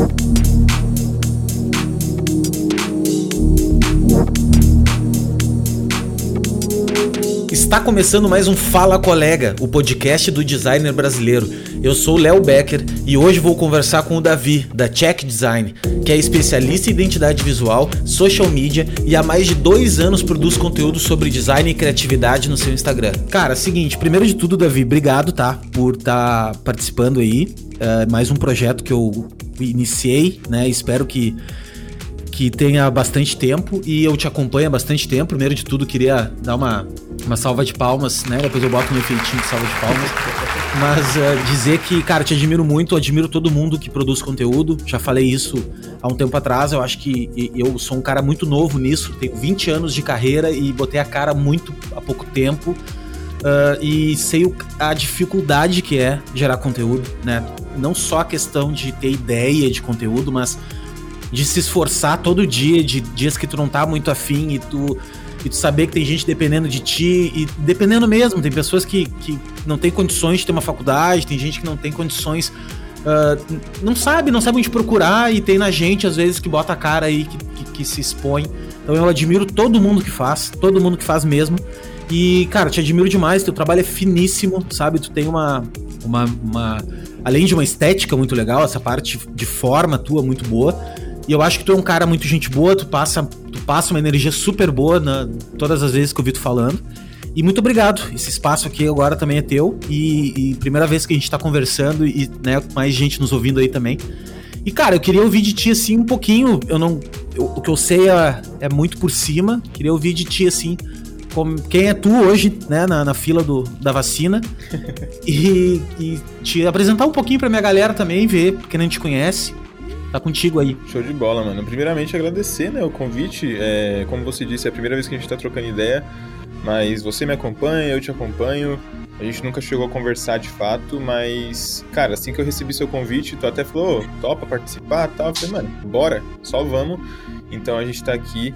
Está começando mais um Fala Colega, o podcast do designer brasileiro. Eu sou o Léo Becker e hoje vou conversar com o Davi, da Check Design, que é especialista em identidade visual, social media e há mais de 2 anos produz conteúdo sobre design e criatividade no seu Instagram. Cara, seguinte, primeiro de tudo, Davi, obrigado, tá, por estar participando aí. Mais um projeto que eu iniciei, né, espero que tenha bastante tempo e eu te acompanho há bastante tempo. Primeiro de tudo, queria dar uma salva de palmas, né? Depois eu boto um efeitinho de salva de palmas. Mas dizer que, cara, te admiro muito, admiro todo mundo que produz conteúdo. Já falei isso há um tempo atrás. Eu acho que eu sou um cara muito novo nisso. Tenho 20 anos de carreira e botei a cara muito há pouco tempo. E sei a dificuldade que é gerar conteúdo, né? Não só a questão de ter ideia de conteúdo, mas de se esforçar todo dia, de dias que tu não tá muito afim e tu saber que tem gente dependendo de ti, e dependendo mesmo, tem pessoas que não tem condições de ter uma faculdade, tem gente que não tem condições, não sabe onde procurar, e tem na gente, às vezes, que bota a cara aí, que se expõe. Então eu admiro todo mundo que faz mesmo, e, cara, te admiro demais, teu trabalho é finíssimo, sabe, tu tem uma além de uma estética muito legal, essa parte de forma tua muito boa. E eu acho que tu é um cara muito gente boa, tu passa uma energia super boa todas as vezes que eu vi tu falando. E muito obrigado, esse espaço aqui agora também é teu. E primeira vez que a gente tá conversando e, né, mais gente nos ouvindo aí também. E, cara, eu queria ouvir de ti, assim, um pouquinho, o que eu sei é muito por cima. Queria ouvir de ti, assim, quem é tu hoje, né, na fila da vacina. e te apresentar um pouquinho pra minha galera também, ver quem não te conhece. Tá contigo aí. Show de bola, mano. Primeiramente, agradecer, né, o convite. Como você disse, é a primeira vez que a gente tá trocando ideia, mas você me acompanha, eu te acompanho. A gente nunca chegou a conversar de fato, mas, cara, assim que eu recebi seu convite, tu até falou, topa participar e tal. Eu falei, mano, bora, só vamos. Então a gente tá aqui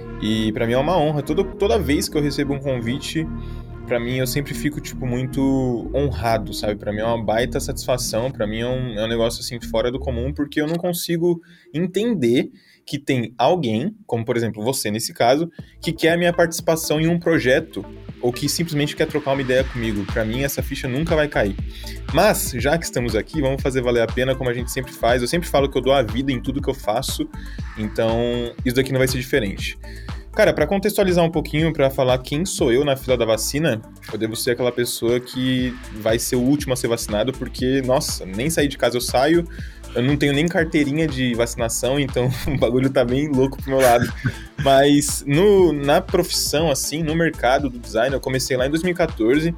e pra mim é uma honra. Toda vez que eu recebo um convite, pra mim eu sempre fico, tipo, muito honrado, sabe? Pra mim é uma baita satisfação, pra mim é um negócio, assim, fora do comum, porque eu não consigo entender que tem alguém, como por exemplo você nesse caso, que quer a minha participação em um projeto, ou que simplesmente quer trocar uma ideia comigo. Pra mim essa ficha nunca vai cair. Mas, já que estamos aqui, vamos fazer valer a pena, como a gente sempre faz. Eu sempre falo que eu dou a vida em tudo que eu faço, então isso daqui não vai ser diferente. Cara, pra contextualizar um pouquinho, pra falar quem sou eu na fila da vacina, eu devo ser aquela pessoa que vai ser o último a ser vacinado, porque, nossa, nem sair de casa eu saio, eu não tenho nem carteirinha de vacinação, então o bagulho tá bem louco pro meu lado. Mas na profissão, assim, no mercado do design, eu comecei lá em 2014,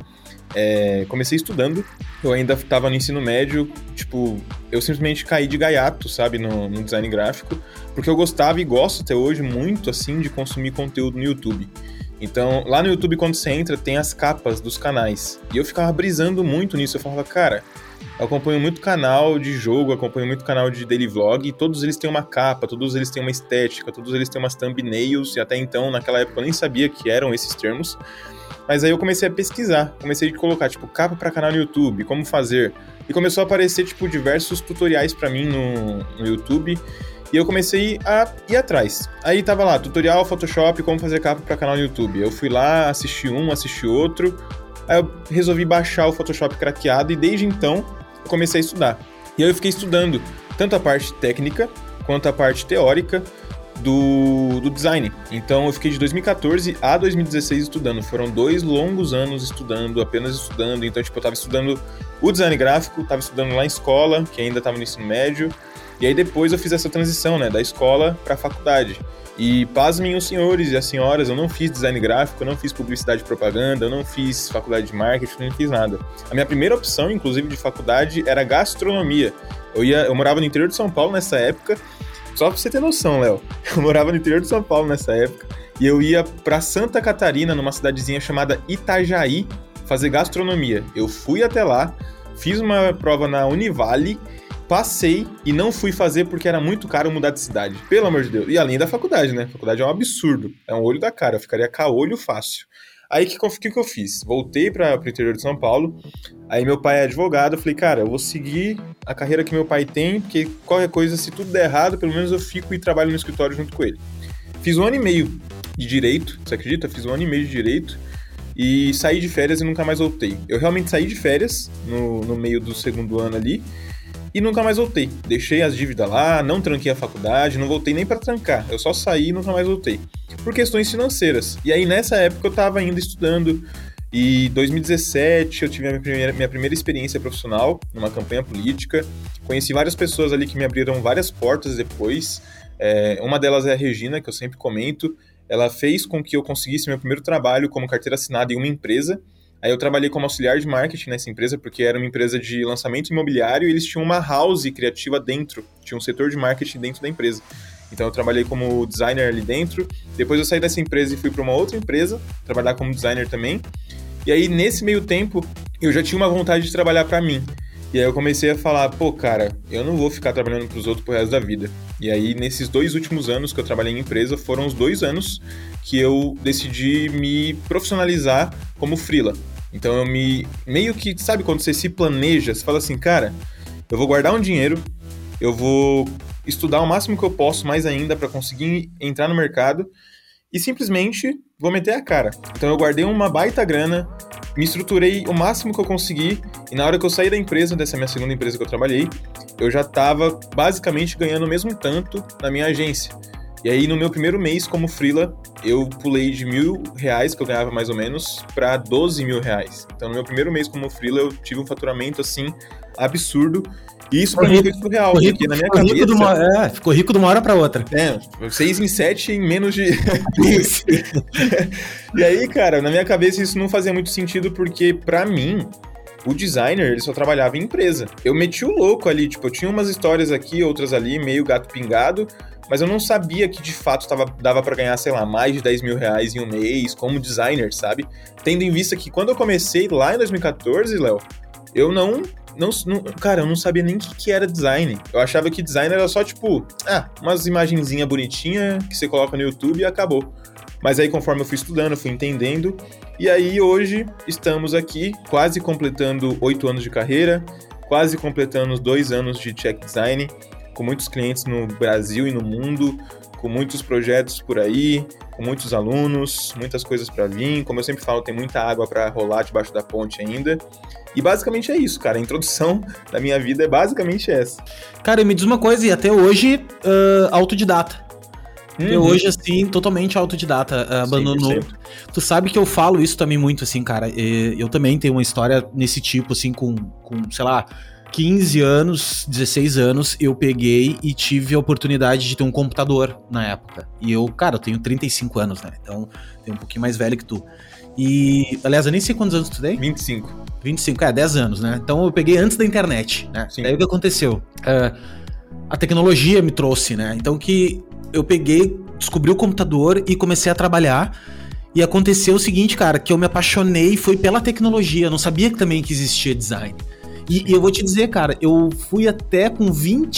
comecei estudando, eu ainda tava no ensino médio, tipo, eu simplesmente caí de gaiato, sabe, no design gráfico, porque eu gostava e gosto até hoje muito, assim, de consumir conteúdo no YouTube. Então, lá no YouTube, quando você entra, tem as capas dos canais, e eu ficava brisando muito nisso, eu falava, cara, eu acompanho muito canal de jogo, acompanho muito canal de daily vlog, e todos eles têm uma capa, todos eles têm uma estética, todos eles têm umas thumbnails, e até então, naquela época, eu nem sabia que eram esses termos. Mas aí eu comecei a pesquisar, comecei a colocar, tipo, capa pra canal no YouTube, como fazer. E começou a aparecer, tipo, diversos tutoriais pra mim no YouTube. E eu comecei a ir atrás. Aí tava lá, tutorial Photoshop, como fazer capa pra canal no YouTube. Eu fui lá, assisti outro. Aí eu resolvi baixar o Photoshop craqueado e desde então eu comecei a estudar. E aí eu fiquei estudando tanto a parte técnica quanto a parte teórica do design. Então eu fiquei de 2014 a 2016 estudando. Foram 2 longos anos estudando, apenas estudando. Então, tipo, eu tava estudando o design gráfico, tava estudando lá em escola, que ainda tava no ensino médio. E aí depois eu fiz essa transição, né, da escola pra faculdade. E pasmem os senhores e as senhoras, eu não fiz design gráfico, eu não fiz publicidade e propaganda, eu não fiz faculdade de marketing, eu não fiz nada. A minha primeira opção, inclusive, de faculdade era gastronomia. Eu morava no interior de São Paulo nessa época. Só pra você ter noção, Léo, eu morava no interior de São Paulo nessa época e eu ia pra Santa Catarina, numa cidadezinha chamada Itajaí, fazer gastronomia. Eu fui até lá, fiz uma prova na Univale, passei e não fui fazer porque era muito caro mudar de cidade. Pelo amor de Deus. E além da faculdade, né? A faculdade é um absurdo. É um olho da cara. Eu ficaria caolho fácil. Aí, o que eu fiz? Voltei para o interior de São Paulo, aí meu pai é advogado, eu falei, cara, eu vou seguir a carreira que meu pai tem, porque qualquer coisa, se tudo der errado, pelo menos eu fico e trabalho no escritório junto com ele. Fiz 1 ano e meio de direito, você acredita? Fiz 1 ano e meio de direito e saí de férias e nunca mais voltei. Eu realmente saí de férias no meio do 2º ano ali, e nunca mais voltei. Deixei as dívidas lá, não tranquei a faculdade, não voltei nem pra trancar. Eu só saí e nunca mais voltei. Por questões financeiras. E aí, nessa época, eu tava ainda estudando. E em 2017, eu tive a minha primeira experiência profissional numa campanha política. Conheci várias pessoas ali que me abriram várias portas depois. Uma delas é a Regina, que eu sempre comento. Ela fez com que eu conseguisse meu primeiro trabalho como carteira assinada em uma empresa. Aí eu trabalhei como auxiliar de marketing nessa empresa, porque era uma empresa de lançamento imobiliário e eles tinham uma house criativa dentro, tinha um setor de marketing dentro da empresa. Então eu trabalhei como designer ali dentro, depois eu saí dessa empresa e fui para uma outra empresa, trabalhar como designer também. E aí nesse meio tempo eu já tinha uma vontade de trabalhar para mim. E aí eu comecei a falar, pô cara, eu não vou ficar trabalhando para os outros pro resto da vida. E aí nesses 2 últimos anos que eu trabalhei em empresa, foram os 2 anos que eu decidi me profissionalizar como freela. Então eu meio que, sabe quando você se planeja, você fala assim, cara, eu vou guardar um dinheiro, eu vou estudar o máximo que eu posso mais ainda para conseguir entrar no mercado e simplesmente vou meter a cara. Então eu guardei uma baita grana, me estruturei o máximo que eu consegui e na hora que eu saí da empresa, dessa minha segunda empresa que eu trabalhei, eu já estava basicamente ganhando o mesmo tanto na minha agência. E aí, no meu primeiro mês como freela, eu pulei de R$1.000, que eu ganhava mais ou menos, para R$12.000. Então, no meu primeiro mês como freela, eu tive um faturamento, assim, absurdo. E isso pra mim foi surreal, porque na minha cabeça... ficou rico de uma hora pra outra. 6 em 7 em menos de... E aí, cara, na minha cabeça isso não fazia muito sentido, porque pra mim... O designer, ele só trabalhava em empresa. Eu meti o louco ali, tipo, eu tinha umas histórias aqui, outras ali, meio gato pingado, mas eu não sabia que de fato dava pra ganhar, sei lá, mais de R$10.000 em um mês, como designer, sabe? Tendo em vista que quando eu comecei lá em 2014, Léo, eu cara, eu não sabia nem o que era design. Eu achava que design era só, tipo, umas imagenzinhas bonitinhas que você coloca no YouTube e acabou. Mas aí, conforme eu fui estudando, eu fui entendendo. E aí, hoje, estamos aqui, quase completando 8 anos de carreira, quase completando 2 anos de check design, com muitos clientes no Brasil e no mundo, com muitos projetos por aí, com muitos alunos, muitas coisas para vir. Como eu sempre falo, tem muita água para rolar debaixo da ponte ainda. E basicamente é isso, cara. A introdução da minha vida é basicamente essa. Cara, me diz uma coisa, e até hoje, autodidata. Hoje, assim, totalmente autodidata, abandonou. 100%. Tu sabe que eu falo isso também muito, assim, cara. Eu também tenho uma história nesse tipo, assim, com sei lá, 15 anos, 16 anos, eu peguei e tive a oportunidade de ter um computador na época. E eu tenho 35 anos, né? Então, tenho um pouquinho mais velho que tu. E, aliás, eu nem sei quantos anos tu tem. 25, 10 anos, né? Então, eu peguei antes da internet, né? Sim. Daí o que aconteceu? A tecnologia me trouxe, né? Então, eu peguei, descobri o computador e comecei a trabalhar. E aconteceu o seguinte, cara, que eu me apaixonei foi pela tecnologia. Eu não sabia também que existia design. E eu vou te dizer, cara, eu fui até com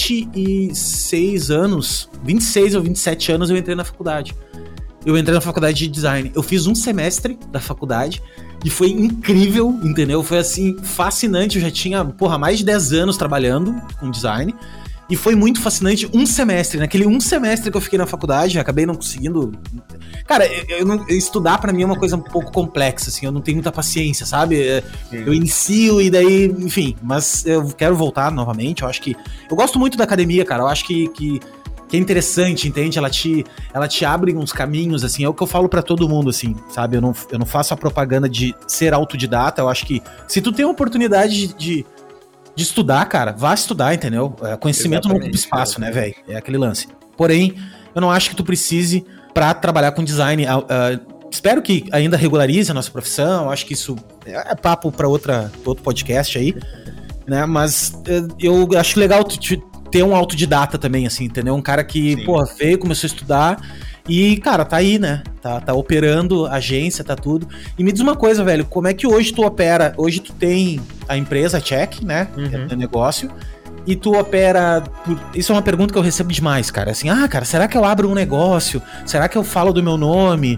26 anos, 26 ou 27 anos, eu entrei na faculdade. Eu entrei na faculdade de design. Eu fiz um semestre da faculdade e foi incrível, entendeu? Foi, assim, fascinante. Eu já tinha, mais de 10 anos trabalhando com design. E foi muito fascinante um semestre. Naquele um semestre que eu fiquei na faculdade, acabei não conseguindo... Cara, estudar pra mim é uma coisa um pouco complexa, assim. Eu não tenho muita paciência, sabe? Eu inicio e daí... Enfim, mas eu quero voltar novamente. Eu acho que... Eu gosto muito da academia, cara. Eu acho que é interessante, entende? Ela te abre uns caminhos, assim. É o que eu falo pra todo mundo, assim, sabe? Eu não faço a propaganda de ser autodidata. Eu acho que se tu tem a oportunidade de estudar, cara, vá estudar, entendeu? Conhecimento não ocupa espaço, né, velho? É aquele lance. Porém, eu não acho que tu precise pra trabalhar com design. Espero que ainda regularize a nossa profissão. Eu acho que isso é papo pra outro podcast aí, né? Mas eu acho legal ter um autodidata também, assim, entendeu? Um cara que, veio, começou a estudar e, cara, tá aí, né? Tá operando agência, tá tudo. E me diz uma coisa, velho, como é que hoje tu opera? Hoje tu tem a empresa Check, né? Que é teu negócio. E tu opera... Isso é uma pergunta que eu recebo demais, cara. Assim, cara, será que eu abro um negócio? Será que eu falo do meu nome?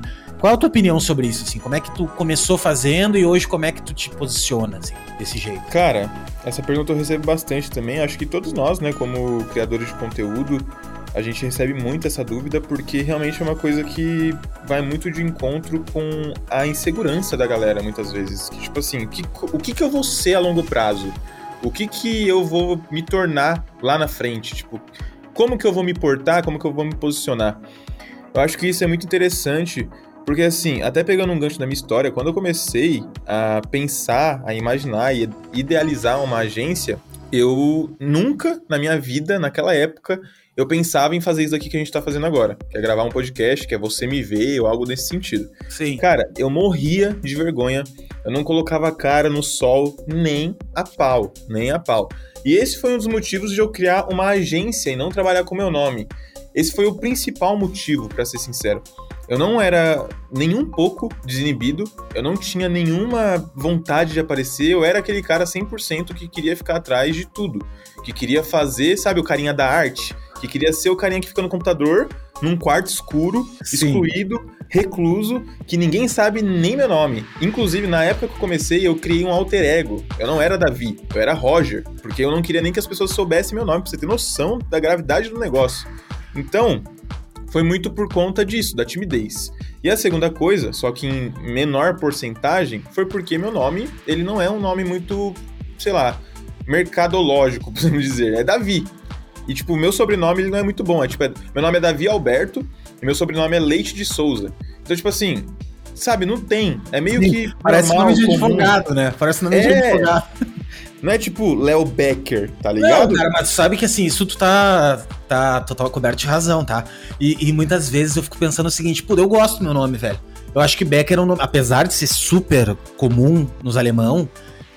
Qual é a tua opinião sobre isso, assim? Como é que tu começou fazendo e hoje como é que tu te posiciona, assim, desse jeito? Cara, essa pergunta eu recebo bastante também. Acho que todos nós, né, como criadores de conteúdo, a gente recebe muito essa dúvida porque realmente é uma coisa que vai muito de encontro com a insegurança da galera, muitas vezes. Que, tipo assim, o que eu vou ser a longo prazo? O que eu vou me tornar lá na frente? Tipo, como que eu vou me portar? Como que eu vou me posicionar? Eu acho que isso é muito interessante, porque assim, até pegando um gancho da minha história, quando eu comecei a pensar, a imaginar e idealizar uma agência, eu nunca na minha vida, naquela época, eu pensava em fazer isso aqui que a gente tá fazendo agora, que é gravar um podcast, que é você me ver ou algo nesse sentido. Sim. Cara, eu morria de vergonha, eu não colocava a cara no sol nem a pau, nem a pau. E esse foi um dos motivos de eu criar uma agência e não trabalhar com meu nome. Esse foi o principal motivo, pra ser sincero. Eu não era nem um pouco desinibido, eu não tinha nenhuma vontade de aparecer, eu era aquele cara 100% que queria ficar atrás de tudo, que queria fazer, sabe, o carinha da arte, que queria ser o carinha que fica no computador, num quarto escuro, excluído, recluso, que ninguém sabe nem meu nome. Inclusive, na época que eu comecei, eu criei um alter ego. Eu não era Davi, eu era Roger, porque eu não queria nem que as pessoas soubessem meu nome, pra você ter noção da gravidade do negócio. Então, foi muito por conta disso, da timidez. E a segunda coisa, só que em menor porcentagem, foi porque meu nome, ele não é um nome muito, sei lá, mercadológico, podemos dizer, é Davi. E, tipo, o meu sobrenome, ele não é muito bom, meu nome é Davi Alberto, e meu sobrenome é Leite de Souza. Então, tipo assim, sabe, não tem, é meio que parece normal, nome de comum. advogado, né? Parece nome de advogado. Não é tipo Léo Becker, tá ligado? Não, cara, mas tu sabe que assim, isso tu tá total coberto de razão, tá? E muitas vezes eu fico pensando o seguinte, pô, eu gosto do meu nome, velho. Eu acho que Becker é um nome, apesar de ser super comum nos alemão,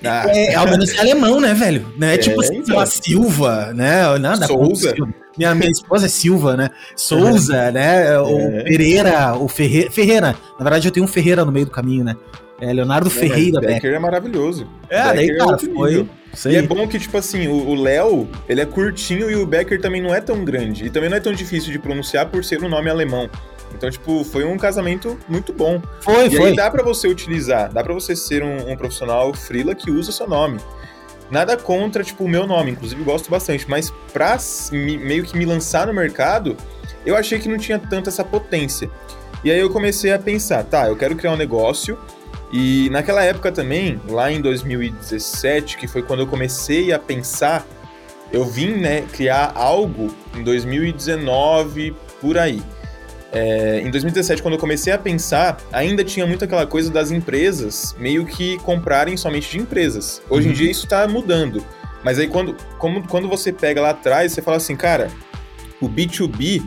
ao menos é alemão, né, velho? Não é tipo assim, uma Silva, né? Nada. Souza. Minha esposa é Silva, né? Souza, né? O Pereira, o Ferreira. Na verdade, eu tenho um Ferreira no meio do caminho, né? É Leonardo Ferreira, Becker é maravilhoso. Daí, cara, foi... E é bom que, tipo assim, o Léo, ele é curtinho e o Becker também não é tão grande. E também não é tão difícil de pronunciar por ser um nome alemão. Então, tipo, foi um casamento muito bom. Foi. Aí dá pra você utilizar, dá pra você ser um profissional freela que usa o seu nome. Nada contra, tipo, o meu nome, inclusive gosto bastante. Mas pra meio que me lançar no mercado, eu achei que não tinha tanto essa potência. E aí eu comecei a pensar, tá, eu quero criar um negócio. E naquela época também, lá em 2017, que foi quando eu comecei a pensar, eu vim, né, criar algo em 2019, por aí. Em 2017, quando eu comecei a pensar, ainda tinha muito aquela coisa das empresas meio que comprarem somente de empresas. Hoje em dia isso tá mudando. Mas aí quando você pega lá atrás, você fala assim, cara, o B2B,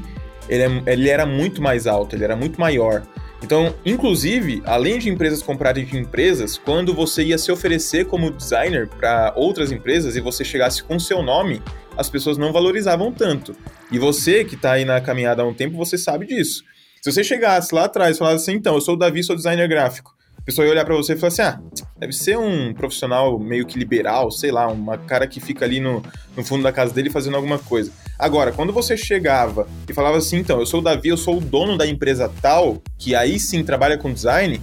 ele era muito mais alto, ele era muito maior. Então, inclusive, além de empresas comprarem de empresas, quando você ia se oferecer como designer para outras empresas e você chegasse com seu nome, as pessoas não valorizavam tanto. E você, que está aí na caminhada há um tempo, você sabe disso. Se você chegasse lá atrás e falasse assim, então, eu sou o Davi, sou designer gráfico, a pessoa ia olhar para você e falar assim, deve ser um profissional meio que liberal, sei lá, uma cara que fica ali no fundo da casa dele fazendo alguma coisa. Agora, quando você chegava e falava assim, então, eu sou o Davi, eu sou o dono da empresa tal, que aí sim trabalha com design,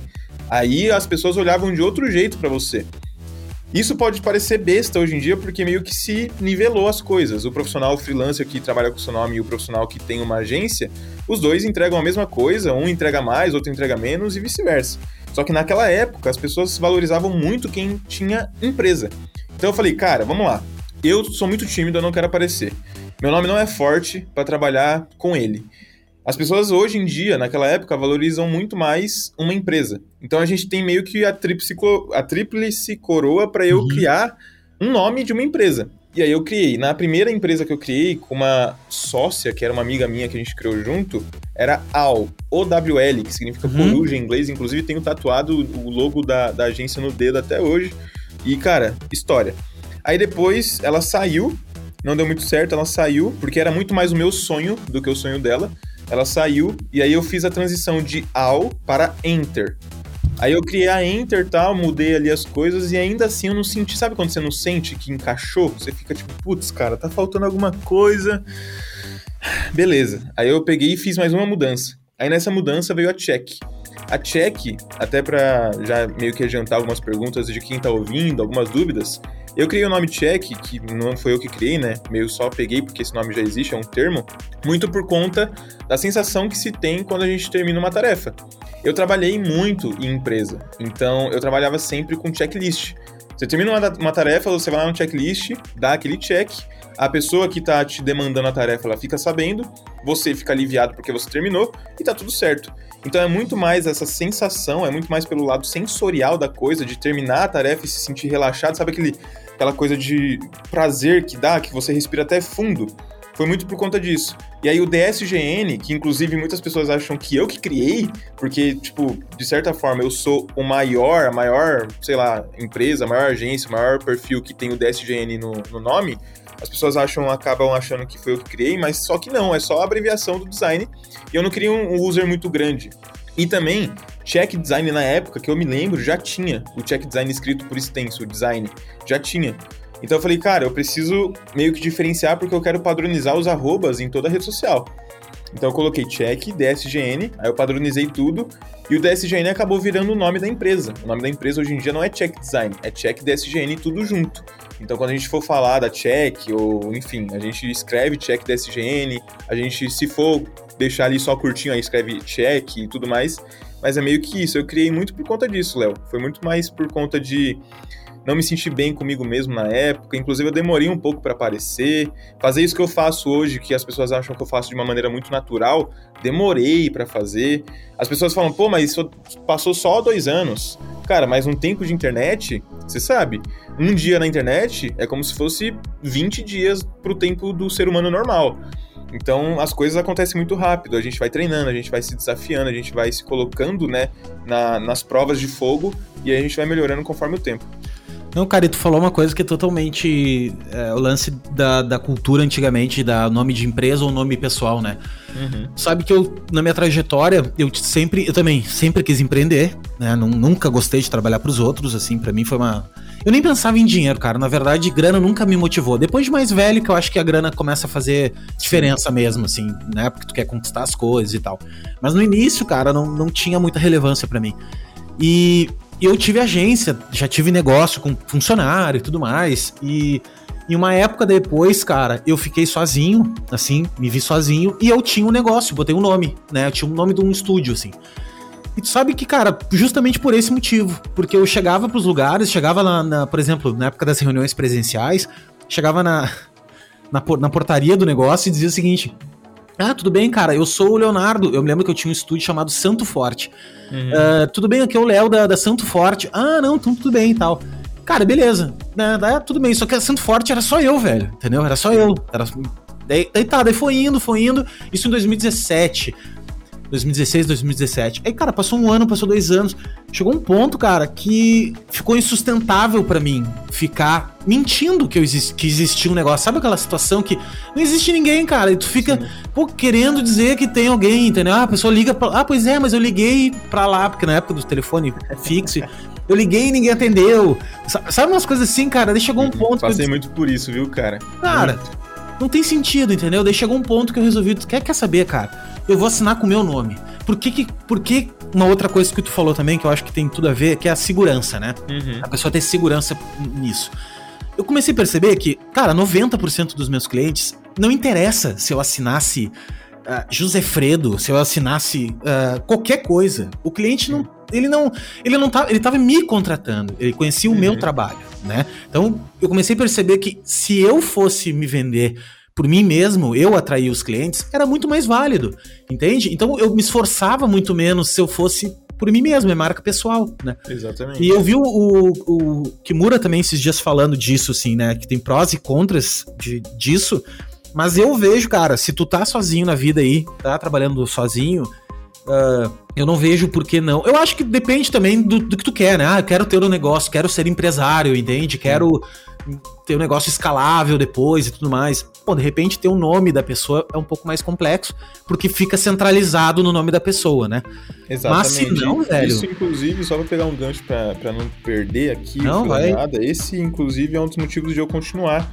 aí as pessoas olhavam de outro jeito para você. Isso pode parecer besta hoje em dia, porque meio que se nivelou as coisas. O profissional freelancer que trabalha com o seu nome e o profissional que tem uma agência, os dois entregam a mesma coisa, um entrega mais, outro entrega menos e vice-versa. Só que naquela época, as pessoas valorizavam muito quem tinha empresa. Então eu falei, cara, vamos lá. Eu sou muito tímido, eu não quero aparecer. Meu nome não é forte para trabalhar com ele. As pessoas hoje em dia, naquela época, valorizam muito mais uma empresa. Então a gente tem meio que a tríplice coroa para eu criar um nome de uma empresa. E aí eu criei. Na primeira empresa que eu criei, com uma sócia, que era uma amiga minha que a gente criou junto, era OWL, O-W-L, que significa coruja em inglês. Inclusive tenho tatuado o logo da agência no dedo até hoje. E, cara, história. Aí depois ela saiu, não deu muito certo, ela saiu, porque era muito mais o meu sonho do que o sonho dela. Ela saiu, e aí eu fiz a transição de AL para Enter. Aí eu criei a Enter e tal, mudei ali as coisas, e ainda assim eu não senti... Sabe quando você não sente que encaixou? Você fica tipo, putz, cara, tá faltando alguma coisa. Beleza. Aí eu peguei e fiz mais uma mudança. Aí nessa mudança veio a Check. A check, até para já meio que adiantar algumas perguntas de quem tá ouvindo, algumas dúvidas, eu criei o nome check, que não foi eu que criei, né? Meio só peguei porque esse nome já existe, é um termo, muito por conta da sensação que se tem quando a gente termina uma tarefa. Eu trabalhei muito em empresa, então eu trabalhava sempre com checklist. Você termina uma tarefa, você vai lá no checklist, dá aquele check, a pessoa que tá te demandando a tarefa, ela fica sabendo, você fica aliviado porque você terminou e tá tudo certo. Então é muito mais essa sensação, é muito mais pelo lado sensorial da coisa, de terminar a tarefa e se sentir relaxado, sabe aquela coisa de prazer que dá, que você respira até fundo? Foi muito por conta disso. E aí o DSGN, que inclusive muitas pessoas acham que eu que criei, porque, tipo, de certa forma eu sou a maior, sei lá, empresa, a maior agência, o maior perfil que tem o DSGN no nome, as pessoas acabam achando que foi eu que criei, mas só que não, é só a abreviação do design, e eu não queria um user muito grande. E também, check design na época, que eu me lembro, já tinha o check design escrito por extenso, o design, já tinha. Então eu falei, cara, eu preciso meio que diferenciar porque eu quero padronizar os arrobas em toda a rede social. Então eu coloquei check, DSGN, aí eu padronizei tudo, e o DSGN acabou virando o nome da empresa. O nome da empresa hoje em dia não é check design, é check DSGN tudo junto. Então quando a gente for falar da check, ou enfim, a gente escreve check DSGN, a gente, se for deixar ali só curtinho, aí escreve check e tudo mais, mas é meio que isso. Eu criei muito por conta disso, Léo. Foi muito mais por conta de não me senti bem comigo mesmo na época, inclusive eu demorei um pouco para aparecer, fazer isso que eu faço hoje, que as pessoas acham que eu faço de uma maneira muito natural, demorei para fazer. As pessoas falam, pô, mas isso passou só 2 anos. Cara, mas um tempo de internet, você sabe, um dia na internet é como se fosse 20 dias pro tempo do ser humano normal. Então as coisas acontecem muito rápido, a gente vai treinando, a gente vai se desafiando, a gente vai se colocando, né, nas provas de fogo e a gente vai melhorando conforme o tempo. Não, cara, e tu falou uma coisa que é totalmente o lance da cultura antigamente, da nome de empresa ou nome pessoal, né? Uhum. Sabe que eu, na minha trajetória, eu também sempre quis empreender, né? Nunca gostei de trabalhar pros outros, assim, pra mim foi uma... Eu nem pensava em dinheiro, cara, na verdade, grana nunca me motivou. Depois de mais velho, que eu acho que a grana começa a fazer diferença mesmo, assim, né? Porque tu quer conquistar as coisas e tal. Mas no início, cara, não tinha muita relevância pra mim. E eu tive agência, já tive negócio com funcionário e tudo mais, e em uma época depois, cara, eu fiquei sozinho, assim, me vi sozinho, e eu tinha um negócio, botei um nome, né, eu tinha o nome de um estúdio, assim. E tu sabe que, cara, justamente por esse motivo, porque eu chegava pros lugares, chegava por exemplo, na época das reuniões presenciais, chegava na portaria do negócio e dizia o seguinte: ah, tudo bem, cara, eu sou o Leonardo. Eu me lembro que eu tinha um estúdio chamado Santo Forte. Uhum. Tudo bem, aqui é o Léo da Santo Forte. Ah, não, tudo bem e tal. Cara, beleza. Tudo bem, só que a Santo Forte era só eu, velho. Entendeu? Era só eu. Daí foi indo. Isso em 2017. 2016, 2017. Aí, cara, passou 1 ano, passou 2 anos. Chegou um ponto, cara, que ficou insustentável pra mim ficar mentindo que existia um negócio. Sabe aquela situação que não existe ninguém, cara, e tu fica, querendo dizer que tem alguém, entendeu? Ah, a pessoa liga pra... Ah, pois é, mas eu liguei pra lá, porque na época do telefone fixo, eu liguei e ninguém atendeu. Sabe umas coisas assim, cara? Daí chegou um ponto... Passei muito por isso, viu, cara? Cara, não tem sentido, entendeu? Daí chegou um ponto que eu resolvi... Quer saber, cara? Eu vou assinar com o meu nome. Por que uma outra coisa que tu falou também, que eu acho que tem tudo a ver, que é a segurança, né? Uhum. A pessoa ter segurança nisso. Eu comecei a perceber que, cara, 90% dos meus clientes, não interessa se eu assinasse Josefredo, se eu assinasse qualquer coisa. O cliente ele tava me contratando, ele conhecia o meu trabalho, né? Então, eu comecei a perceber que se eu fosse me vender por mim mesmo, eu atrair os clientes, era muito mais válido, entende? Então eu me esforçava muito menos se eu fosse por mim mesmo, é marca pessoal, né? Exatamente. E eu vi o Kimura também esses dias falando disso, assim, né? Que tem prós e contras disso, mas eu vejo, cara, se tu tá sozinho na vida aí, tá trabalhando sozinho, eu não vejo por que não. Eu acho que depende também do que tu quer, né? Ah, eu quero ter um negócio, quero ser empresário, entende? Quero ter um negócio escalável depois e tudo mais. Pô, de repente ter o nome da pessoa é um pouco mais complexo, porque fica centralizado no nome da pessoa, né? Exatamente. Mas se não, velho... Isso, inclusive, só pra pegar um gancho pra não perder aqui não, vai. Nada, esse, inclusive, é um dos motivos de eu continuar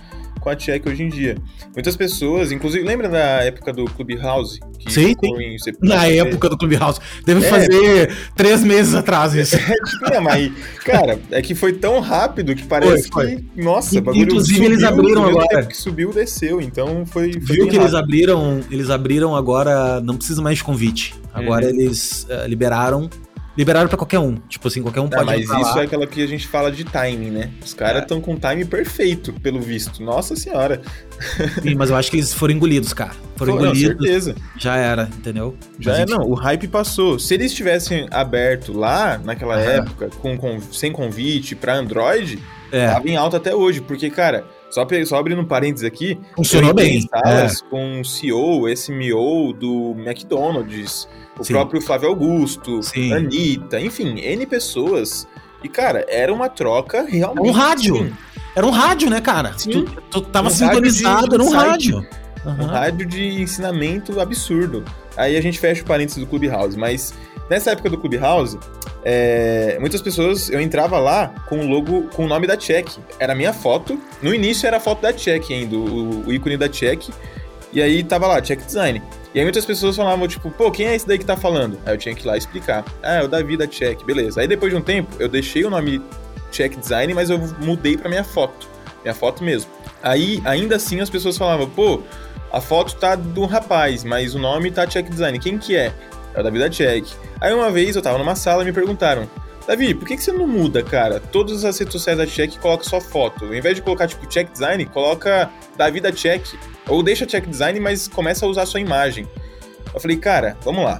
com a Check hoje em dia. Muitas pessoas, inclusive, lembra da época do Clubhouse? Que sim. Na época do Clubhouse. Deve fazer 3 meses atrás isso. Mas, cara, é que foi tão rápido que parece que, nossa, bagulho inclusive subiu, eles abriram agora. Que subiu, desceu, então foi viu que eles abriram agora, não precisa mais de convite. Agora eles liberaram pra qualquer um. Tipo assim, qualquer um pode mas entrar isso lá. é aquela que a gente fala de timing, né? Os caras estão com time perfeito, pelo visto. Nossa senhora. Sim, mas eu acho que eles foram engolidos, cara. Foram engolidos. Não, certeza. Já era, entendeu? Não, o hype passou. Se eles tivessem aberto lá, naquela época, sem convite pra Android, tava em alta até hoje. Porque, cara, só abrindo um parênteses aqui, funcionou bem. Salas com o CEO, SMO do McDonald's, o próprio Flávio Augusto, Anitta, enfim, N pessoas. E, cara, era uma troca realmente... Um rádio. Assim. Era um rádio, né, cara? Sim. Tu tava sintonizado, era um rádio. Um rádio de ensinamento absurdo. Aí a gente fecha o parênteses do Clubhouse, mas nessa época do Clubhouse, muitas pessoas, eu entrava lá com o logo, com o nome da Check. Era a minha foto, no início era a foto da Check ainda, o ícone da Check, e aí tava lá, Check Design. E aí muitas pessoas falavam, tipo, pô, quem é esse daí que tá falando? Aí eu tinha que ir lá explicar. É o Davi da Check, beleza. Aí depois de um tempo, eu deixei o nome Check Design, mas eu mudei pra minha foto mesmo. Aí, ainda assim, as pessoas falavam, pô, a foto tá do rapaz, mas o nome tá Check Design. Quem que é? É o Davi da Check. Aí uma vez eu tava numa sala e me perguntaram, Davi, por que você não muda, cara? Todas as redes sociais da Check coloca só foto. Ao invés de colocar, tipo, Check Design, coloca Davi da Check. Ou deixa Check Design, mas começa a usar a sua imagem. Eu falei, cara, vamos lá.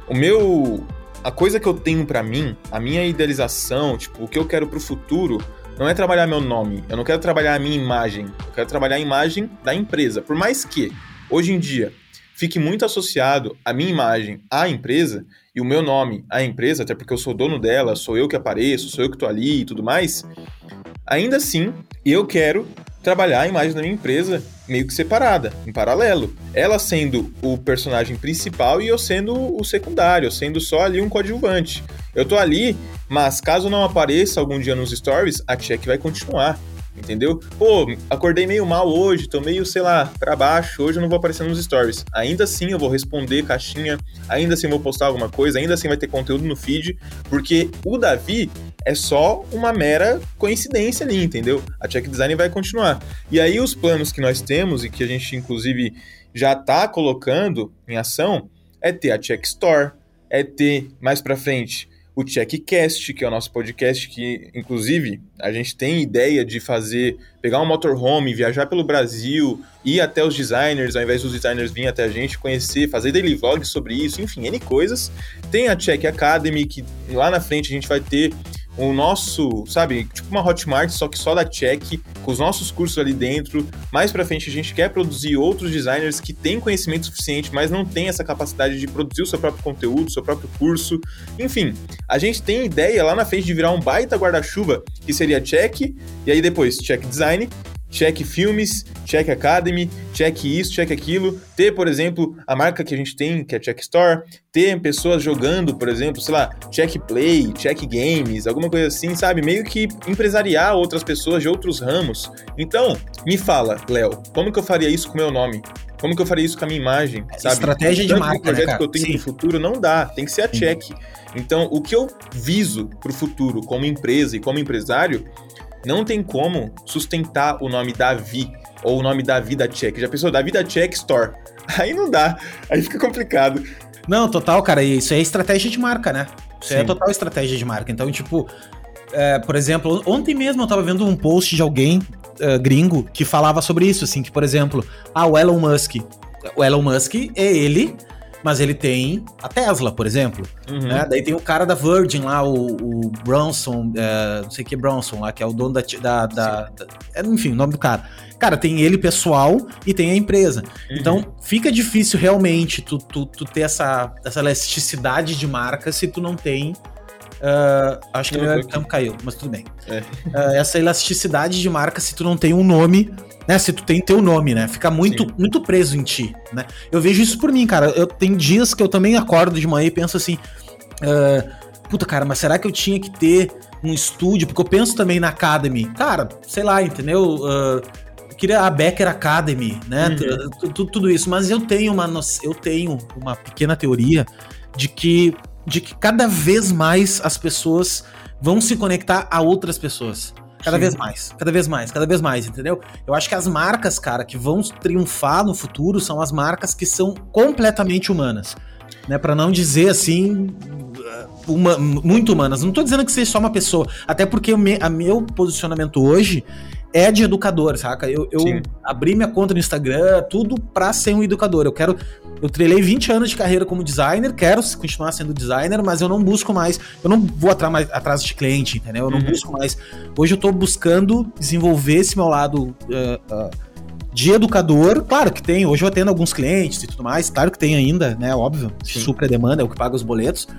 A coisa que eu tenho pra mim, a minha idealização, tipo, o que eu quero pro futuro, não é trabalhar meu nome. Eu não quero trabalhar a minha imagem. Eu quero trabalhar a imagem da empresa. Por mais que, hoje em dia, fique muito associado a minha imagem à empresa e o meu nome à empresa, até porque eu sou dono dela, sou eu que apareço, sou eu que tô ali e tudo mais, ainda assim, eu quero trabalhar a imagem da minha empresa meio que separada, em paralelo. Ela sendo o personagem principal e eu sendo o secundário, eu sendo só ali um coadjuvante. Eu tô ali, mas caso não apareça algum dia nos stories, a Check vai continuar. Entendeu? Pô, acordei meio mal hoje, tô meio, sei lá, pra baixo, hoje eu não vou aparecer nos stories. Ainda assim eu vou responder caixinha, ainda assim eu vou postar alguma coisa, ainda assim vai ter conteúdo no feed, porque o Davi é só uma mera coincidência ali, entendeu? A Check Design vai continuar. E aí os planos que nós temos e que a gente inclusive já tá colocando em ação é ter a Check Store, é ter mais pra frente o Checkcast, que é o nosso podcast que, inclusive, a gente tem ideia de pegar um motorhome, viajar pelo Brasil, ir até os designers, ao invés dos designers virem até a gente, conhecer, fazer daily vlogs sobre isso, enfim, N coisas. Tem a Check Academy, que lá na frente a gente vai ter o nosso, sabe, tipo uma Hotmart, só que só da Check, com os nossos cursos ali dentro. Mais pra frente a gente quer produzir outros designers que têm conhecimento suficiente, mas não têm essa capacidade de produzir o seu próprio conteúdo, o seu próprio curso. Enfim, a gente tem ideia lá na frente de virar um baita guarda-chuva, que seria Check, e aí depois Check Design, Check Filmes, Check Academy, Check isso, Check aquilo, ter, por exemplo, a marca que a gente tem, que é Check Store, ter pessoas jogando, por exemplo, sei lá, Check Play, Check Games, alguma coisa assim, sabe? Meio que empresariar outras pessoas de outros ramos. Então, me fala, Léo, como que eu faria isso com o meu nome? Como que eu faria isso com a minha imagem, sabe? Estratégia de marca, projeto, né, cara? Que eu tenho pro futuro não dá, tem que ser a Check. Então, o que eu viso pro futuro como empresa e como empresário, não tem como sustentar o nome Davi ou o nome Davi da Check. Já pensou? Davi da Check Store. Aí não dá, aí fica complicado. Não, total, cara, isso é estratégia de marca, né? Isso é total estratégia de marca. Então, tipo, por exemplo, ontem mesmo eu tava vendo um post de alguém gringo que falava sobre isso, assim, que, por exemplo, o Elon Musk. O Elon Musk é ele, mas ele tem a Tesla, por exemplo. Né? Daí tem o cara da Virgin lá, o Bronson, não sei o que Bronson lá, que é o dono enfim, o nome do cara. Cara, tem ele pessoal e tem a empresa. Então, fica difícil realmente tu ter essa elasticidade de marca se tu não tem... acho que o meu webcam caiu, mas tudo bem. Essa elasticidade de marca se tu não tem um nome, né? Se tu tem teu nome, né? Fica muito preso em ti, né? Eu vejo isso por mim, cara. Eu tenho dias que eu também acordo de manhã e penso assim... puta, cara, mas será que eu tinha que ter um estúdio? Porque eu penso também na Academy. Cara, sei lá, entendeu? queria a Becker Academy, né? Tudo isso. Mas eu tenho uma pequena teoria de que cada vez mais as pessoas vão se conectar a outras pessoas. Cada vez mais, entendeu? Eu acho que as marcas, cara, que vão triunfar no futuro são as marcas que são completamente humanas, né? Pra não dizer assim, muito humanas. Não tô dizendo que seja só uma pessoa, até porque meu posicionamento hoje é de educador, saca? Eu abri minha conta no Instagram, tudo pra ser um educador. Eu trilhei 20 anos de carreira como designer, quero continuar sendo designer, mas eu não busco mais, eu não vou atrás de cliente, entendeu? Eu não busco mais. Hoje eu tô buscando desenvolver esse meu lado de educador. Claro que tem, hoje eu atendo alguns clientes e tudo mais, claro que tem ainda, né? Óbvio, supra a demanda, é o que paga os boletos.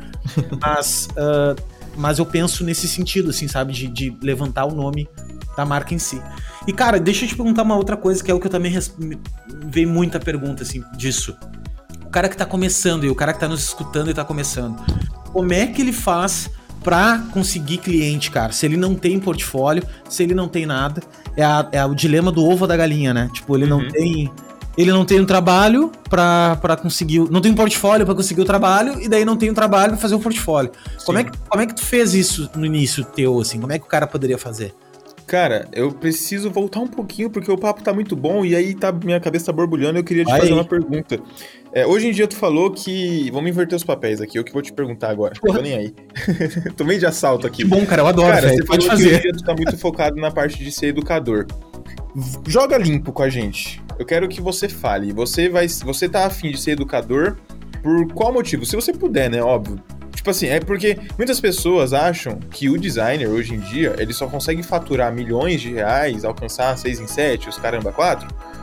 Mas eu penso nesse sentido, assim, sabe? De levantar o nome da marca em si. E, cara, deixa eu te perguntar uma outra coisa, que é o que eu também veio muita pergunta, assim, disso. O cara que tá começando e o cara que tá nos escutando e tá começando, como é que ele faz pra conseguir cliente, cara? Se ele não tem portfólio, se ele não tem nada, é o dilema do ovo ou da galinha, né? Tipo, ele não tem um trabalho pra conseguir, não tem um portfólio pra conseguir o trabalho, e daí não tem um trabalho pra fazer o portfólio. Como é que tu fez isso no início teu, assim? Como é que o cara poderia fazer? Cara, eu preciso voltar um pouquinho, porque o papo tá muito bom, e aí minha cabeça tá borbulhando, e eu queria te fazer uma pergunta. Hoje em dia tu falou que... Vamos inverter os papéis aqui, eu que vou te perguntar agora. Não tô nem aí. Tô meio de assalto aqui. Que bom, cara, eu adoro, velho. Você pode fazer. Hoje em dia tu tá muito focado na parte de ser educador. Joga limpo com a gente. Eu quero que você fale. Você tá afim de ser educador por qual motivo? Se você puder, né? Óbvio. Tipo assim, é porque muitas pessoas acham que o designer, hoje em dia, ele só consegue faturar milhões de reais, alcançar 6 em 7, os caramba 4,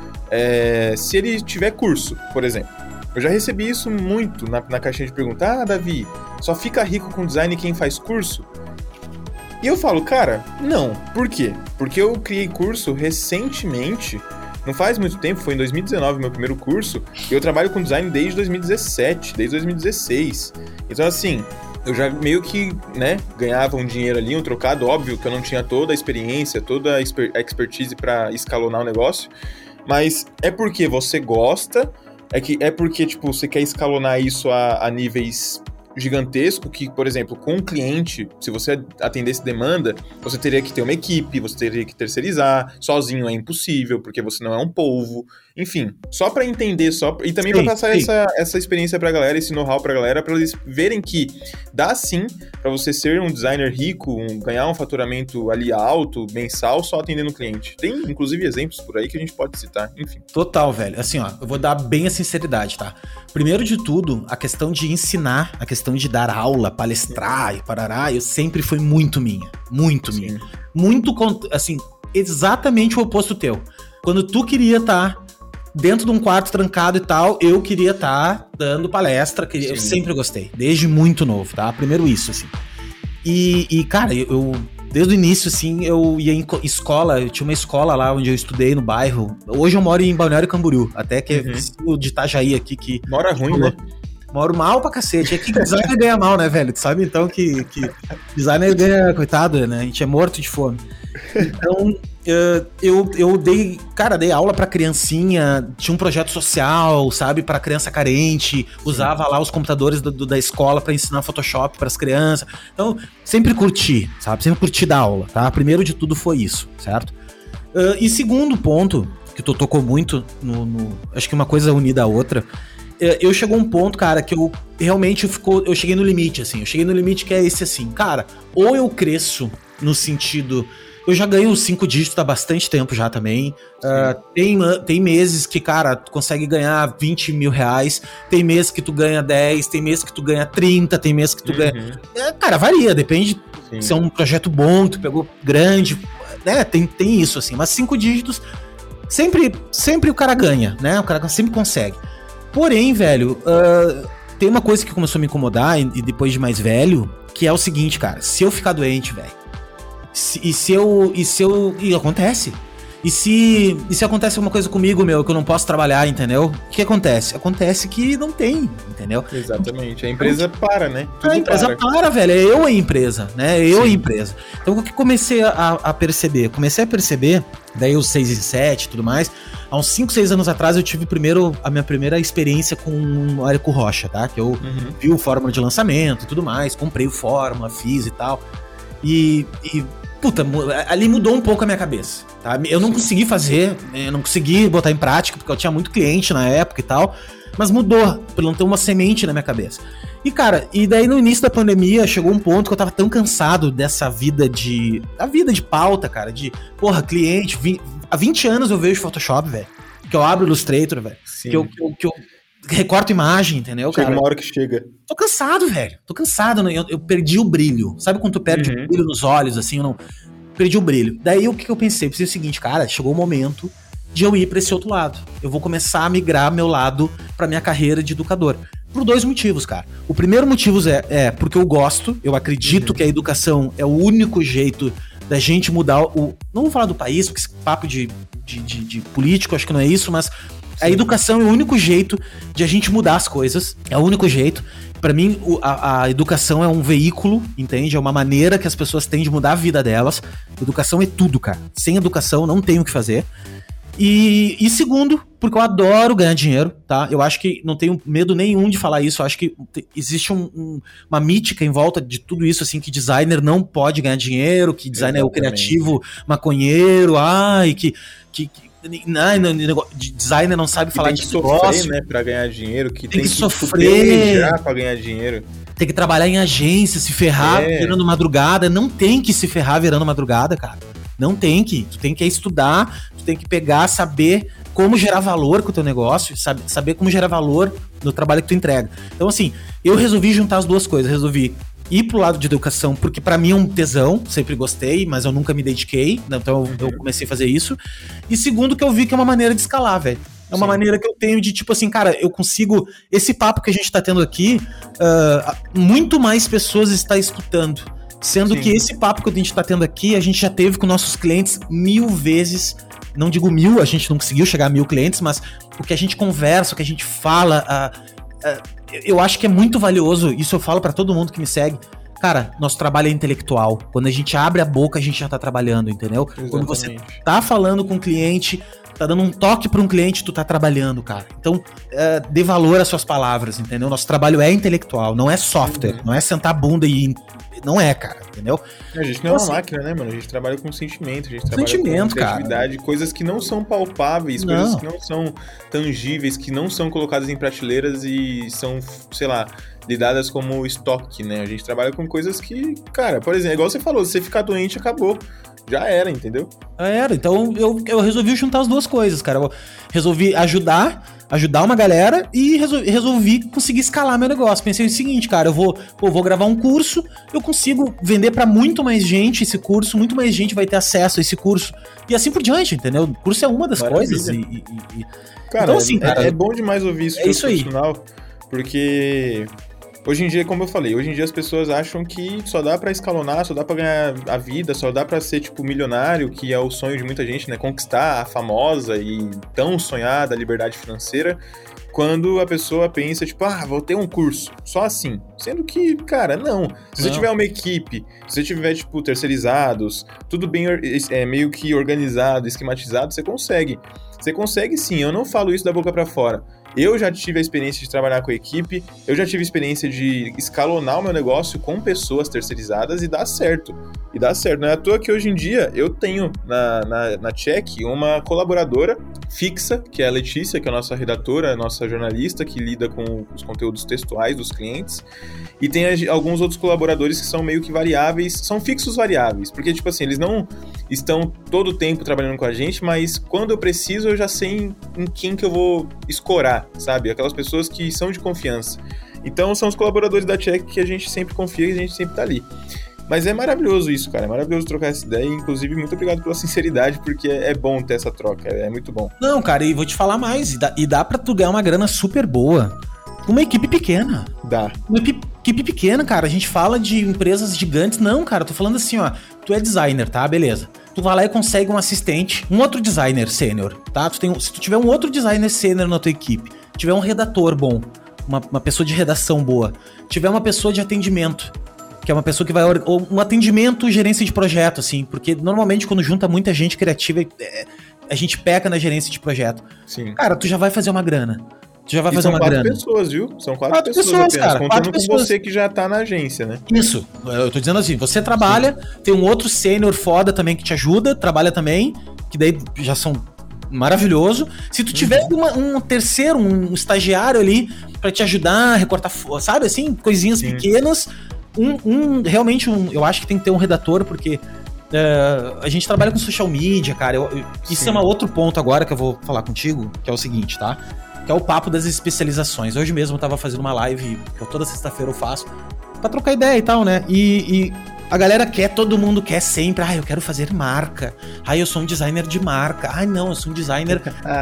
se ele tiver curso, por exemplo. Eu já recebi isso muito na caixinha de pergunta. Davi, só fica rico com design quem faz curso? E eu falo, cara, não. Por quê? Porque eu criei curso recentemente, não faz muito tempo, foi em 2019 meu primeiro curso, e eu trabalho com design desde 2017, desde 2016. Então, assim, eu já meio que, né, ganhava um dinheiro ali, um trocado, óbvio que eu não tinha toda a experiência, toda a expertise para escalonar o negócio, mas é porque você gosta, é porque, tipo, você quer escalonar isso a níveis gigantesco que, por exemplo, com um cliente, se você atendesse demanda, você teria que ter uma equipe, você teria que terceirizar, sozinho é impossível, porque você não é um polvo, enfim, só para entender, e também para passar essa experiência pra galera, esse know-how pra galera, para eles verem que dá sim para você ser um designer rico, ganhar um faturamento ali alto, mensal, só atendendo o cliente. Tem, inclusive, exemplos por aí que a gente pode citar, enfim. Total, velho. Assim, ó, eu vou dar bem a sinceridade, tá? Primeiro de tudo, a questão de ensinar, a questão de dar aula, palestrar e parará, eu sempre foi muito minha. Muito, assim, exatamente o oposto teu. Quando tu queria estar dentro de um quarto trancado e tal, eu queria estar dando palestra, eu sempre gostei, desde muito novo, tá? Primeiro isso, assim. E cara, eu desde o início, assim, eu ia em escola, eu tinha uma escola lá onde eu estudei no bairro. Hoje eu moro em Balneário Camboriú, até que é o de Itajaí aqui, que... Mora ruim, né? Moro mal pra cacete. É que designer ganha mal, né, velho? Tu sabe, então, que designer ganha, coitado, né? A gente é morto de fome. Então, eu dei aula pra criancinha, tinha um projeto social, sabe, pra criança carente, usava lá os computadores da escola pra ensinar Photoshop pras crianças. Então, sempre curti, sabe? Sempre curti dar aula, tá? Primeiro de tudo foi isso, certo? E segundo ponto, que tu tocou muito, acho que uma coisa unida à outra, eu chegou um ponto, cara, que eu realmente eu cheguei no limite, assim. Eu cheguei no limite que é esse, assim. Cara, ou eu cresço no sentido... Eu já ganho 5 dígitos há bastante tempo já também. Tem meses que, cara, tu consegue ganhar 20 mil reais. Tem meses que tu ganha 10, tem meses que tu ganha 30, tem meses que tu ganha... Cara, varia, depende. Se é um projeto bom, tu pegou grande, né? Tem isso, assim. Mas 5 dígitos, sempre o cara ganha, né? O cara sempre consegue. Porém, velho, tem uma coisa que começou a me incomodar, e depois de mais velho, que é o seguinte, cara, se eu ficar doente, velho, e acontece, E se acontece alguma coisa comigo, meu, que eu não posso trabalhar, entendeu? O que acontece? Acontece que não tem, entendeu? Exatamente. A empresa para, né? Tudo a empresa para, velho. É eu a empresa, né? Eu a empresa. Então, o que comecei a perceber? Comecei a perceber, daí os 6 e 7 e tudo mais. Há uns 5, 6 anos atrás, eu tive a minha primeira experiência com o Érico Rocha, tá? Que eu vi o Fórmula de lançamento e tudo mais, comprei o Fórmula, fiz e tal. Puta, ali mudou um pouco a minha cabeça, tá? Eu não consegui fazer, eu não consegui botar em prática, porque eu tinha muito cliente na época e tal, mas mudou, por não ter uma semente na minha cabeça. E, cara, daí no início da pandemia, chegou um ponto que eu tava tão cansado dessa vida de pauta, cara, porra, cliente, há 20 anos eu vejo Photoshop, velho, que eu abro o Illustrator, velho, que eu recorto imagem, entendeu, chega cara? Uma hora que chega. Tô cansado, velho. Tô cansado. Eu perdi o brilho. Sabe quando tu perde o brilho nos olhos, assim? Eu não... Perdi o brilho. Daí o que eu pensei? Eu pensei o seguinte, cara, chegou o momento de eu ir pra esse outro lado. Eu vou começar a migrar meu lado pra minha carreira de educador. Por 2 motivos, cara. O primeiro motivo é porque eu gosto, eu acredito que a educação é o único jeito da gente mudar não vou falar do país, porque esse papo de político, acho que não é isso, mas a educação é o único jeito de a gente mudar as coisas. É o único jeito. Pra mim, a educação é um veículo, entende? É uma maneira que as pessoas têm de mudar a vida delas. Educação é tudo, cara. Sem educação, não tem o que fazer. E segundo, porque eu adoro ganhar dinheiro, tá? Eu acho que não tenho medo nenhum de falar isso. Eu acho que existe uma mítica em volta de tudo isso, assim, que designer não pode ganhar dinheiro, que designer é o criativo maconheiro, designer não sabe falar de negócio, né, pra ganhar dinheiro, que tem que sofrer pra ganhar dinheiro. Tem que trabalhar em agência, se ferrar virando madrugada. Não tem que se ferrar virando madrugada, cara. Não tem que. Tu tem que estudar, tu tem que pegar, saber como gerar valor com o teu negócio, saber como gerar valor no trabalho que tu entrega. Então, assim, eu resolvi juntar as duas coisas. Resolvi ir pro lado de educação, porque pra mim é um tesão, sempre gostei, mas eu nunca me dediquei, então eu comecei a fazer isso. E segundo, que eu vi que é uma maneira de escalar, velho. É uma maneira que eu tenho de, tipo assim, cara, eu consigo... Esse papo que a gente tá tendo aqui, muito mais pessoas estão escutando. Sendo que esse papo que a gente tá tendo aqui, a gente já teve com nossos clientes 1000 vezes. Não digo 1000, a gente não conseguiu chegar a 1000 clientes, mas o que a gente conversa, o que a gente fala... eu acho que é muito valioso, isso eu falo pra todo mundo que me segue. Cara, nosso trabalho é intelectual. Quando a gente abre a boca, a gente já tá trabalhando, entendeu? Exatamente. Quando você tá falando com o cliente, tá dando um toque pra um cliente, tu tá trabalhando, cara. Então, dê valor às suas palavras, entendeu? Nosso trabalho é intelectual, não é software, não é sentar a bunda e... Não é, cara, entendeu? A gente não é uma máquina, né, mano? A gente trabalha com sentimento, a gente trabalha com criatividade, coisas que não são palpáveis, coisas que não são tangíveis, que não são colocadas em prateleiras e são, sei lá, lidadas como estoque, né? A gente trabalha com coisas que, cara, por exemplo, igual você falou, se você ficar doente, acabou. Já era, entendeu? Já era, então eu resolvi juntar as duas coisas, cara. Eu resolvi ajudar uma galera e resolvi conseguir escalar meu negócio. Pensei o seguinte, cara, eu vou gravar um curso, eu consigo vender pra muito mais gente esse curso, muito mais gente vai ter acesso a esse curso e assim por diante, entendeu? O curso é uma das coisas Cara, então, assim, cara, é bom demais ouvir isso. É isso aí. Porque... Hoje em dia, como eu falei, hoje em dia as pessoas acham que só dá pra escalonar, só dá pra ganhar a vida, só dá pra ser, tipo, milionário, que é o sonho de muita gente, né? Conquistar a famosa e tão sonhada liberdade financeira, quando a pessoa pensa, tipo, vou ter um curso, só assim. Sendo que, cara, não. Se você tiver uma equipe, se você tiver, tipo, terceirizados, tudo bem meio que organizado, esquematizado, você consegue. Você consegue sim, eu não falo isso da boca pra fora. Eu já tive a experiência de trabalhar com a equipe, eu já tive a experiência de escalonar o meu negócio com pessoas terceirizadas e dá certo. E dá certo. Não é à toa que hoje em dia eu tenho na Check uma colaboradora fixa, que é a Letícia, que é a nossa redatora, a nossa jornalista, que lida com os conteúdos textuais dos clientes. E tem alguns outros colaboradores que são meio que variáveis, são fixos variáveis, porque, tipo assim, eles não estão todo o tempo trabalhando com a gente, mas quando eu preciso, eu já sei em quem que eu vou escorar, sabe? Aquelas pessoas que são de confiança. Então, são os colaboradores da Check que a gente sempre confia e a gente sempre tá ali. Mas é maravilhoso isso, cara, é maravilhoso trocar essa ideia, inclusive muito obrigado pela sinceridade, porque é bom ter essa troca, é muito bom. Não, cara, e vou te falar mais, dá pra tu ganhar uma grana super boa com uma equipe pequena. Dá. Uma equipe pequena, cara, a gente fala de empresas gigantes, não, cara, tô falando assim, ó, tu é designer, tá, beleza. tu vai lá e consegue um assistente, um outro designer sênior, tá? Se tu tiver um outro designer sênior na tua equipe, tiver um redator bom, uma pessoa de redação boa, tiver uma pessoa de atendimento, que é uma pessoa que vai... Ou um atendimento, gerência de projeto, assim, porque normalmente quando junta muita gente criativa, a gente peca na gerência de projeto. Sim. Cara, tu já vai fazer uma grana. Tu já vai fazer uma grana. São 4 pessoas, viu? São 4 pessoas apenas, cara, contando com você que já tá na agência, né? Isso. Eu tô dizendo assim, você trabalha, tem um outro sênior foda também que te ajuda, trabalha também, que daí já são maravilhoso. Se tu tiver um terceiro, um estagiário ali pra te ajudar a recortar, sabe assim, coisinhas pequenas, realmente eu acho que tem que ter um redator, porque a gente trabalha com social media, cara. Isso é um outro ponto agora que eu vou falar contigo, que é o seguinte, tá? Que é o papo das especializações. Hoje mesmo eu tava fazendo uma live, que toda sexta-feira eu faço, pra trocar ideia e tal, né? E a galera todo mundo quer sempre, eu quero fazer marca. Eu sou um designer de marca. Não, eu sou um designer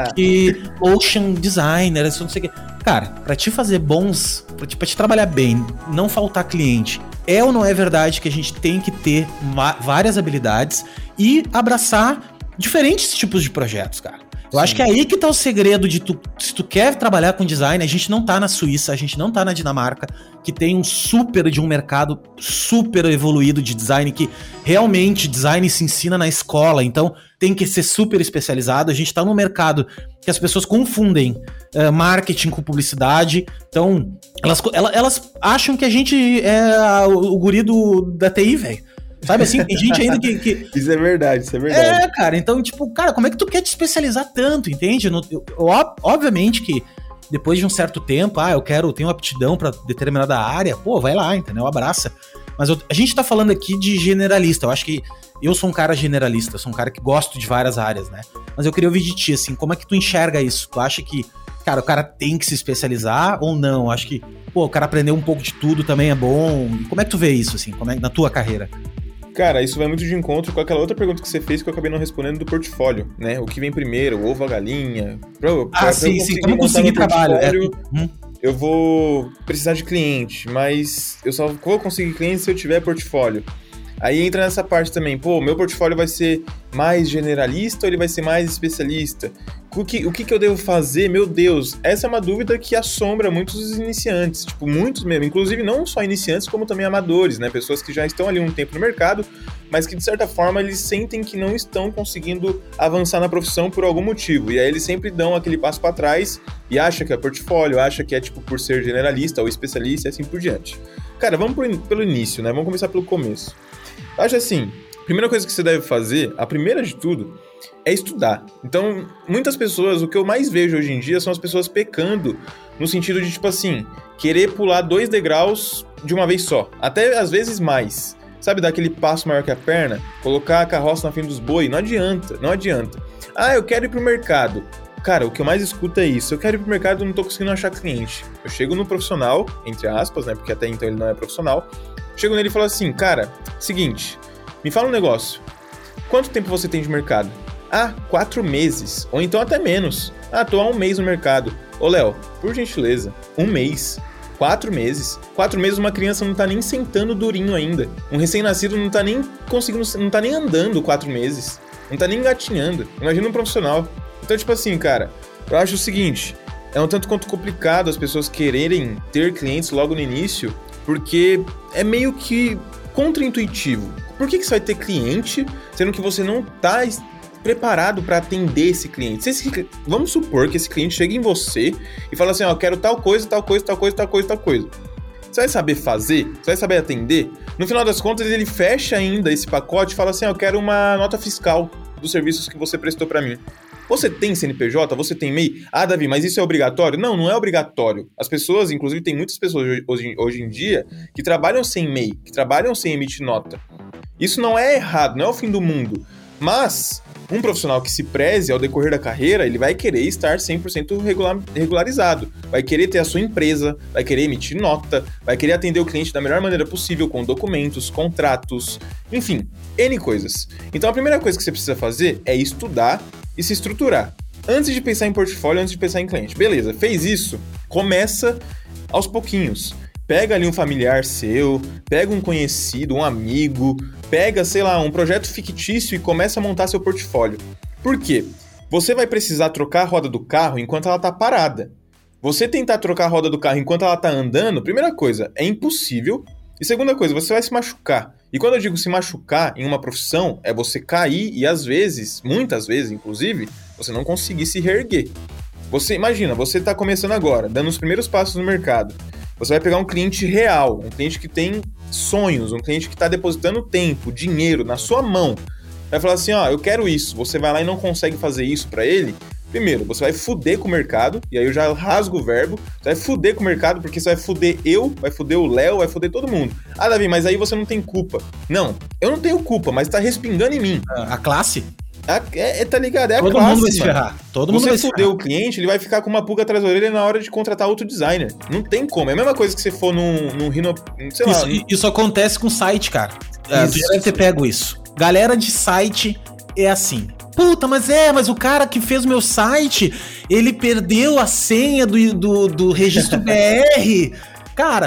motion designer, eu sou não sei o quê. Cara, pra te fazer bons, pra te trabalhar bem, não faltar cliente, é ou não é verdade que a gente tem que ter várias habilidades e abraçar diferentes tipos de projetos, cara? Eu acho que é aí que tá o segredo de se tu quer trabalhar com design, a gente não tá na Suíça, a gente não tá na Dinamarca, que tem um mercado super evoluído de design, que realmente design se ensina na escola, então tem que ser super especializado. A gente tá num mercado que as pessoas confundem marketing com publicidade, então elas acham que a gente é o guri da TI, velho. Sabe assim, tem gente ainda que... Isso é verdade, isso é verdade. Cara, então, tipo, cara, como é que tu quer te especializar tanto, entende? Obviamente que depois de um certo tempo, eu tenho aptidão pra determinada área, vai lá, entendeu? Abraça. Mas a gente tá falando aqui de generalista, eu acho que eu sou um cara generalista, sou um cara que gosto de várias áreas, né? Mas eu queria ouvir de ti, assim, como é que tu enxerga isso? Tu acha que, cara, o cara tem que se especializar ou não? Acho que, o cara aprender um pouco de tudo também é bom. Como é que tu vê isso, assim, na tua carreira? Cara, isso vai muito de encontro com aquela outra pergunta que você fez que eu acabei não respondendo do portfólio, né? O que vem primeiro, o ovo, a galinha? Sim, como conseguir trabalho? Eu vou precisar de cliente, mas eu só vou conseguir cliente se eu tiver portfólio. Aí entra nessa parte também, meu portfólio vai ser mais generalista ou ele vai ser mais especialista? O que eu devo fazer? Meu Deus, essa é uma dúvida que assombra muitos dos iniciantes, tipo, muitos mesmo, inclusive não só iniciantes, como também amadores, né? Pessoas que já estão ali um tempo no mercado, mas que de certa forma eles sentem que não estão conseguindo avançar na profissão por algum motivo, e aí eles sempre dão aquele passo para trás e acham que é portfólio, acham que é tipo por ser generalista ou especialista e assim por diante. Cara, vamos pelo início, né? Vamos começar pelo começo. Eu acho assim, a primeira coisa que você deve fazer, a primeira de tudo, é estudar. Então, muitas pessoas, o que eu mais vejo hoje em dia são as pessoas pecando no sentido de, tipo assim, querer pular 2 degraus de uma vez só, até às vezes mais. Sabe, dar aquele passo maior que a perna, colocar a carroça na frente dos bois, não adianta. Eu quero ir pro mercado. Cara, o que eu mais escuto é isso, eu quero ir pro mercado e não tô conseguindo achar cliente. Eu chego no profissional, entre aspas, né, porque até então ele não é profissional, chego nele e falo assim, cara, seguinte, me fala um negócio, quanto tempo você tem de mercado? 4 meses, ou então até menos. Tô há 1 mês no mercado. Ô Léo, por gentileza, 1 mês, 4 meses. 4 meses uma criança não tá nem sentando durinho ainda. Um recém-nascido não tá nem conseguindo, não tá nem andando 4 meses. Não tá nem engatinhando. Imagina um profissional. Então, tipo assim, cara, eu acho o seguinte, é um tanto quanto complicado as pessoas quererem ter clientes logo no início, porque é meio que contraintuitivo. Por que você vai ter cliente, sendo que você não tá preparado para atender esse cliente? Vamos supor que esse cliente chegue em você e fala assim, eu quero tal coisa. Você vai saber fazer? Você vai saber atender? No final das contas, ele fecha ainda esse pacote e fala assim, eu quero uma nota fiscal dos serviços que você prestou para mim. Você tem CNPJ? Você tem MEI? Davi, mas isso é obrigatório? Não, não é obrigatório. As pessoas, inclusive tem muitas pessoas hoje em dia que trabalham sem MEI, que trabalham sem emitir nota. Isso não é errado, não é o fim do mundo. Mas um profissional que se preze ao decorrer da carreira, ele vai querer estar 100% regularizado. Vai querer ter a sua empresa, vai querer emitir nota, vai querer atender o cliente da melhor maneira possível, com documentos, contratos, enfim, N coisas. Então a primeira coisa que você precisa fazer é estudar e se estruturar. Antes de pensar em portfólio, antes de pensar em cliente. Beleza, fez isso? Começa aos pouquinhos. pega ali um familiar seu, pega um conhecido, um amigo, pega, sei lá, um projeto fictício e começa a montar seu portfólio. Por quê? Você vai precisar trocar a roda do carro enquanto ela tá parada. Você tentar trocar a roda do carro enquanto ela tá andando, primeira coisa, é impossível. E segunda coisa, você vai se machucar. E quando eu digo se machucar em uma profissão, é você cair e às vezes, muitas vezes inclusive, você não conseguir se reerguer. Você imagina, você tá começando agora, dando os primeiros passos no mercado. Você vai pegar um cliente real, um cliente que tem sonhos, um cliente que tá depositando tempo, dinheiro na sua mão. Vai falar assim, ó, eu quero isso. Você vai lá e não consegue fazer isso pra ele. Primeiro, você vai fuder com o mercado, e aí eu já rasgo o verbo, você vai fuder com o mercado, porque você vai fuder vai fuder o Léo, vai fuder todo mundo. Ah, Davi, mas aí você não tem culpa. Não, eu não tenho culpa, mas tá respingando em mim. A classe? Tá ligado? É a todo classe, mundo vai se ferrar. Todo mundo vai se ferrar. Você fuder o cliente, ele vai ficar com uma pulga atrás da orelha na hora de contratar outro designer. Não tem como. É a mesma coisa que você for num Rhino... Sei lá. Isso acontece com site, cara. Tu já deve ter pego isso. Galera de site é assim. Puta, mas o cara que fez o meu site, ele perdeu a senha do registro BR. Cara,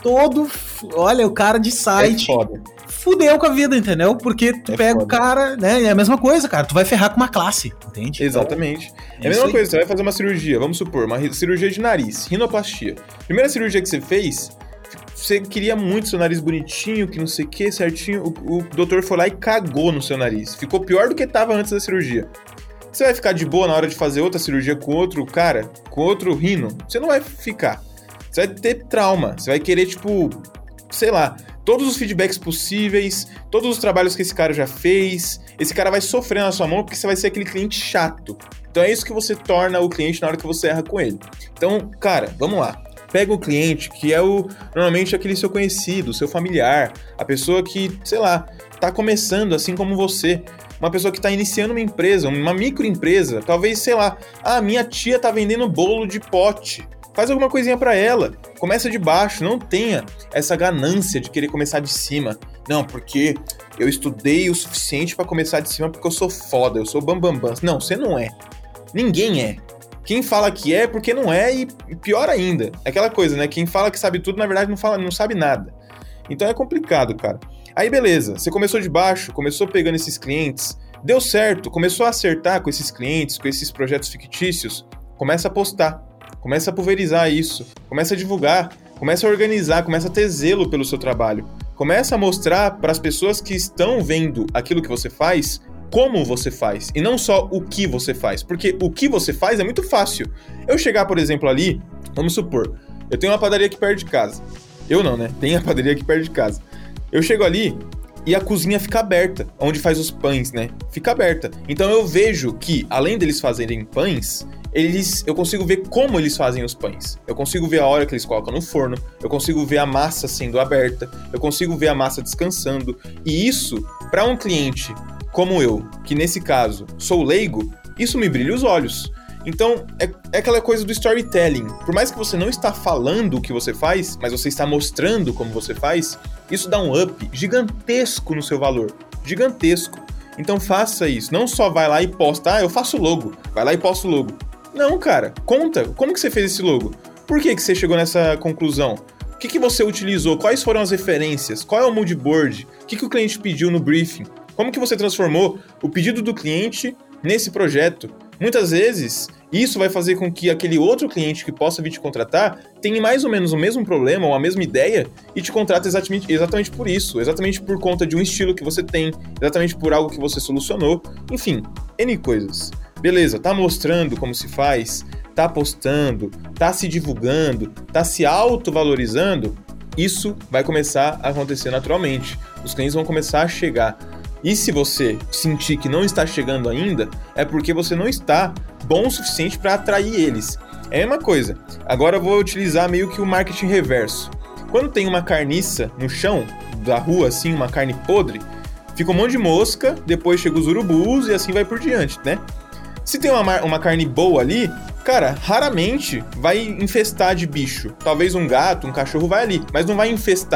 olha, o cara de site fudeu com a vida, entendeu? Porque tu pega foda. O cara, né? É a mesma coisa, cara. Tu vai ferrar com uma classe, entende? Exatamente. Então, é a mesma coisa, você vai fazer uma cirurgia, vamos supor, uma cirurgia de nariz, rinoplastia. Primeira cirurgia que você fez, você queria muito seu nariz bonitinho, que não sei o que, certinho. O doutor foi lá e cagou no seu nariz. Ficou pior do que tava antes da cirurgia. Você vai ficar de boa na hora de fazer outra cirurgia com outro cara, com outro rino? Você não vai ficar. Você vai ter trauma. Você vai querer, tipo, sei lá, todos os feedbacks possíveis, todos os trabalhos que esse cara já fez. Esse cara vai sofrer na sua mão porque você vai ser aquele cliente chato. Então é isso que você torna o cliente na hora que você erra com ele. Então, cara, vamos lá. Pega o cliente que é normalmente aquele seu conhecido, seu familiar, a pessoa que, sei lá, tá começando assim como você. Uma pessoa que tá iniciando uma empresa, uma microempresa. Talvez, sei lá, minha tia tá vendendo bolo de pote. Faz alguma coisinha pra ela. Começa de baixo, não tenha essa ganância de querer começar de cima. Não, porque eu estudei o suficiente pra começar de cima porque eu sou foda, eu sou bambambam. Não, você não é. Ninguém é. Quem fala que é porque não é e pior ainda. É aquela coisa, né? Quem fala que sabe tudo, na verdade, não sabe nada. Então é complicado, cara. Aí beleza, você começou de baixo, começou pegando esses clientes, deu certo, começou a acertar com esses clientes, com esses projetos fictícios, começa a postar, começa a pulverizar isso, começa a divulgar, começa a organizar, começa a ter zelo pelo seu trabalho, começa a mostrar para as pessoas que estão vendo aquilo que você faz, como você faz, e não só o que você faz, porque o que você faz é muito fácil. Eu chegar, por exemplo, ali, vamos supor, eu tenho uma padaria aqui perto de casa. Eu não, né? Tem a padaria aqui perto de casa. Eu chego ali e a cozinha fica aberta, onde faz os pães, né? Fica aberta. Então eu vejo que, além deles fazerem pães, eu consigo ver como eles fazem os pães. Eu consigo ver a hora que eles colocam no forno, eu consigo ver a massa sendo aberta, eu consigo ver a massa descansando. E isso, para um cliente como eu, que nesse caso sou leigo, isso me brilha os olhos. Então, é aquela coisa do storytelling. Por mais que você não está falando o que você faz, mas você está mostrando como você faz, isso dá um up gigantesco no seu valor. Gigantesco. Então faça isso. Não só vai lá e posta, eu faço logo. Vai lá e posta o logo. Não, cara. Conta. Como que você fez esse logo? Por que você chegou nessa conclusão? O que você utilizou? Quais foram as referências? Qual é o mood board? O que o cliente pediu no briefing? Como que você transformou o pedido do cliente nesse projeto? Muitas vezes, isso vai fazer com que aquele outro cliente que possa vir te contratar tenha mais ou menos o mesmo problema ou a mesma ideia e te contrata exatamente por isso, exatamente por conta de um estilo que você tem, exatamente por algo que você solucionou, enfim, N coisas. Beleza, tá mostrando como se faz, tá postando, tá se divulgando, tá se autovalorizando, isso vai começar a acontecer naturalmente. Os clientes vão começar a chegar. E se você sentir que não está chegando ainda, é porque você não está bom o suficiente para atrair eles. É a mesma coisa. Agora eu vou utilizar meio que o marketing reverso. Quando tem uma carniça no chão da rua, assim, uma carne podre, fica um monte de mosca, depois chega os urubus e assim vai por diante, né? Se tem uma carne boa ali, cara, raramente vai infestar de bicho. Talvez um gato, um cachorro vai ali, mas não vai infestar.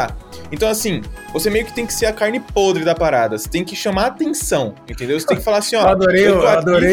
Então, assim, você meio que tem que ser a carne podre da parada. Você tem que chamar atenção, entendeu? Você tem que falar assim, ó... Eu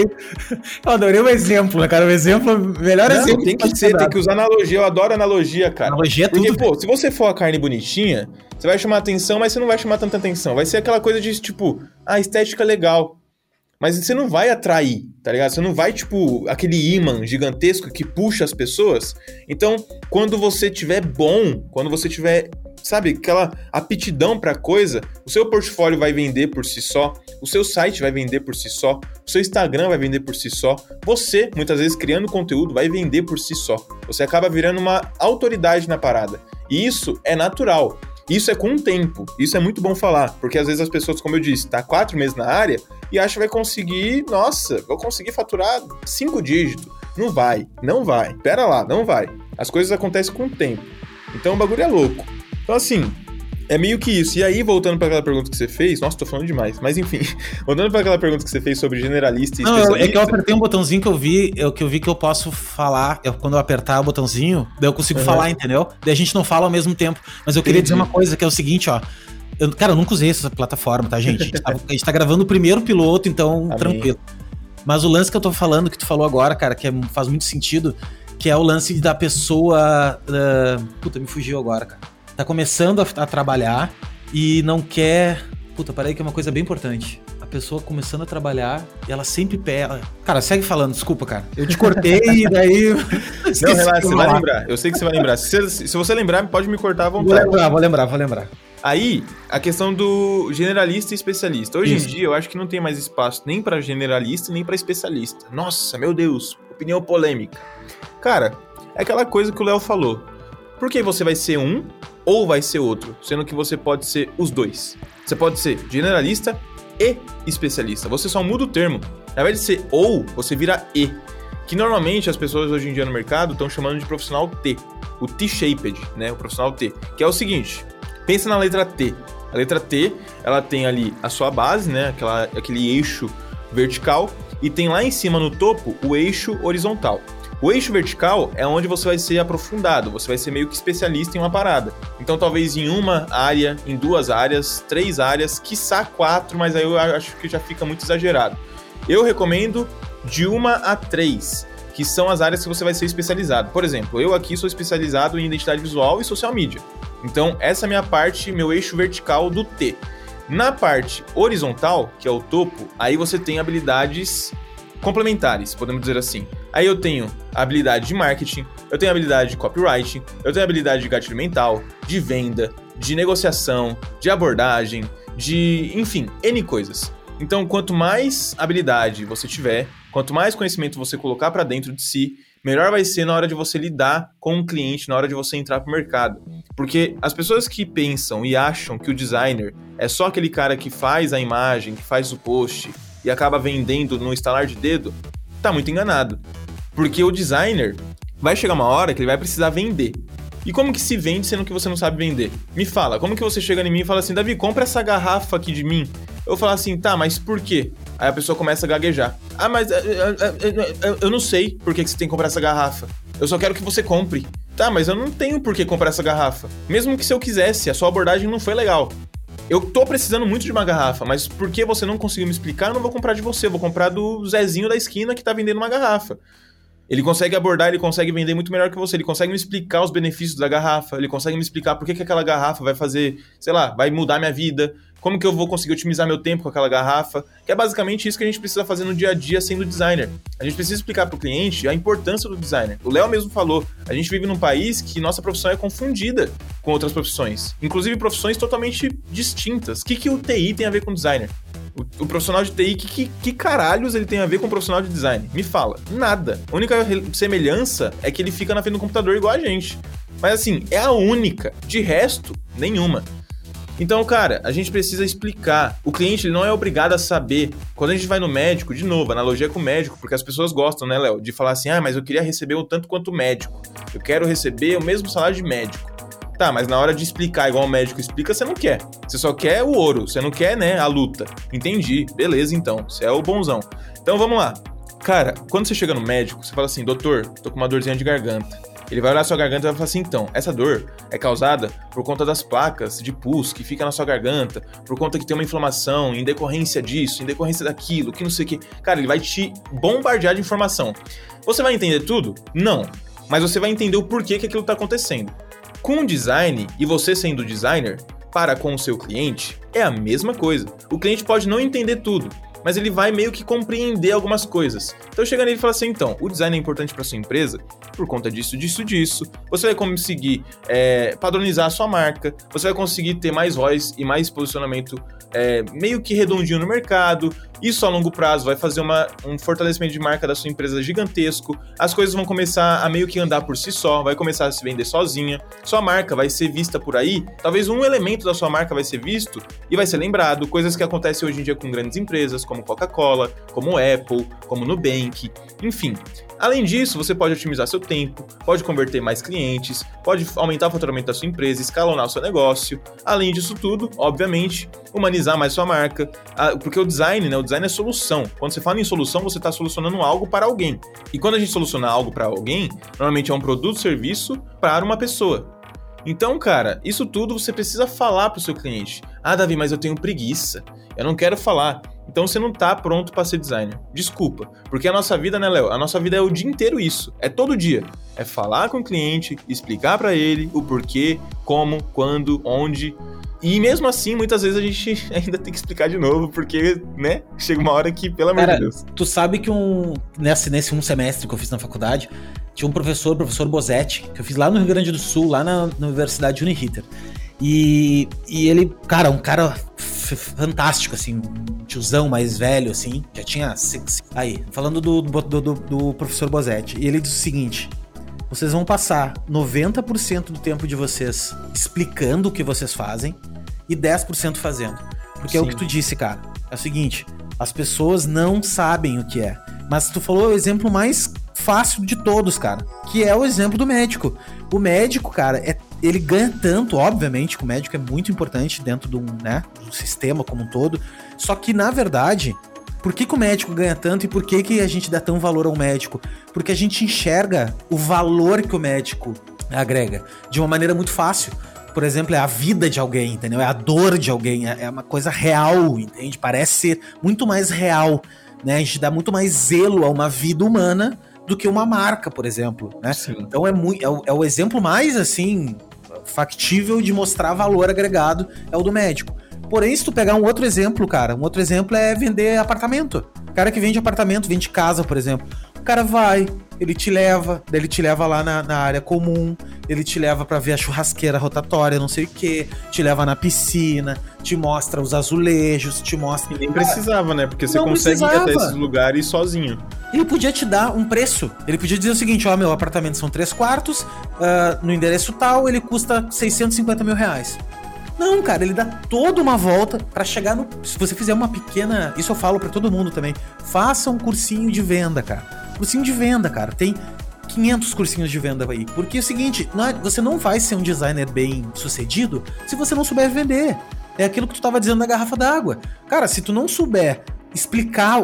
adorei o exemplo, né, cara? O exemplo, melhor exemplo. Tem que ser, tem que usar analogia. Eu adoro analogia, cara. Analogia é tudo. Porque, pô, se você for a carne bonitinha, você vai chamar atenção, mas você não vai chamar tanta atenção. Vai ser aquela coisa de, tipo, estética legal. Mas você não vai atrair, tá ligado? Você não vai, tipo, aquele imã gigantesco que puxa as pessoas. Então, quando você tiver bom, quando você tiver, sabe, aquela aptidão pra coisa, o seu portfólio vai vender por si só, o seu site vai vender por si só, o seu Instagram vai vender por si só, você, muitas vezes, criando conteúdo, vai vender por si só. Você acaba virando uma autoridade na parada. E isso é natural. Isso é com o tempo, isso é muito bom falar, porque às vezes as pessoas, como eu disse, tá 4 meses na área e acha que vai conseguir, vou conseguir faturar 5 dígitos. Não vai, pera lá, não vai. As coisas acontecem com o tempo, então o bagulho é louco. Então assim, é meio que isso. E aí, voltando para aquela pergunta que você fez... Nossa, tô falando demais. Mas enfim, voltando para aquela pergunta que você fez sobre generalista e especialista... É que eu apertei um botãozinho que eu vi que eu posso falar. Quando eu apertar o botãozinho, daí eu consigo falar, entendeu? Daí a gente não fala ao mesmo tempo. Mas eu queria dizer uma coisa, que é o seguinte, ó. Eu nunca usei essa plataforma, tá, gente? A gente tá gravando o primeiro piloto, então tranquilo. Mas o lance que eu tô falando, que tu falou agora, cara, que faz muito sentido, que é o lance da pessoa... Puta, me fugiu agora, cara. Tá começando a trabalhar e não quer... Puta, peraí que é uma coisa bem importante. A pessoa começando a trabalhar e ela sempre pega... Cara, segue falando, desculpa, cara. Eu te cortei e daí... Não, relaxa, você vai lembrar. Eu sei que você vai lembrar. Se você lembrar, pode me cortar à vontade. Vou lembrar. Aí, a questão do generalista e especialista. Hoje em dia, eu acho que não tem mais espaço nem pra generalista nem pra especialista. Nossa, meu Deus, opinião polêmica. Cara, é aquela coisa que o Léo falou. Por que você vai ser um ou vai ser outro? Sendo que você pode ser os dois. Você pode ser generalista e especialista. Você só muda o termo. Ao invés de ser ou, você vira e. Que normalmente as pessoas hoje em dia no mercado estão chamando de profissional T. O T-shaped, né? O profissional T. Que é o seguinte, pensa na letra T. A letra T, ela tem ali a sua base, né? Aquele eixo vertical. E tem lá em cima no topo o eixo horizontal. O eixo vertical é onde você vai ser aprofundado, você vai ser meio que especialista em uma parada. Então talvez em uma área, em 2 áreas, 3 áreas, quiçá 4, mas aí eu acho que já fica muito exagerado. Eu recomendo de 1 a 3, que são as áreas que você vai ser especializado. Por exemplo, eu aqui sou especializado em identidade visual e social media. Então essa é a minha parte, meu eixo vertical do T. Na parte horizontal, que é o topo, aí você tem habilidades complementares, podemos dizer assim. Aí eu tenho habilidade de marketing, eu tenho habilidade de copywriting, eu tenho habilidade de gatilho mental, de venda, de negociação, de abordagem, enfim, N coisas. Então, quanto mais habilidade você tiver, quanto mais conhecimento você colocar para dentro de si, melhor vai ser na hora de você lidar com um cliente, na hora de você entrar pro mercado. Porque as pessoas que pensam e acham que o designer é só aquele cara que faz a imagem, que faz o post e acaba vendendo no estalar de dedo, tá muito enganado. Porque o designer vai chegar uma hora que ele vai precisar vender. E como que se vende sendo que você não sabe vender? Me fala, como que você chega em mim e fala assim, Davi, compra essa garrafa aqui de mim. Eu falo assim, tá, mas por quê? Aí a pessoa começa a gaguejar. Ah, mas eu não sei por que você tem que comprar essa garrafa. Eu só quero que você compre. Tá, mas eu não tenho por que comprar essa garrafa. Mesmo que se eu quisesse, a sua abordagem não foi legal. Eu tô precisando muito de uma garrafa, mas por que você não conseguiu me explicar, eu não vou comprar de você, eu vou comprar do Zezinho da esquina que tá vendendo uma garrafa. Ele consegue abordar, ele consegue vender muito melhor que você, ele consegue me explicar os benefícios da garrafa, ele consegue me explicar por que aquela garrafa vai fazer, sei lá, vai mudar minha vida, como que eu vou conseguir otimizar meu tempo com aquela garrafa, que é basicamente isso que a gente precisa fazer no dia a dia sendo designer. A gente precisa explicar pro cliente a importância do designer. O Léo mesmo falou, a gente vive num país que nossa profissão é confundida com outras profissões, inclusive profissões totalmente distintas. O que o TI tem a ver com designer? O profissional de TI, que caralhos ele tem a ver com o profissional de design? Me fala. Nada. A única semelhança é que ele fica na frente do computador igual a gente. Mas assim, é a única. De resto, nenhuma. Então, cara, a gente precisa explicar. O cliente ele não é obrigado a saber. Quando a gente vai no médico, de novo, a analogia é com o médico, porque as pessoas gostam, né, Léo? De falar assim, mas eu queria receber o tanto quanto o médico. Eu quero receber o mesmo salário de médico. Tá, mas na hora de explicar igual o médico explica, você não quer. Você só quer o ouro, você não quer, né, a luta. Entendi, beleza então, você é o bonzão. Então vamos lá. Cara, quando você chega no médico, você fala assim, doutor, tô com uma dorzinha de garganta. Ele vai olhar a sua garganta e vai falar assim, então, essa dor é causada por conta das placas de pus que fica na sua garganta, por conta que tem uma inflamação em decorrência disso, em decorrência daquilo, que não sei o que. Cara, ele vai te bombardear de informação. Você vai entender tudo? Não. Mas você vai entender o porquê que aquilo tá acontecendo. Com o design, e você sendo designer, para com o seu cliente, é a mesma coisa. O cliente pode não entender tudo, mas ele vai meio que compreender algumas coisas. Então chega nele e fala assim, então, o design é importante para sua empresa por conta disso. Você vai conseguir padronizar a sua marca, você vai conseguir ter mais voz e mais posicionamento meio que redondinho no mercado. Isso a longo prazo vai fazer um fortalecimento de marca da sua empresa gigantesco. As coisas vão começar a meio que andar por si só, vai começar a se vender sozinha. Sua marca vai ser vista por aí, talvez um elemento da sua marca vai ser visto e vai ser lembrado. Coisas que acontecem hoje em dia com grandes empresas, como Coca-Cola, como Apple, como Nubank, enfim. Além disso, você pode otimizar seu tempo, pode converter mais clientes, pode aumentar o faturamento da sua empresa, escalonar o seu negócio. Além disso tudo, obviamente, humanizar mais sua marca, porque o design, né? O design é solução. Quando você fala em solução, você está solucionando algo para alguém. E quando a gente soluciona algo para alguém, normalmente é um produto, serviço para uma pessoa. Então, cara, isso tudo você precisa falar para o seu cliente. Ah, Davi, mas eu tenho preguiça. Eu não quero falar. Então você não tá pronto para ser designer. Desculpa. Porque a nossa vida, né, Léo? A nossa vida é o dia inteiro isso. É todo dia. É falar com o cliente, explicar para ele o porquê, como, quando, onde. E mesmo assim, muitas vezes a gente ainda tem que explicar de novo, porque, né, chega uma hora que, pelo amor de Deus. Tu sabe que nesse um semestre que eu fiz na faculdade, tinha um professor Bosetti, que eu fiz lá no Rio Grande do Sul, lá na Universidade Uniriter. E ele, cara, um cara fantástico, assim, um tiozão mais velho, assim, já tinha... Aí, falando do professor Bosetti, e ele diz o seguinte: vocês vão passar 90% do tempo de vocês explicando o que vocês fazem e 10% fazendo. Porque Sim. É o que tu disse, cara. É o seguinte, as pessoas não sabem o que é. Mas tu falou o exemplo mais fácil de todos, cara, que é o exemplo do médico. O médico, cara, ele ganha tanto, obviamente, que o médico é muito importante dentro do sistema como um todo. Só que, na verdade... Por que o médico ganha tanto e por que a gente dá tão valor ao médico? Porque a gente enxerga o valor que o médico agrega de uma maneira muito fácil. Por exemplo, é a vida de alguém, entendeu? É a dor de alguém, é uma coisa real, entende? Parece ser muito mais real, né? A gente dá muito mais zelo a uma vida humana do que uma marca, por exemplo, né? Sim. Então é o exemplo mais, assim, factível de mostrar valor agregado, é o do médico. Porém, se tu pegar um outro exemplo, cara, um outro exemplo é vender apartamento. O cara que vende apartamento, vende casa, por exemplo. O cara vai, ele te leva lá na área comum, ele te leva pra ver a churrasqueira rotatória, não sei o quê, te leva na piscina, te mostra os azulejos, te mostra... E nem precisava, né? Porque você consegue ir até esses lugares sozinho. Ele podia te dar um preço. Ele podia dizer o seguinte, ó, meu apartamento são 3 quartos, no endereço tal, ele custa 650 mil reais. Não, cara, ele dá toda uma volta pra chegar no... Se você fizer uma pequena... Isso eu falo pra todo mundo também. Faça um cursinho de venda, cara. Cursinho de venda, cara. Tem 500 cursinhos de venda aí. Porque é o seguinte, você não vai ser um designer bem sucedido se você não souber vender. É aquilo que tu tava dizendo da garrafa d'água. Cara, se tu não souber explicar,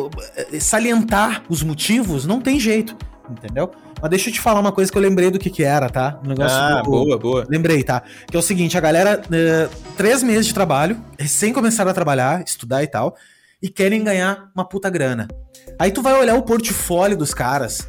salientar os motivos, não tem jeito. Entendeu? Mas deixa eu te falar uma coisa que eu lembrei do que era, tá? Um negócio boa. Lembrei, tá? Que é o seguinte, a galera, 3 meses de trabalho, recém começaram a trabalhar, estudar e tal, e querem ganhar uma puta grana. Aí tu vai olhar o portfólio dos caras,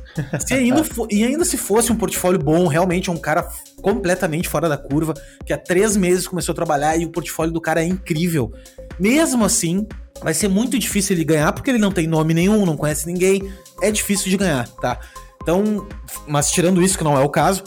e ainda se fosse um portfólio bom, realmente é um cara completamente fora da curva, que há 3 meses começou a trabalhar e o portfólio do cara é incrível. Mesmo assim, vai ser muito difícil ele ganhar, porque ele não tem nome nenhum, não conhece ninguém, é difícil de ganhar, tá? Então, mas tirando isso, que não é o caso,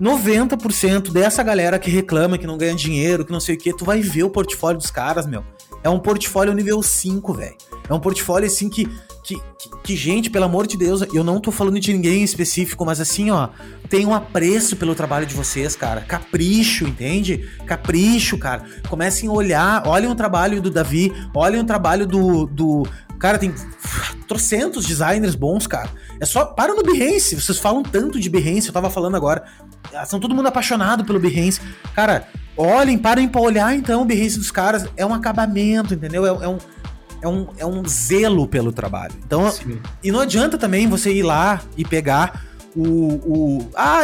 90% dessa galera que reclama, que não ganha dinheiro, que não sei o que, tu vai ver o portfólio dos caras, meu. É um portfólio nível 5, velho. É um portfólio, assim, que, gente, pelo amor de Deus, eu não tô falando de ninguém em específico, mas assim, ó, tem um apreço pelo trabalho de vocês, cara. Capricho, entende? Capricho, cara. Comecem a olhar, olhem o trabalho do Davi, olhem o trabalho do... Cara, tem trocentos designers bons, cara. É só... Para no Behance. Vocês falam tanto de Behance, eu tava falando agora. São todo mundo apaixonado pelo Behance. Cara, parem pra olhar, então, o Behance dos caras. É um acabamento, entendeu? É um zelo pelo trabalho. Então, e não adianta também você ir lá e pegar o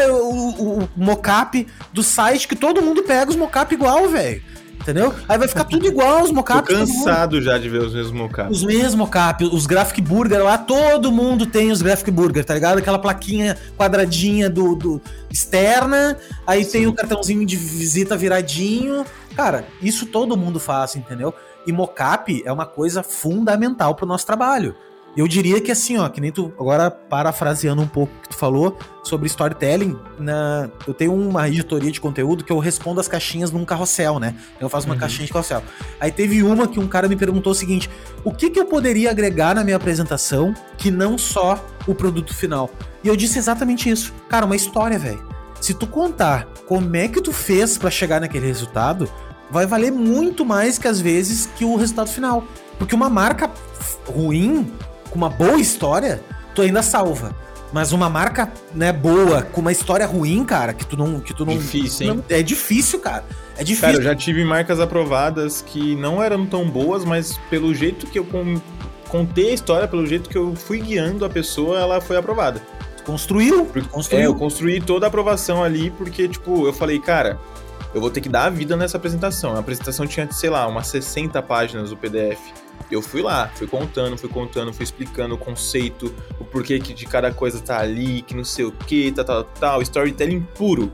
mockup do site que todo mundo pega os mockup igual, velho. Entendeu? Aí vai ficar tudo igual, os mockups. Tô cansado já de ver os mesmos mockups. Os mesmos mockups, os graphic burger lá, todo mundo tem os graphic burger, tá ligado? Aquela plaquinha quadradinha do externa, aí Sim. Tem o cartãozinho de visita viradinho. Cara, isso todo mundo faz, entendeu? E mockup é uma coisa fundamental pro nosso trabalho. Eu diria que assim, ó, que nem tu, agora parafraseando um pouco o que tu falou sobre storytelling, eu tenho uma editoria de conteúdo que eu respondo as caixinhas num carrossel, né? Eu faço uma caixinha de carrossel. Aí teve uma que um cara me perguntou o seguinte: o que eu poderia agregar na minha apresentação que não só o produto final? E eu disse exatamente isso. Cara, uma história, velho. Se tu contar como é que tu fez pra chegar naquele resultado, vai valer muito mais que às vezes que o resultado final. Porque uma marca ruim, com uma boa história, tu ainda salva. Mas uma marca, né, boa, com uma história ruim, cara, que tu não... Difícil, hein? É difícil, cara. É difícil. Cara, eu já tive marcas aprovadas que não eram tão boas, mas pelo jeito que eu contei a história, pelo jeito que eu fui guiando a pessoa, ela foi aprovada. Construiu. Eu construí toda a aprovação ali, porque, tipo, eu falei, cara, eu vou ter que dar a vida nessa apresentação. A apresentação tinha, sei lá, umas 60 páginas do PDF. Eu fui lá, fui contando, fui explicando o conceito, o porquê que de cada coisa tá ali, que não sei o que, tal, storytelling puro.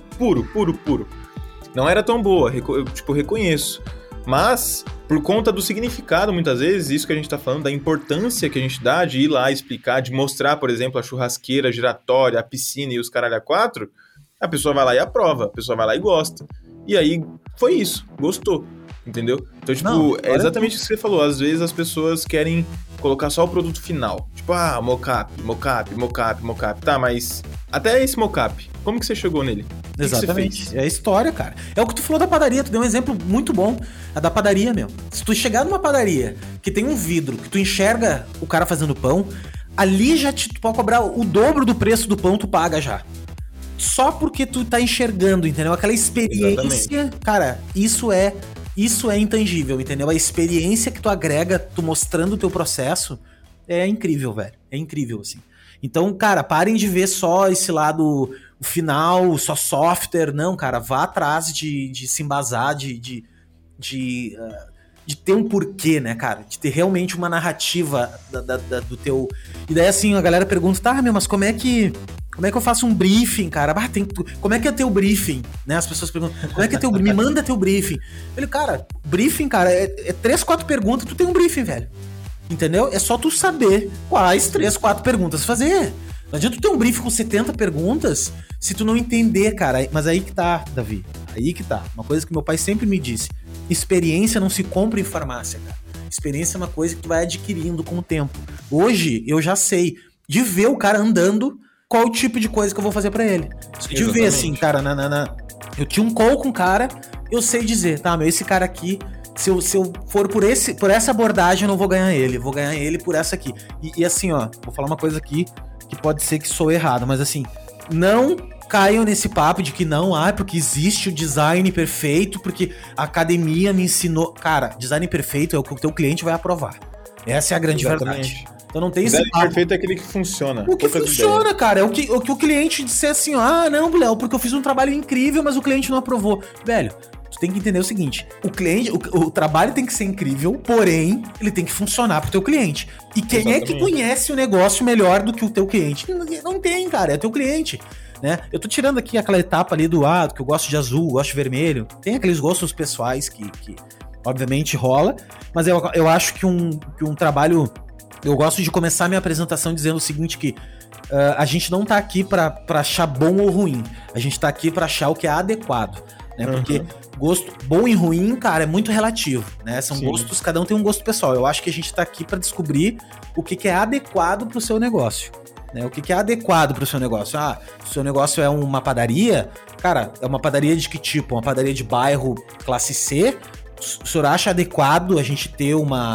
Não era tão boa, eu reconheço. Mas, por conta do significado, muitas vezes, isso que a gente tá falando, da importância que a gente dá de ir lá explicar, de mostrar, por exemplo, a churrasqueira giratória, a piscina e os caralho a quatro, a pessoa vai lá e aprova, a pessoa vai lá e gosta. E aí, foi isso, gostou. Entendeu? Então, tipo, é exatamente isso que você falou. Às vezes as pessoas querem colocar só o produto final. Tipo, mockup. Tá, mas até esse mockup, como que você chegou nele? Exatamente. É a história, cara. É o que tu falou da padaria. Tu deu um exemplo muito bom. A da padaria, meu. Se tu chegar numa padaria que tem um vidro, que tu enxerga o cara fazendo pão, ali já tu pode cobrar o dobro do preço do pão, tu paga já. Só porque tu tá enxergando, entendeu? Aquela experiência. Exatamente. Cara, isso é intangível, entendeu? A experiência que tu agrega, tu mostrando o teu processo, é incrível, velho. É incrível, assim. Então, cara, parem de ver só esse lado, o final, só software. Não, cara, vá atrás de se embasar, de ter um porquê, né, cara? De ter realmente uma narrativa do teu... E daí, assim, a galera pergunta, tá, mas como é que eu faço um briefing, cara? Como é que é teu briefing? Né? As pessoas perguntam, como é que é teu briefing? Me manda teu briefing. Ele, cara, briefing, cara, é 3, 4 perguntas, tu tem um briefing, velho. Entendeu? É só tu saber quais 3, 4 perguntas fazer. Não adianta tu ter um briefing com 70 perguntas se tu não entender, cara. Mas aí que tá, Davi. Aí que tá. Uma coisa que meu pai sempre me disse. Experiência não se compra em farmácia, cara. Experiência é uma coisa que tu vai adquirindo com o tempo. Hoje, eu já sei de ver o cara andando qual o tipo de coisa que eu vou fazer pra ele. De ver assim, cara, eu tinha um call com o cara, eu sei dizer, tá, meu, esse cara aqui, se eu for por essa abordagem, eu não vou ganhar ele, vou ganhar ele por essa aqui. E assim, ó, vou falar uma coisa aqui que pode ser que sou errado, mas assim, não caiam nesse papo de que não, porque existe o design perfeito, porque a academia me ensinou. Cara, design perfeito é o que o teu cliente vai aprovar. Essa é a grande verdade. Então não tem esse papo. O perfeito é aquele que funciona. O que funciona, cara, é o que o cliente disser assim, não, Léo, porque eu fiz um trabalho incrível, mas o cliente não aprovou. Velho, tu tem que entender o seguinte, o trabalho tem que ser incrível, porém, ele tem que funcionar pro teu cliente. E quem Exatamente. É que conhece o negócio melhor do que o teu cliente? Não tem, cara, é teu cliente. Né? Eu tô tirando aqui aquela etapa ali do que eu gosto de azul, gosto de vermelho. Tem aqueles gostos pessoais que obviamente rola, mas eu acho que um trabalho... Eu gosto de começar minha apresentação dizendo o seguinte, que a gente não tá aqui pra achar bom ou ruim. A gente tá aqui pra achar o que é adequado, né? Porque gosto bom e ruim, cara, é muito relativo, né? São Sim. gostos, cada um tem um gosto pessoal. Eu acho que a gente tá aqui pra descobrir o que é adequado pro seu negócio. Né? O que é adequado pro seu negócio? Se o seu negócio é uma padaria, cara, é uma padaria de que tipo? Uma padaria de bairro classe C? O senhor acha adequado a gente ter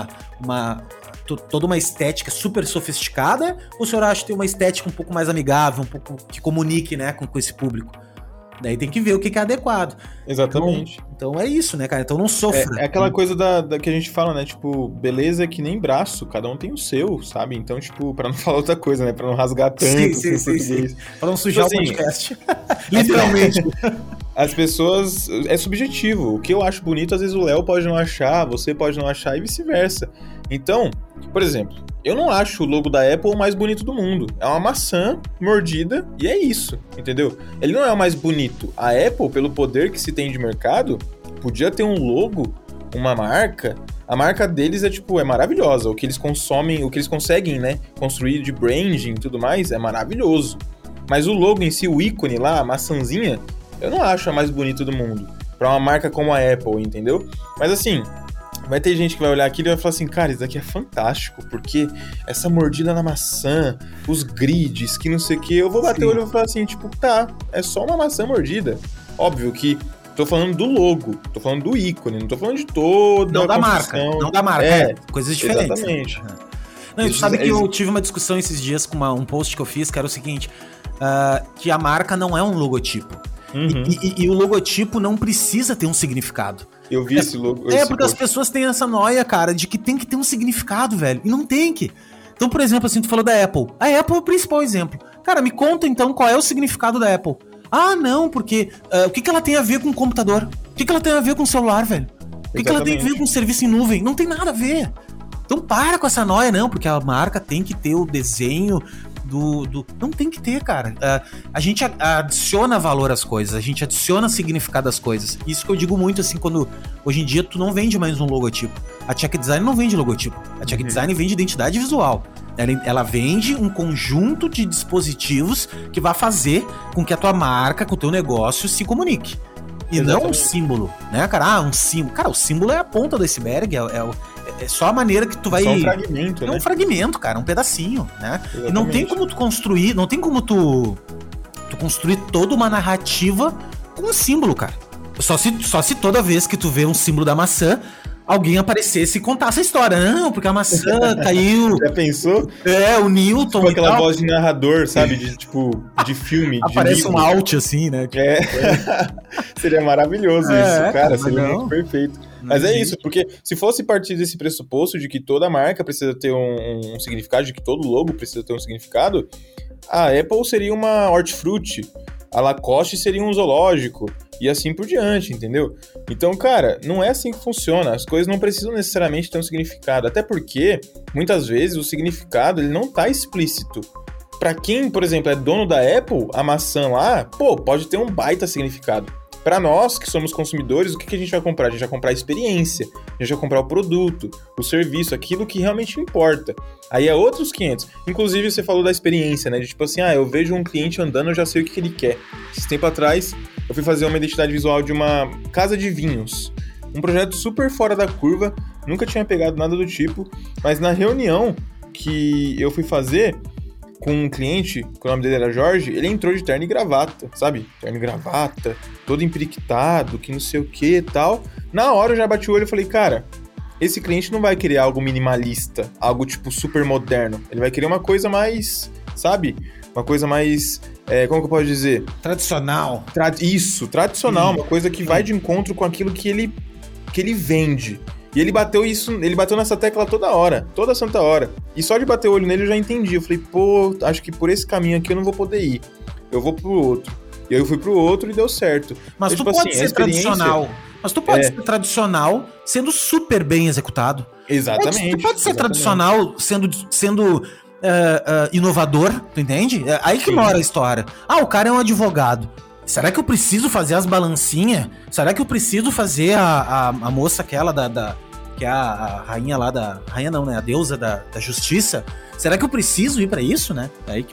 toda uma estética super sofisticada? Ou o senhor acha que tem uma estética um pouco mais amigável, um pouco que comunique, né, com esse público? Daí tem que ver o que é adequado. Exatamente. Então é isso, né, cara? Então não sofra. É aquela coisa da que a gente fala, né? Tipo, beleza é que nem braço, cada um tem o seu, sabe? Então, tipo, pra não falar outra coisa, né? Pra não rasgar tanto sim. Pra não sujar tipo o podcast. Literalmente. As pessoas... É subjetivo. O que eu acho bonito, às vezes o Léo pode não achar, você pode não achar e vice-versa. Então, por exemplo, eu não acho o logo da Apple o mais bonito do mundo. É uma maçã mordida e é isso, entendeu? Ele não é o mais bonito. A Apple, pelo poder que se tem de mercado, podia ter um logo, uma marca. A marca deles é maravilhosa. O que eles consomem, o que eles conseguem, né, construir de branding e tudo mais é maravilhoso. Mas o logo em si, o ícone lá, a maçãzinha, eu não acho a mais bonita do mundo. Pra uma marca como a Apple, entendeu? Mas assim, vai ter gente que vai olhar aquilo e vai falar assim, cara, isso daqui é fantástico, porque essa mordida na maçã, os grids, que não sei o que, eu vou bater o olho e vou falar assim, tipo, tá, é só uma maçã mordida. Óbvio que tô falando do logo, tô falando do ícone, não tô falando de toda não a da marca, não da marca, coisas diferentes. Exatamente. Não, tu sabe que eu tive uma discussão esses dias com um post que eu fiz, que era o seguinte, que a marca não é um logotipo. Uhum. E o logotipo não precisa ter um significado. Eu vi esse logo. Porque as pessoas têm essa noia, cara, de que tem que ter um significado, velho. E não tem que. Então, por exemplo, assim, tu falou da Apple. A Apple é o principal exemplo. Cara, me conta então qual é o significado da Apple. Ah, não, porque o que ela tem a ver com o computador? O que ela tem a ver com o celular, velho? O que ela tem a ver com serviço em nuvem? Não tem nada a ver. Então para com essa noia, não, porque a marca tem que ter o desenho Não tem que ter, cara. A gente adiciona valor às coisas, a gente adiciona significado às coisas. Isso que eu digo muito, assim, quando hoje em dia tu não vende mais um logotipo. A Check Design não vende logotipo. A Check Design vende identidade visual. Ela vende um conjunto de dispositivos que vai fazer com que a tua marca, com o teu negócio se comunique. E exatamente. Não um símbolo, né, cara? Um símbolo. Cara, o símbolo é a ponta do iceberg, é só a maneira que tu vai... É só um fragmento, né? É um fragmento, cara, um pedacinho, né? Exatamente. E não tem como tu construir, não tem como tu construir toda uma narrativa com um símbolo, cara. Só se toda vez que tu vê um símbolo da maçã, alguém aparecesse e contasse a história. Não, porque a maçã caiu... Já pensou? O Newton tipo aquela voz de narrador, sabe? De filme, aparece de um alt, assim, né? Seria maravilhoso isso, cara. Seria muito perfeito. Mas é isso, porque se fosse partir desse pressuposto de que toda marca precisa ter um significado, de que todo logo precisa ter um significado, a Apple seria uma hortifruti, a Lacoste seria um zoológico, e assim por diante, entendeu? Então, cara, não é assim que funciona. As coisas não precisam necessariamente ter um significado, até porque, muitas vezes, o significado ele não tá explícito. Pra quem, por exemplo, é dono da Apple, a maçã lá, pode ter um baita significado. Para nós, que somos consumidores, o que a gente vai comprar? A gente vai comprar a experiência, a gente vai comprar o produto, o serviço, aquilo que realmente importa. Aí é outros 500. Inclusive, você falou da experiência, né? De tipo assim, eu vejo um cliente andando, eu já sei o que ele quer. Esse tempo atrás, eu fui fazer uma identidade visual de uma casa de vinhos. Um projeto super fora da curva, nunca tinha pegado nada do tipo, mas na reunião que eu fui fazer com um cliente, que o nome dele era Jorge, ele entrou de terno e gravata, sabe? Terno e gravata, todo empiriquitado, que não sei o que e tal. Na hora eu já bati o olho e falei, cara, esse cliente não vai querer algo minimalista, algo tipo super moderno. Ele vai querer uma coisa mais, sabe? Uma coisa mais, como que eu posso dizer? Tradicional. Tradicional, uma coisa que vai de encontro com aquilo que ele vende. E ele bateu nessa tecla toda santa hora. E só de bater o olho nele eu já entendi. Eu falei, acho que por esse caminho aqui eu não vou poder ir. Eu vou pro outro. E aí eu fui pro outro e deu certo. Mas tu pode ser tradicional. Mas tu pode ser tradicional sendo super bem executado. Exatamente. Tu pode ser tradicional sendo inovador, tu entende? É aí que mora a história. O cara é um advogado. Será que eu preciso fazer as balancinhas? Será que eu preciso fazer a moça aquela que é a rainha lá da... Rainha não, né? A deusa da justiça. Será que eu preciso ir pra isso, né?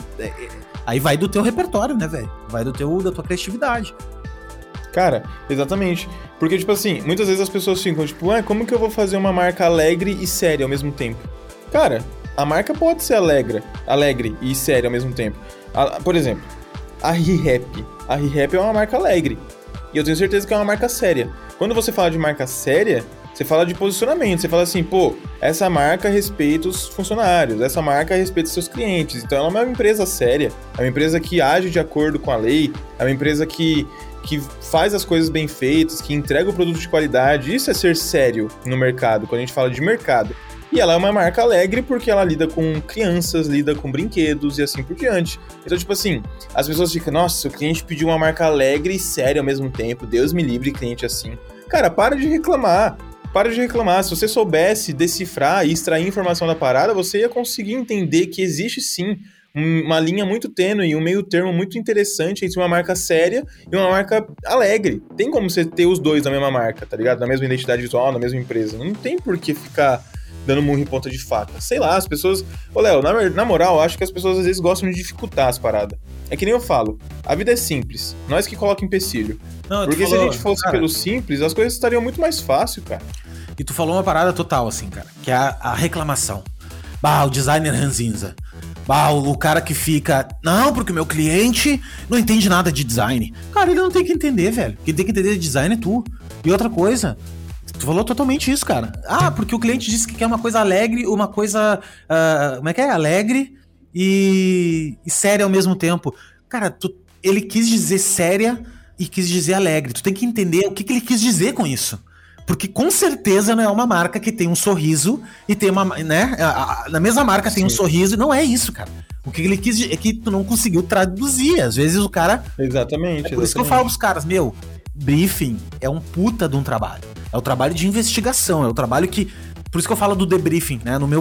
Aí vai do teu repertório, né, velho? Vai da tua criatividade. Cara, exatamente. Porque, tipo assim, muitas vezes as pessoas ficam, tipo, como que eu vou fazer uma marca alegre e séria ao mesmo tempo? Cara, a marca pode ser alegre e séria ao mesmo tempo. Por exemplo, a ReHap. A ReHap é uma marca alegre. E eu tenho certeza que é uma marca séria. Quando você fala de marca séria, você fala de posicionamento. Você fala assim, essa marca respeita os funcionários, essa marca respeita os seus clientes. Então ela é uma empresa séria, é uma empresa que age de acordo com a lei, é uma empresa que que faz as coisas bem feitas, que entrega o produto de qualidade. Isso é ser sério no mercado, quando a gente fala de mercado. E ela é uma marca alegre porque ela lida com crianças, lida com brinquedos e assim por diante. Então, tipo assim, as pessoas ficam, nossa, o cliente pediu uma marca alegre e séria ao mesmo tempo, Deus me livre, cliente assim. Cara, para de reclamar. Para de reclamar. Se você soubesse decifrar e extrair informação da parada, você ia conseguir entender que existe sim uma linha muito tênue e um meio termo muito interessante entre uma marca séria e uma marca alegre. Tem como você ter os dois na mesma marca, tá ligado? Na mesma identidade visual, na mesma empresa. Não tem por que ficar dando murro em ponta de faca. Sei lá, as pessoas... Ô, Léo, na moral, acho que as pessoas às vezes gostam de dificultar as paradas. É que nem eu falo, a vida é simples. Nós que colocamos empecilho. Não, porque se a gente fosse pelo simples, as coisas estariam muito mais fácil, cara. E tu falou uma parada total, assim, cara, que é a reclamação. Bah, o designer ranzinza. Bah, o cara que fica... Não, porque o meu cliente não entende nada de design. Cara, ele não tem que entender, velho. Quem tem que entender de design é tu. E outra coisa... Tu falou totalmente isso, cara. Ah, porque o cliente disse que quer uma coisa alegre, uma coisa... como é que é? Alegre e séria ao mesmo tempo. Cara, ele quis dizer séria e quis dizer alegre. Tu tem que entender o que ele quis dizer com isso. Porque com certeza não é uma marca que tem um sorriso e tem uma... né? Na mesma marca tem um sorriso e não é isso, cara. O que ele quis dizer é que tu não conseguiu traduzir. Às vezes o cara... Exatamente. É por isso que eu falo pros caras, meu, briefing é um puta de um trabalho. É o trabalho de investigação, é o trabalho que... Por isso que eu falo do debriefing, né? No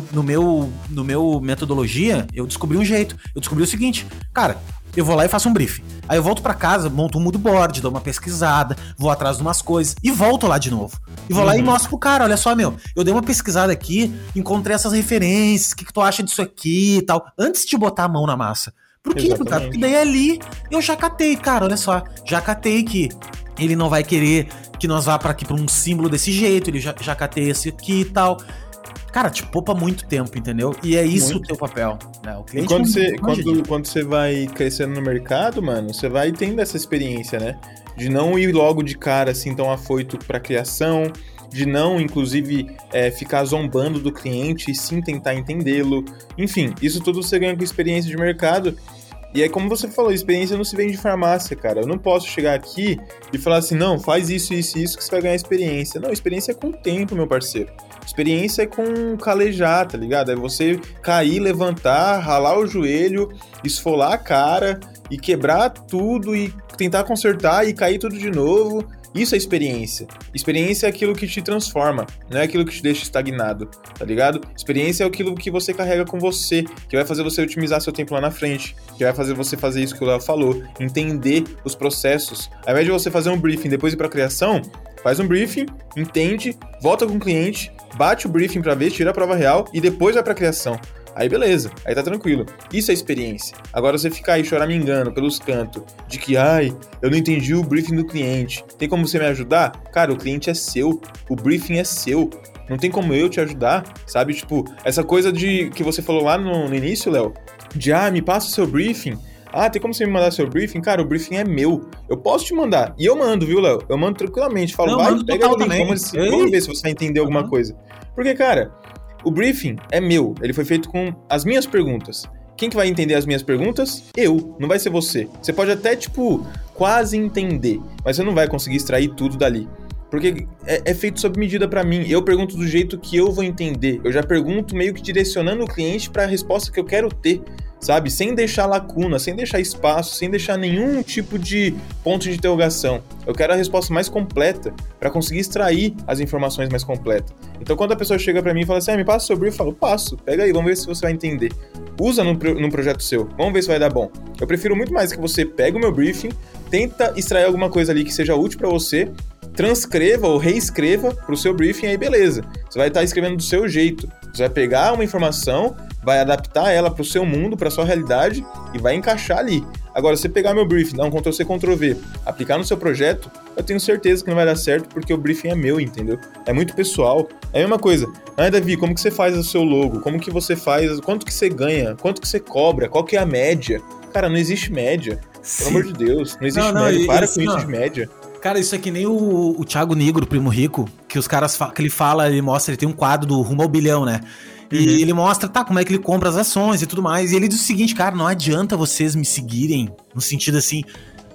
meu metodologia, eu descobri um jeito. Eu descobri o seguinte, cara, eu vou lá e faço um briefing. Aí eu volto pra casa, monto um mood board, dou uma pesquisada, vou atrás de umas coisas e volto lá de novo. E vou lá e mostro pro cara, olha só, meu, eu dei uma pesquisada aqui, encontrei essas referências, o que tu acha disso aqui e tal, antes de botar a mão na massa. Por quê, cara? Porque daí ali eu já catei, cara, olha só, já catei que ele não vai querer que nós vá pra um símbolo desse jeito, ele já catei esse aqui e tal. Cara, te poupa muito tempo, entendeu? E é isso o teu papel, né? O cliente quando você vai crescendo no mercado, mano, você vai tendo essa experiência, né? De não ir logo de cara, assim, tão afoito pra criação, de não, inclusive, ficar zombando do cliente e sim tentar entendê-lo. Enfim, isso tudo você ganha com experiência de mercado. E aí, como você falou, experiência não se vende de farmácia, cara. Eu não posso chegar aqui e falar assim, não, faz isso, isso e isso que você vai ganhar experiência. Não, experiência é com o tempo, meu parceiro. Experiência é com calejar, tá ligado? É você cair, levantar, ralar o joelho, esfolar a cara e quebrar tudo e tentar consertar e cair tudo de novo. Isso é experiência. Experiência é aquilo que te transforma, não é aquilo que te deixa estagnado, tá ligado? Experiência é aquilo que você carrega com você, que vai fazer você otimizar seu tempo lá na frente, que vai fazer você fazer isso que o Léo falou, entender os processos. Ao invés de você fazer um briefing e depois ir pra criação, faz um briefing, entende, volta com o cliente, bate o briefing pra ver, tira a prova real e depois vai pra criação. Aí beleza, aí tá tranquilo. Isso é experiência. Agora você ficar aí choramingando pelos cantos de que, eu não entendi o briefing do cliente. Tem como você me ajudar? Cara, o cliente é seu, o briefing é seu. Não tem como eu te ajudar, sabe? Tipo, essa coisa de que você falou lá no início, Léo, de, me passa o seu briefing. Tem como você me mandar seu briefing? Cara, o briefing é meu. Eu posso te mandar. E eu mando, viu, Léo? Eu mando tranquilamente. Falo, pega o link, vamos ver se você vai entender alguma coisa. Porque, cara... O briefing é meu, ele foi feito com as minhas perguntas. Quem que vai entender as minhas perguntas? Eu, não vai ser você. Você pode até, quase entender, mas você não vai conseguir extrair tudo dali. Porque é feito sob medida pra mim. Eu pergunto do jeito que eu vou entender. Eu já pergunto meio que direcionando o cliente pra resposta que eu quero ter, sabe? Sem deixar lacuna, sem deixar espaço, sem deixar nenhum tipo de ponto de interrogação. Eu quero a resposta mais completa pra conseguir extrair as informações mais completas. Então, quando a pessoa chega pra mim e fala assim, me passa o seu briefing, eu falo, passo, pega aí, vamos ver se você vai entender. Usa num projeto seu, vamos ver se vai dar bom. Eu prefiro muito mais que você pegue o meu briefing, tenta extrair alguma coisa ali que seja útil pra você, transcreva ou reescreva pro seu briefing, aí beleza. Você vai estar escrevendo do seu jeito. Você vai pegar uma informação, vai adaptar ela pro seu mundo, pra sua realidade e vai encaixar ali. Agora, se você pegar meu briefing, dar um Ctrl+C, Ctrl+V, aplicar no seu projeto, eu tenho certeza que não vai dar certo porque o briefing é meu, entendeu? É muito pessoal. É a mesma coisa. Davi, como que você faz o seu logo? Como que você faz? Quanto que você ganha? Quanto que você cobra? Qual que é a média? Cara, não existe média. Pelo amor de Deus, não existe média. Para com isso de média. Cara, isso é que nem o Thiago Nigro, Primo Rico, que os caras que ele mostra, ele tem um quadro do Rumo ao Bilhão, né? E ele mostra, como é que ele compra as ações e tudo mais. E ele diz o seguinte, cara, não adianta vocês me seguirem, no sentido assim,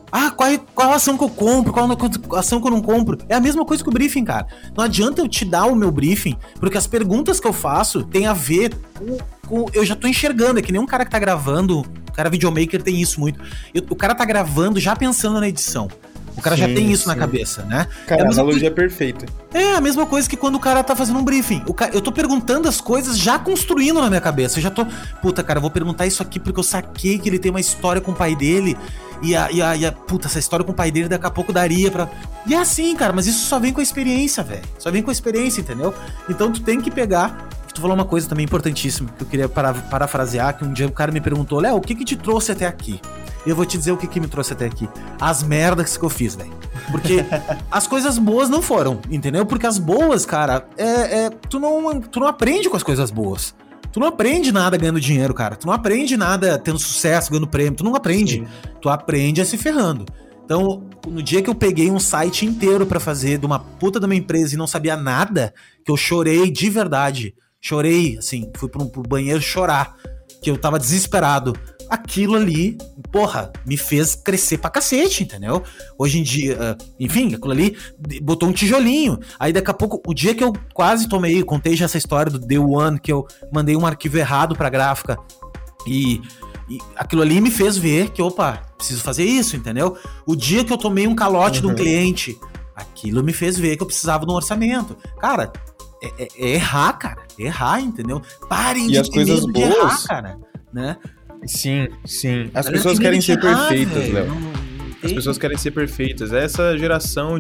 Qual ação que eu compro, qual ação que eu não compro. É a mesma coisa que o briefing, cara. Não adianta eu te dar o meu briefing, porque as perguntas que eu faço tem a ver com eu já tô enxergando, é que nem um cara que tá gravando, o cara videomaker tem isso muito. O cara tá gravando já pensando na edição. O cara já tem isso na cabeça, né? Cara, a analogia é perfeita. É a mesma coisa que quando o cara tá fazendo um briefing. Eu tô perguntando as coisas já construindo na minha cabeça. Eu já tô... Puta, cara, eu vou perguntar isso aqui porque eu saquei que ele tem uma história com o pai dele. Puta, essa história com o pai dele daqui a pouco daria pra... E é assim, cara, mas isso só vem com a experiência, velho. Só vem com a experiência, entendeu? Então tu tem que pegar... Tu falou uma coisa também importantíssima que eu queria parafrasear, que um dia o cara me perguntou, Léo, o que te trouxe até aqui? Eu vou te dizer o que me trouxe até aqui. As merdas que eu fiz, velho. Porque as coisas boas não foram, entendeu? Porque as boas, cara, tu não aprende com as coisas boas. Tu não aprende nada ganhando dinheiro, cara. Tu não aprende nada tendo sucesso, ganhando prêmio. Tu não aprende. Sim. Tu aprende se ferrando. Então, no dia que eu peguei um site inteiro pra fazer de uma puta de uma empresa e não sabia nada, que eu chorei de verdade. Chorei, assim, fui pro banheiro chorar. Que eu tava desesperado. Aquilo ali, porra, me fez crescer pra cacete, entendeu? Hoje em dia, enfim, aquilo ali botou um tijolinho. Aí daqui a pouco, o dia que eu quase contei já essa história do Day One, que eu mandei um arquivo errado pra gráfica e aquilo ali me fez ver que, opa, preciso fazer isso, entendeu? O dia que eu tomei um calote de um cliente, aquilo me fez ver que eu precisava de um orçamento. Cara, é errar, cara, é errar, entendeu? Parem de ter medo de errar, cara, né? Sim. As pessoas querem ser perfeitas, Léo. As pessoas querem ser perfeitas. Essa geração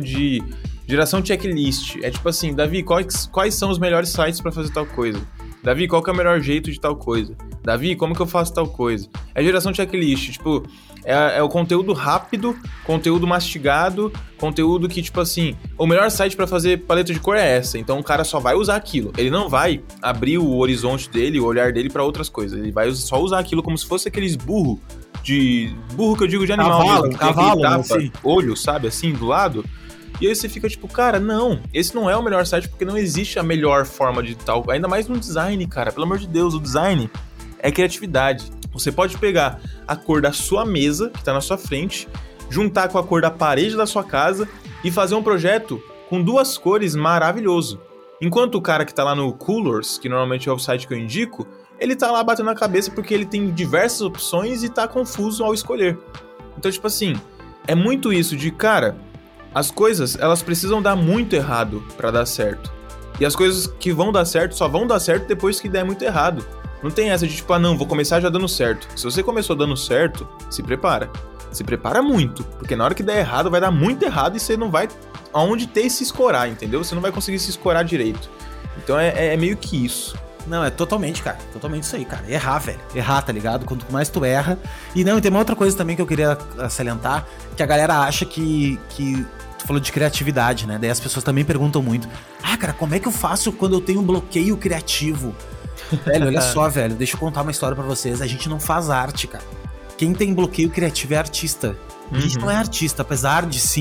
checklist. É tipo assim, Davi, quais são os melhores sites pra fazer tal coisa? Davi, qual que é o melhor jeito de tal coisa? Davi, como que eu faço tal coisa? É geração checklist, tipo, é o conteúdo rápido, conteúdo mastigado, conteúdo que, tipo assim, o melhor site pra fazer paleta de cor é essa, então o cara só vai usar aquilo. Ele não vai abrir o horizonte dele, o olhar dele pra outras coisas. Ele vai só usar aquilo como se fosse aqueles burro que eu digo de animal mesmo, cavalo, tapa, assim. olho, sabe, assim, do lado. E aí você fica tipo, cara, não, esse não é o melhor site porque não existe a melhor forma de tal, ainda mais no design, cara, pelo amor de Deus, o design é criatividade. Você pode pegar a cor da sua mesa, que tá na sua frente, juntar com a cor da parede da sua casa e fazer um projeto com duas cores maravilhoso. Enquanto o cara que tá lá no Colors, que normalmente é o site que eu indico, ele tá lá batendo a cabeça porque ele tem diversas opções e tá confuso ao escolher. Então, tipo assim, é muito isso de, cara, as coisas, elas precisam dar muito errado pra dar certo. E as coisas que vão dar certo só vão dar certo depois que der muito errado. Não tem essa de tipo, não, vou começar já dando certo. Se você começou dando certo, se prepara. Se prepara muito, porque na hora que der errado, vai dar muito errado e você não vai aonde ter se escorar, entendeu? Você não vai conseguir se escorar direito. Então é meio que isso. Não, é totalmente, cara. Totalmente isso aí, cara. Errar, velho. Errar, tá ligado? Quanto mais tu erra. E não, e tem uma outra coisa também que eu queria salientar, que a galera acha que tu falou de criatividade, né? Daí as pessoas também perguntam muito. Cara, como é que eu faço quando eu tenho um bloqueio criativo? Velho, olha só, velho. Deixa eu contar uma história pra vocês. A gente não faz arte, cara. Quem tem bloqueio criativo é artista. A gente não é artista, apesar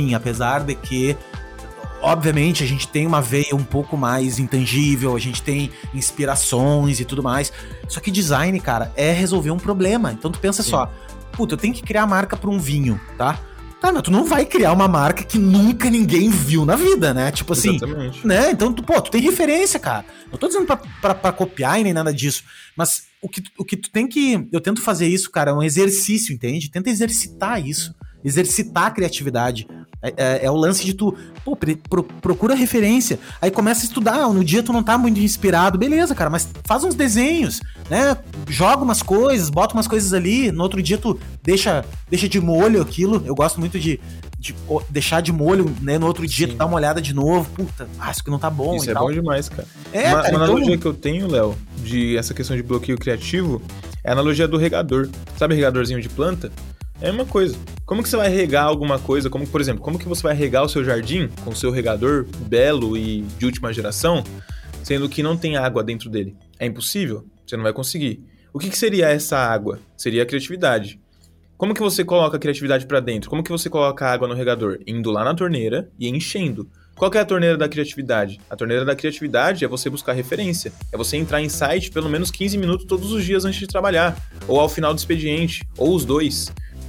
de que... Obviamente, a gente tem uma veia um pouco mais intangível, a gente tem inspirações e tudo mais. Só que design, cara, é resolver um problema. Então tu pensa só, puta, eu tenho que criar marca pra um vinho, tá? Tá, mas tu não vai criar uma marca que nunca ninguém viu na vida, né? Tipo assim, exatamente, né? Então, tu tem referência, cara. Não tô dizendo pra copiar e nem nada disso, mas o que tu tem que... Eu tento fazer isso, cara, é um exercício, entende? Tenta exercitar isso. Exercitar a criatividade. É o lance de tu, procura referência, aí começa a estudar, no dia tu não tá muito inspirado, beleza, cara, mas faz uns desenhos, né, joga umas coisas, bota umas coisas ali, no outro dia tu deixa de molho aquilo, eu gosto muito de deixar de molho, né, no outro dia tu dá uma olhada de novo, puta, isso aqui não tá bom. Isso e é tal. Bom demais, cara. Cara, uma analogia que eu tenho, Léo, de essa questão de bloqueio criativo, é a analogia do regador. Sabe regadorzinho de planta? É uma coisa. Como que você vai regar alguma coisa? Como, por exemplo, como que você vai regar o seu jardim com o seu regador belo e de última geração, sendo que não tem água dentro dele? É impossível. Você não vai conseguir. O que seria essa água? Seria a criatividade. Como que você coloca a criatividade pra dentro? Como que você coloca a água no regador? Indo lá na torneira e enchendo. Qual que é a torneira da criatividade? A torneira da criatividade é você buscar referência. É você entrar em site pelo menos 15 minutos todos os dias antes de trabalhar. Ou ao final do expediente. Ou os dois.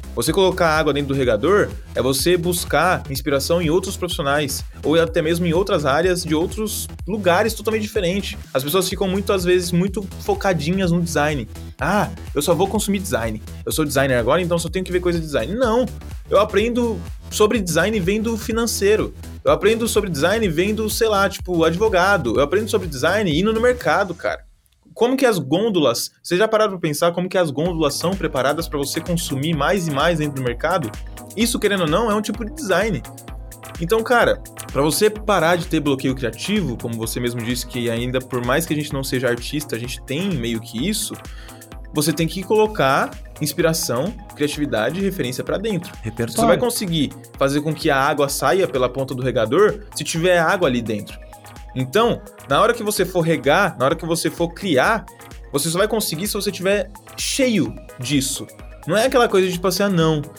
Você colocar água dentro do regador é você buscar inspiração em outros profissionais, ou até mesmo em outras áreas de outros lugares totalmente diferentes. As pessoas ficam às vezes, muito focadinhas no design. Ah, eu só vou consumir design. Eu sou designer agora, então só tenho que ver coisa de design. Não, eu aprendo sobre design vendo financeiro. Eu aprendo sobre design vendo, sei lá, tipo, advogado. Eu aprendo sobre design indo no mercado, cara. Como que as gôndolas... Vocês já pararam para pensar como que as gôndolas são preparadas para você consumir mais e mais dentro do mercado? Isso, querendo ou não, é um tipo de design. Então, cara, para você parar de ter bloqueio criativo, como você mesmo disse que ainda, por mais que a gente não seja artista, a gente tem meio que isso, você tem que colocar inspiração, criatividade e referência para dentro. Repertório. Você vai conseguir fazer com que a água saia pela ponta do regador se tiver água ali dentro. Então, na hora que você for regar, na hora que você for criar, você só vai conseguir se você estiver cheio disso. Não é aquela coisa de tipo assim,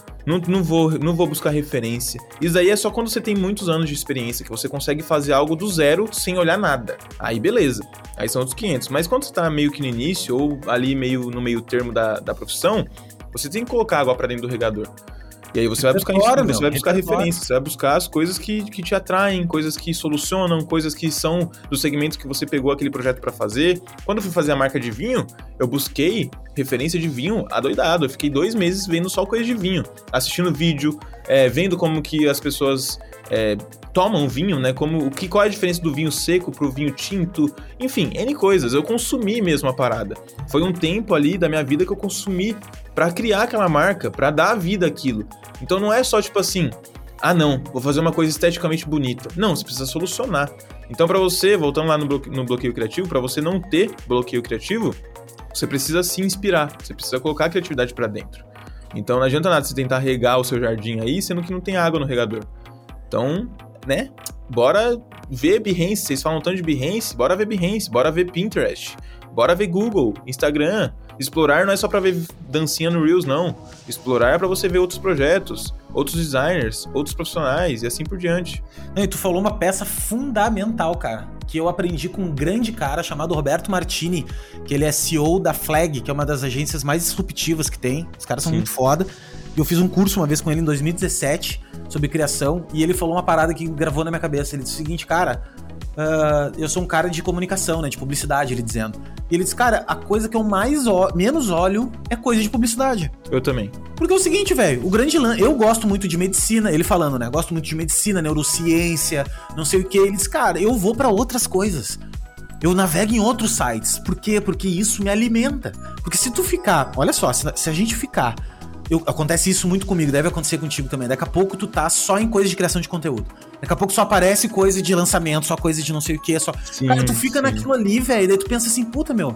não vou buscar referência. Isso aí é só quando você tem muitos anos de experiência, que você consegue fazer algo do zero sem olhar nada. Aí beleza, aí são outros 500. Mas quando você tá meio que no início, ou ali meio no meio termo da profissão, você tem que colocar água para dentro do regador. E aí você vai buscar referências, você vai buscar as coisas que te atraem, coisas que solucionam, coisas que são do segmento que você pegou aquele projeto para fazer. Quando eu fui fazer a marca de vinho, eu busquei referência de vinho adoidado. Eu fiquei 2 meses vendo só coisa de vinho, assistindo vídeo, vendo como que as pessoas tomam vinho, né? Qual é a diferença do vinho seco pro vinho tinto, enfim, N coisas. Eu consumi mesmo a parada. Foi um tempo ali da minha vida que eu consumi pra criar aquela marca, pra dar vida àquilo. Então não é só tipo assim, vou fazer uma coisa esteticamente bonita. Não, você precisa solucionar. Então pra você, voltando lá no bloqueio criativo, pra você não ter bloqueio criativo, você precisa se inspirar, você precisa colocar a criatividade pra dentro. Então não adianta nada você tentar regar o seu jardim aí, sendo que não tem água no regador. Então, né, bora ver Behance, vocês falam tanto de Behance, bora ver Behance, bora ver Pinterest, bora ver Google, Instagram. Explorar não é só pra ver dancinha no Reels, não. Explorar é pra você ver outros projetos, outros designers, outros profissionais e assim por diante. Não, e tu falou uma peça fundamental, cara, que eu aprendi com um grande cara chamado Roberto Martini, que ele é CEO da Flag, que é uma das agências mais disruptivas que tem. Os caras são muito foda. E eu fiz um curso uma vez com ele em 2017 sobre criação, e ele falou uma parada que gravou na minha cabeça. Ele disse o seguinte, cara, eu sou um cara de comunicação, né, de publicidade, ele dizendo. E ele disse, cara, a coisa que eu menos olho é coisa de publicidade. Eu também. Porque é o seguinte, velho, o grande lance, eu gosto muito de medicina, ele falando, né, gosto muito de medicina, neurociência, não sei o que. Ele disse, cara, eu vou pra outras coisas. Eu navego em outros sites. Por quê? Porque isso me alimenta. Porque se tu ficar, olha só, se a gente ficar... acontece isso muito comigo, deve acontecer contigo também. Daqui a pouco tu tá só em coisa de criação de conteúdo. Daqui a pouco só aparece coisa de lançamento, só coisa de não sei o que, só... Sim, cara, tu fica naquilo ali, velho, daí tu pensa assim, puta, meu...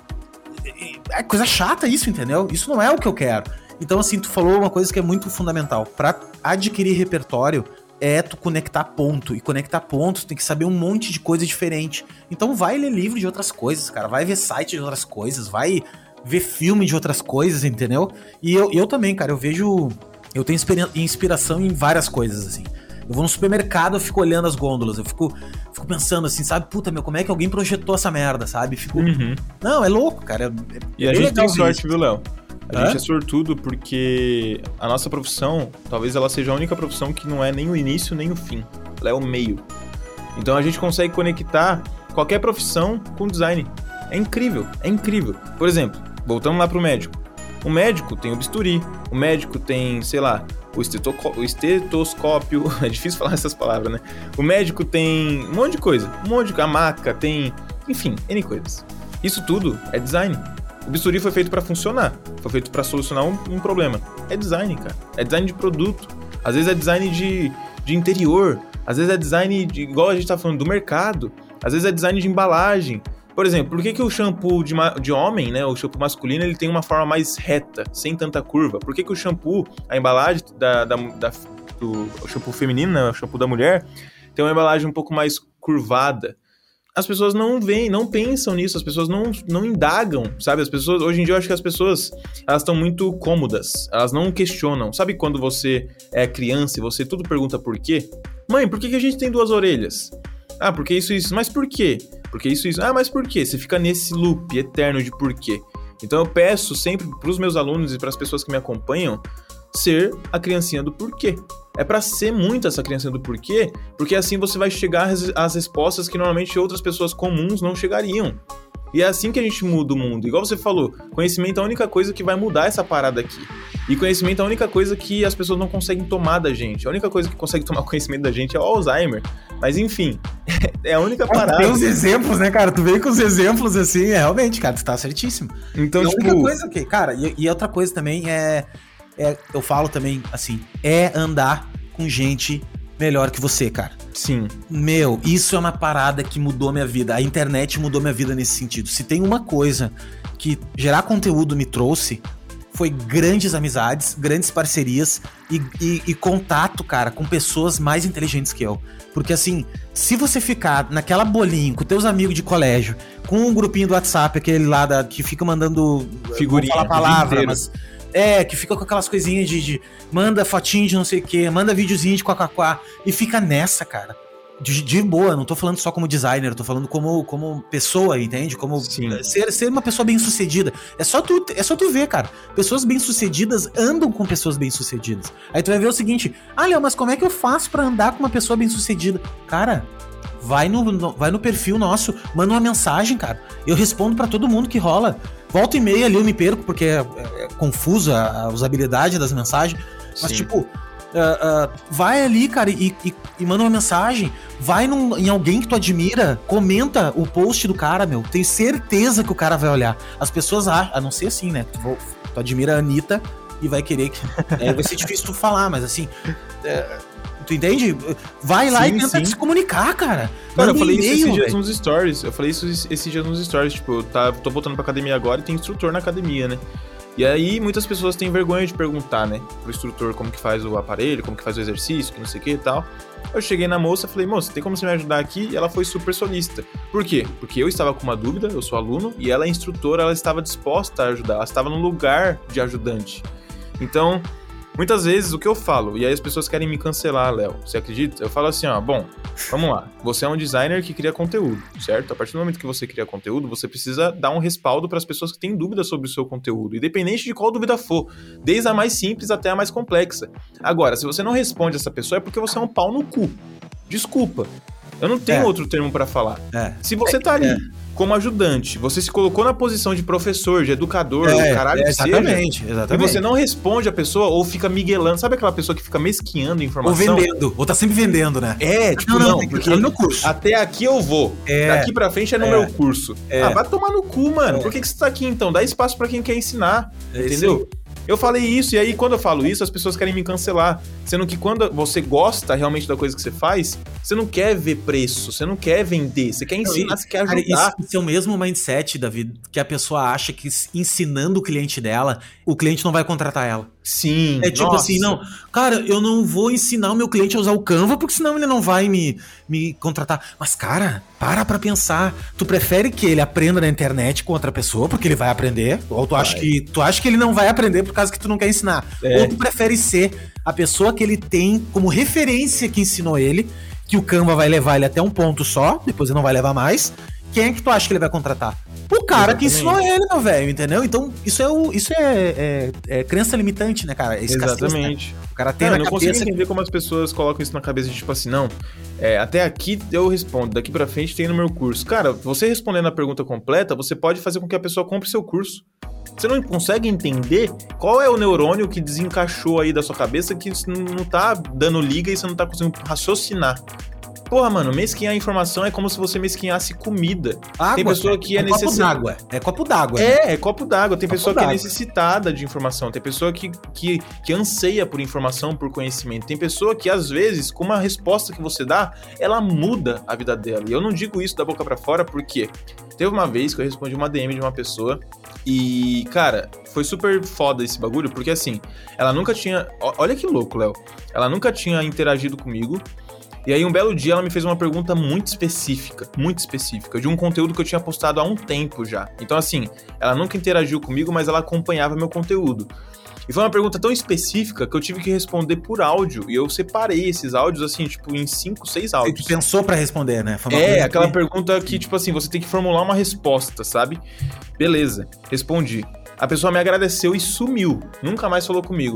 É coisa chata isso, entendeu? Isso não é o que eu quero. Então, assim, tu falou uma coisa que é muito fundamental. Pra adquirir repertório, é tu conectar ponto. E conectar pontos, tem que saber um monte de coisa diferente. Então vai ler livro de outras coisas, cara. Vai ver site de outras coisas, vai... ver filme de outras coisas, entendeu? E eu também, cara, eu tenho inspiração em várias coisas, assim. Eu vou no supermercado, eu fico olhando as gôndolas, eu fico pensando assim, sabe? Puta, meu, como é que alguém projetou essa merda, sabe? Não, é louco, cara. E a gente tem sorte, viu, Léo? A gente é sortudo porque a nossa profissão, talvez ela seja a única profissão que não é nem o início nem o fim. Ela é o meio. Então a gente consegue conectar qualquer profissão com design. É incrível, é incrível. Por exemplo, voltando lá pro médico. O médico tem o bisturi, o médico tem, sei lá, o estetoscópio, é difícil falar essas palavras, né? O médico tem um monte de coisa, a maca, tem, enfim, N coisas. Isso tudo é design. O bisturi foi feito pra funcionar, foi feito pra solucionar um problema. É design, cara. É design de produto. Às vezes é design de interior, às vezes é design igual a gente tá falando, do mercado, às vezes é design de embalagem. Por exemplo, por que o shampoo de homem, né, o shampoo masculino, ele tem uma forma mais reta, sem tanta curva? Por que o shampoo, a embalagem do shampoo feminino, né, o shampoo da mulher, tem uma embalagem um pouco mais curvada? As pessoas não veem, não pensam nisso, as pessoas não indagam, sabe? As pessoas, hoje em dia eu acho que as pessoas, elas estão muito cômodas, elas não questionam. Sabe quando você é criança e você tudo pergunta por quê? Mãe, por que a gente tem 2 orelhas? Ah, porque isso, mas por quê? Porque isso, ah, mas por quê? Você fica nesse loop eterno de por quê. Então eu peço sempre para os meus alunos e para as pessoas que me acompanham, ser a criancinha do porquê. É pra ser muito essa criancinha do porquê, porque assim você vai chegar às respostas que normalmente outras pessoas comuns não chegariam. E é assim que a gente muda o mundo. Igual você falou, conhecimento é a única coisa que vai mudar essa parada aqui. E conhecimento é a única coisa que as pessoas não conseguem tomar da gente. A única coisa que consegue tomar conhecimento da gente é o Alzheimer. Mas enfim, é a única parada. Tem uns exemplos, né, cara? Tu veio com os exemplos assim, realmente, cara, tu tá certíssimo. Então, e a única coisa que, cara, e outra coisa também eu falo também, assim, é andar com gente melhor que você, cara. Sim. Meu, isso é uma parada que mudou minha vida. A internet mudou minha vida nesse sentido. Se tem uma coisa que gerar conteúdo me trouxe, foi grandes amizades, grandes parcerias e contato, cara, com pessoas mais inteligentes que eu. Porque assim, se você ficar naquela bolinha com teus amigos de colégio, com um grupinho do WhatsApp, aquele lá que fica mandando figurinha, vou falar palavra, mas que fica com aquelas coisinhas de manda fotinho de não sei o que, manda videozinho de quaquaquá, e fica nessa, cara. De boa, não tô falando só como designer, tô falando como pessoa, entende? Como ser uma pessoa bem-sucedida. É só tu ver, cara. Pessoas bem-sucedidas andam com pessoas bem-sucedidas. Aí tu vai ver o seguinte, Léo, mas como é que eu faço pra andar com uma pessoa bem-sucedida? Cara, vai no perfil nosso, manda uma mensagem, cara. Eu respondo pra todo mundo que rola. Volta e meia ali eu me perco, porque é confusa a usabilidade das mensagens. Mas, tipo, vai ali, cara, e manda uma mensagem. Vai em alguém que tu admira, comenta o post do cara, meu. Tenho certeza que o cara vai olhar. As pessoas acham, a não ser assim, né? Tu admira a Anitta e vai querer que... vai ser difícil tu falar, mas assim... Tu entende? Vai lá e tenta se comunicar, cara. Cara, eu falei isso esses dias nos stories. Tipo, eu tô voltando pra academia agora e tem instrutor na academia, né? E aí, muitas pessoas têm vergonha de perguntar, né, pro instrutor como que faz o aparelho, como que faz o exercício, que não sei o que e tal. Eu cheguei na moça e falei, moça, tem como você me ajudar aqui? E ela foi super solícita. Por quê? Porque eu estava com uma dúvida, eu sou aluno, e ela é instrutora, ela estava disposta a ajudar, ela estava no lugar de ajudante. Então, muitas vezes o que eu falo, e aí as pessoas querem me cancelar, Léo, você acredita? Eu falo assim, bom, vamos lá, você é um designer que cria conteúdo, certo? A partir do momento que você cria conteúdo, você precisa dar um respaldo para as pessoas que têm dúvidas sobre o seu conteúdo, independente de qual dúvida for, desde a mais simples até a mais complexa. Agora, se você não responde essa pessoa, é porque você é um pau no cu. Desculpa, eu não tenho outro termo para falar. Se você tá ali como ajudante, você se colocou na posição de professor, de educador, o caralho que seja, exatamente. E você não responde a pessoa ou fica miguelando, sabe aquela pessoa que fica mesquinhando informação? Ou vendendo, ou tá sempre vendendo, né? Porque no curso. Até aqui eu vou, daqui pra frente é no meu curso. Vai tomar no cu, mano, por que você tá aqui então? Dá espaço pra quem quer ensinar, entendeu? Eu falei isso, e aí quando eu falo isso, as pessoas querem me cancelar. Sendo que quando você gosta realmente da coisa que você faz, você não quer ver preço, você não quer vender, você quer ensinar, você quer ajudar. Cara, isso é o mesmo mindset, Davi, que a pessoa acha que ensinando o cliente dela, o cliente não vai contratar ela. Sim, é tipo assim, não, cara, eu não vou ensinar o meu cliente a usar o Canva, porque senão ele não vai me contratar. Mas, cara, pra pensar. Tu prefere que ele aprenda na internet com outra pessoa, porque ele vai aprender? Ou tu acha que ele não vai aprender por causa que tu não quer ensinar? Ou tu prefere ser a pessoa que ele tem como referência que ensinou ele, que o Canva vai levar ele até um ponto só, depois ele não vai levar mais. Quem é que tu acha que ele vai contratar? O cara que ensinou ele, meu velho, entendeu? Então, isso é crença limitante, né, cara? Exatamente. Né? O cara tem na cabeça... Eu não consigo entender como as pessoas colocam isso na cabeça de tipo assim, não, até aqui eu respondo, daqui pra frente tem no meu curso. Cara, você respondendo a pergunta completa, você pode fazer com que a pessoa compre seu curso. Você não consegue entender qual é o neurônio que desencaixou aí da sua cabeça que não tá dando liga e você não tá conseguindo raciocinar. Porra, mano, mesquinhar informação é como se você mesquinhasse comida. Água, tem pessoa que é necessitada. É copo d'água. É copo d'água. Tem pessoa que é necessitada de informação. Tem pessoa que anseia por informação, por conhecimento. Tem pessoa que, às vezes, com uma resposta que você dá, ela muda a vida dela. E eu não digo isso da boca pra fora porque teve uma vez que eu respondi uma DM de uma pessoa e, cara, foi super foda esse bagulho, porque assim, ela nunca tinha... Olha que louco, Léo. Ela nunca tinha interagido comigo. E aí um belo dia ela me fez uma pergunta muito específica, de um conteúdo que eu tinha postado há um tempo já. Então assim, ela nunca interagiu comigo, mas ela acompanhava meu conteúdo. E foi uma pergunta tão específica que eu tive que responder por áudio, e eu separei esses áudios assim, tipo, em 5, 6 áudios. Você pensou pra responder, né? Aquela pergunta que, tipo assim, você tem que formular uma resposta, sabe? Beleza, respondi. A pessoa me agradeceu e sumiu, nunca mais falou comigo.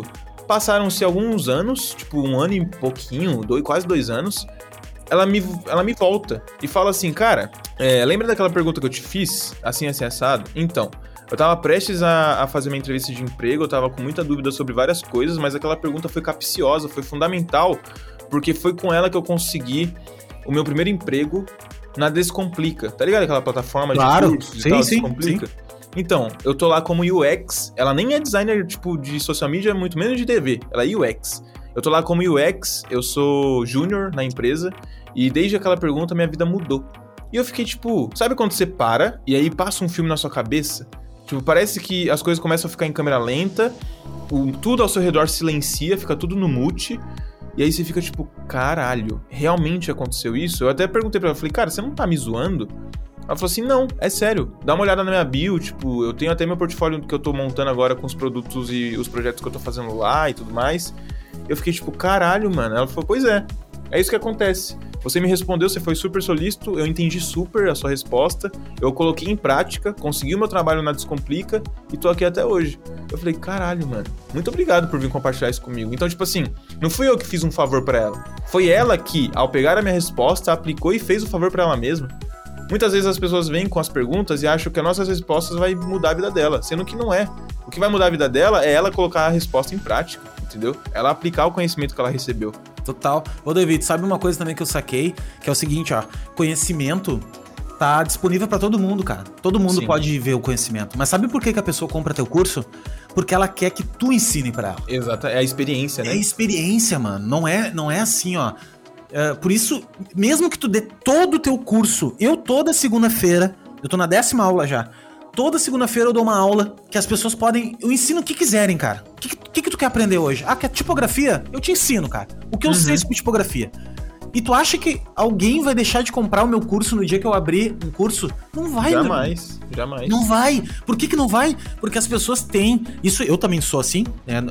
Passaram-se alguns anos, tipo 1 ano e pouquinho, quase 2 anos, ela me volta e fala assim, cara, lembra daquela pergunta que eu te fiz, assim, assado? Então, eu tava prestes a fazer uma entrevista de emprego, eu tava com muita dúvida sobre várias coisas, mas aquela pergunta foi capciosa, foi fundamental, porque foi com ela que eu consegui o meu primeiro emprego na Descomplica. Tá ligado aquela plataforma de cursos e tal, Descomplica? Sim. Então, eu tô lá como UX, ela nem é designer, tipo, de social media, muito menos de TV, ela é UX. Eu tô lá como UX, eu sou júnior na empresa, e desde aquela pergunta minha vida mudou. E eu fiquei tipo, sabe quando você para, e aí passa um filme na sua cabeça? Tipo, parece que as coisas começam a ficar em câmera lenta, tudo ao seu redor silencia, fica tudo no mute, e aí você fica tipo, caralho, realmente aconteceu isso? Eu até perguntei pra ela, falei, cara, você não tá me zoando? Ela falou assim, não, é sério, dá uma olhada na minha bio, tipo, eu tenho até meu portfólio que eu tô montando agora com os produtos e os projetos que eu tô fazendo lá e tudo mais. Eu fiquei tipo, caralho, mano. Ela falou, pois é isso que acontece. Você me respondeu, você foi super solícito, eu entendi super a sua resposta, eu coloquei em prática, consegui o meu trabalho na Descomplica e tô aqui até hoje. Eu falei, caralho, mano, muito obrigado por vir compartilhar isso comigo. Então, tipo assim, não fui eu que fiz um favor pra ela, foi ela que, ao pegar a minha resposta, aplicou e fez o favor pra ela mesma. Muitas vezes as pessoas vêm com as perguntas e acham que as nossas respostas vai mudar a vida dela, sendo que não é. O que vai mudar a vida dela é ela colocar a resposta em prática, entendeu? Ela aplicar o conhecimento que ela recebeu. Total. Ô, David, sabe uma coisa também que eu saquei? Que é o seguinte, ó. Conhecimento tá disponível pra todo mundo, cara. Todo mundo Sim. pode ver o conhecimento. Mas sabe por que a pessoa compra teu curso? Porque ela quer que tu ensine pra ela. Exato. É a experiência, né? É a experiência, mano. Não é assim, ó. Por isso, mesmo que tu dê todo o teu curso, eu toda segunda-feira, eu tô na 10ª aula já, toda segunda-feira eu dou uma aula que as pessoas podem, eu ensino o que quiserem, cara. O que tu quer aprender hoje? Ah, quer tipografia? Eu te ensino, cara. O que eu sei sobre tipografia. E tu acha que alguém vai deixar de comprar o meu curso no dia que eu abrir um curso? Não vai, Jamais. Não vai. Por que não vai? Porque as pessoas têm, isso eu também sou assim,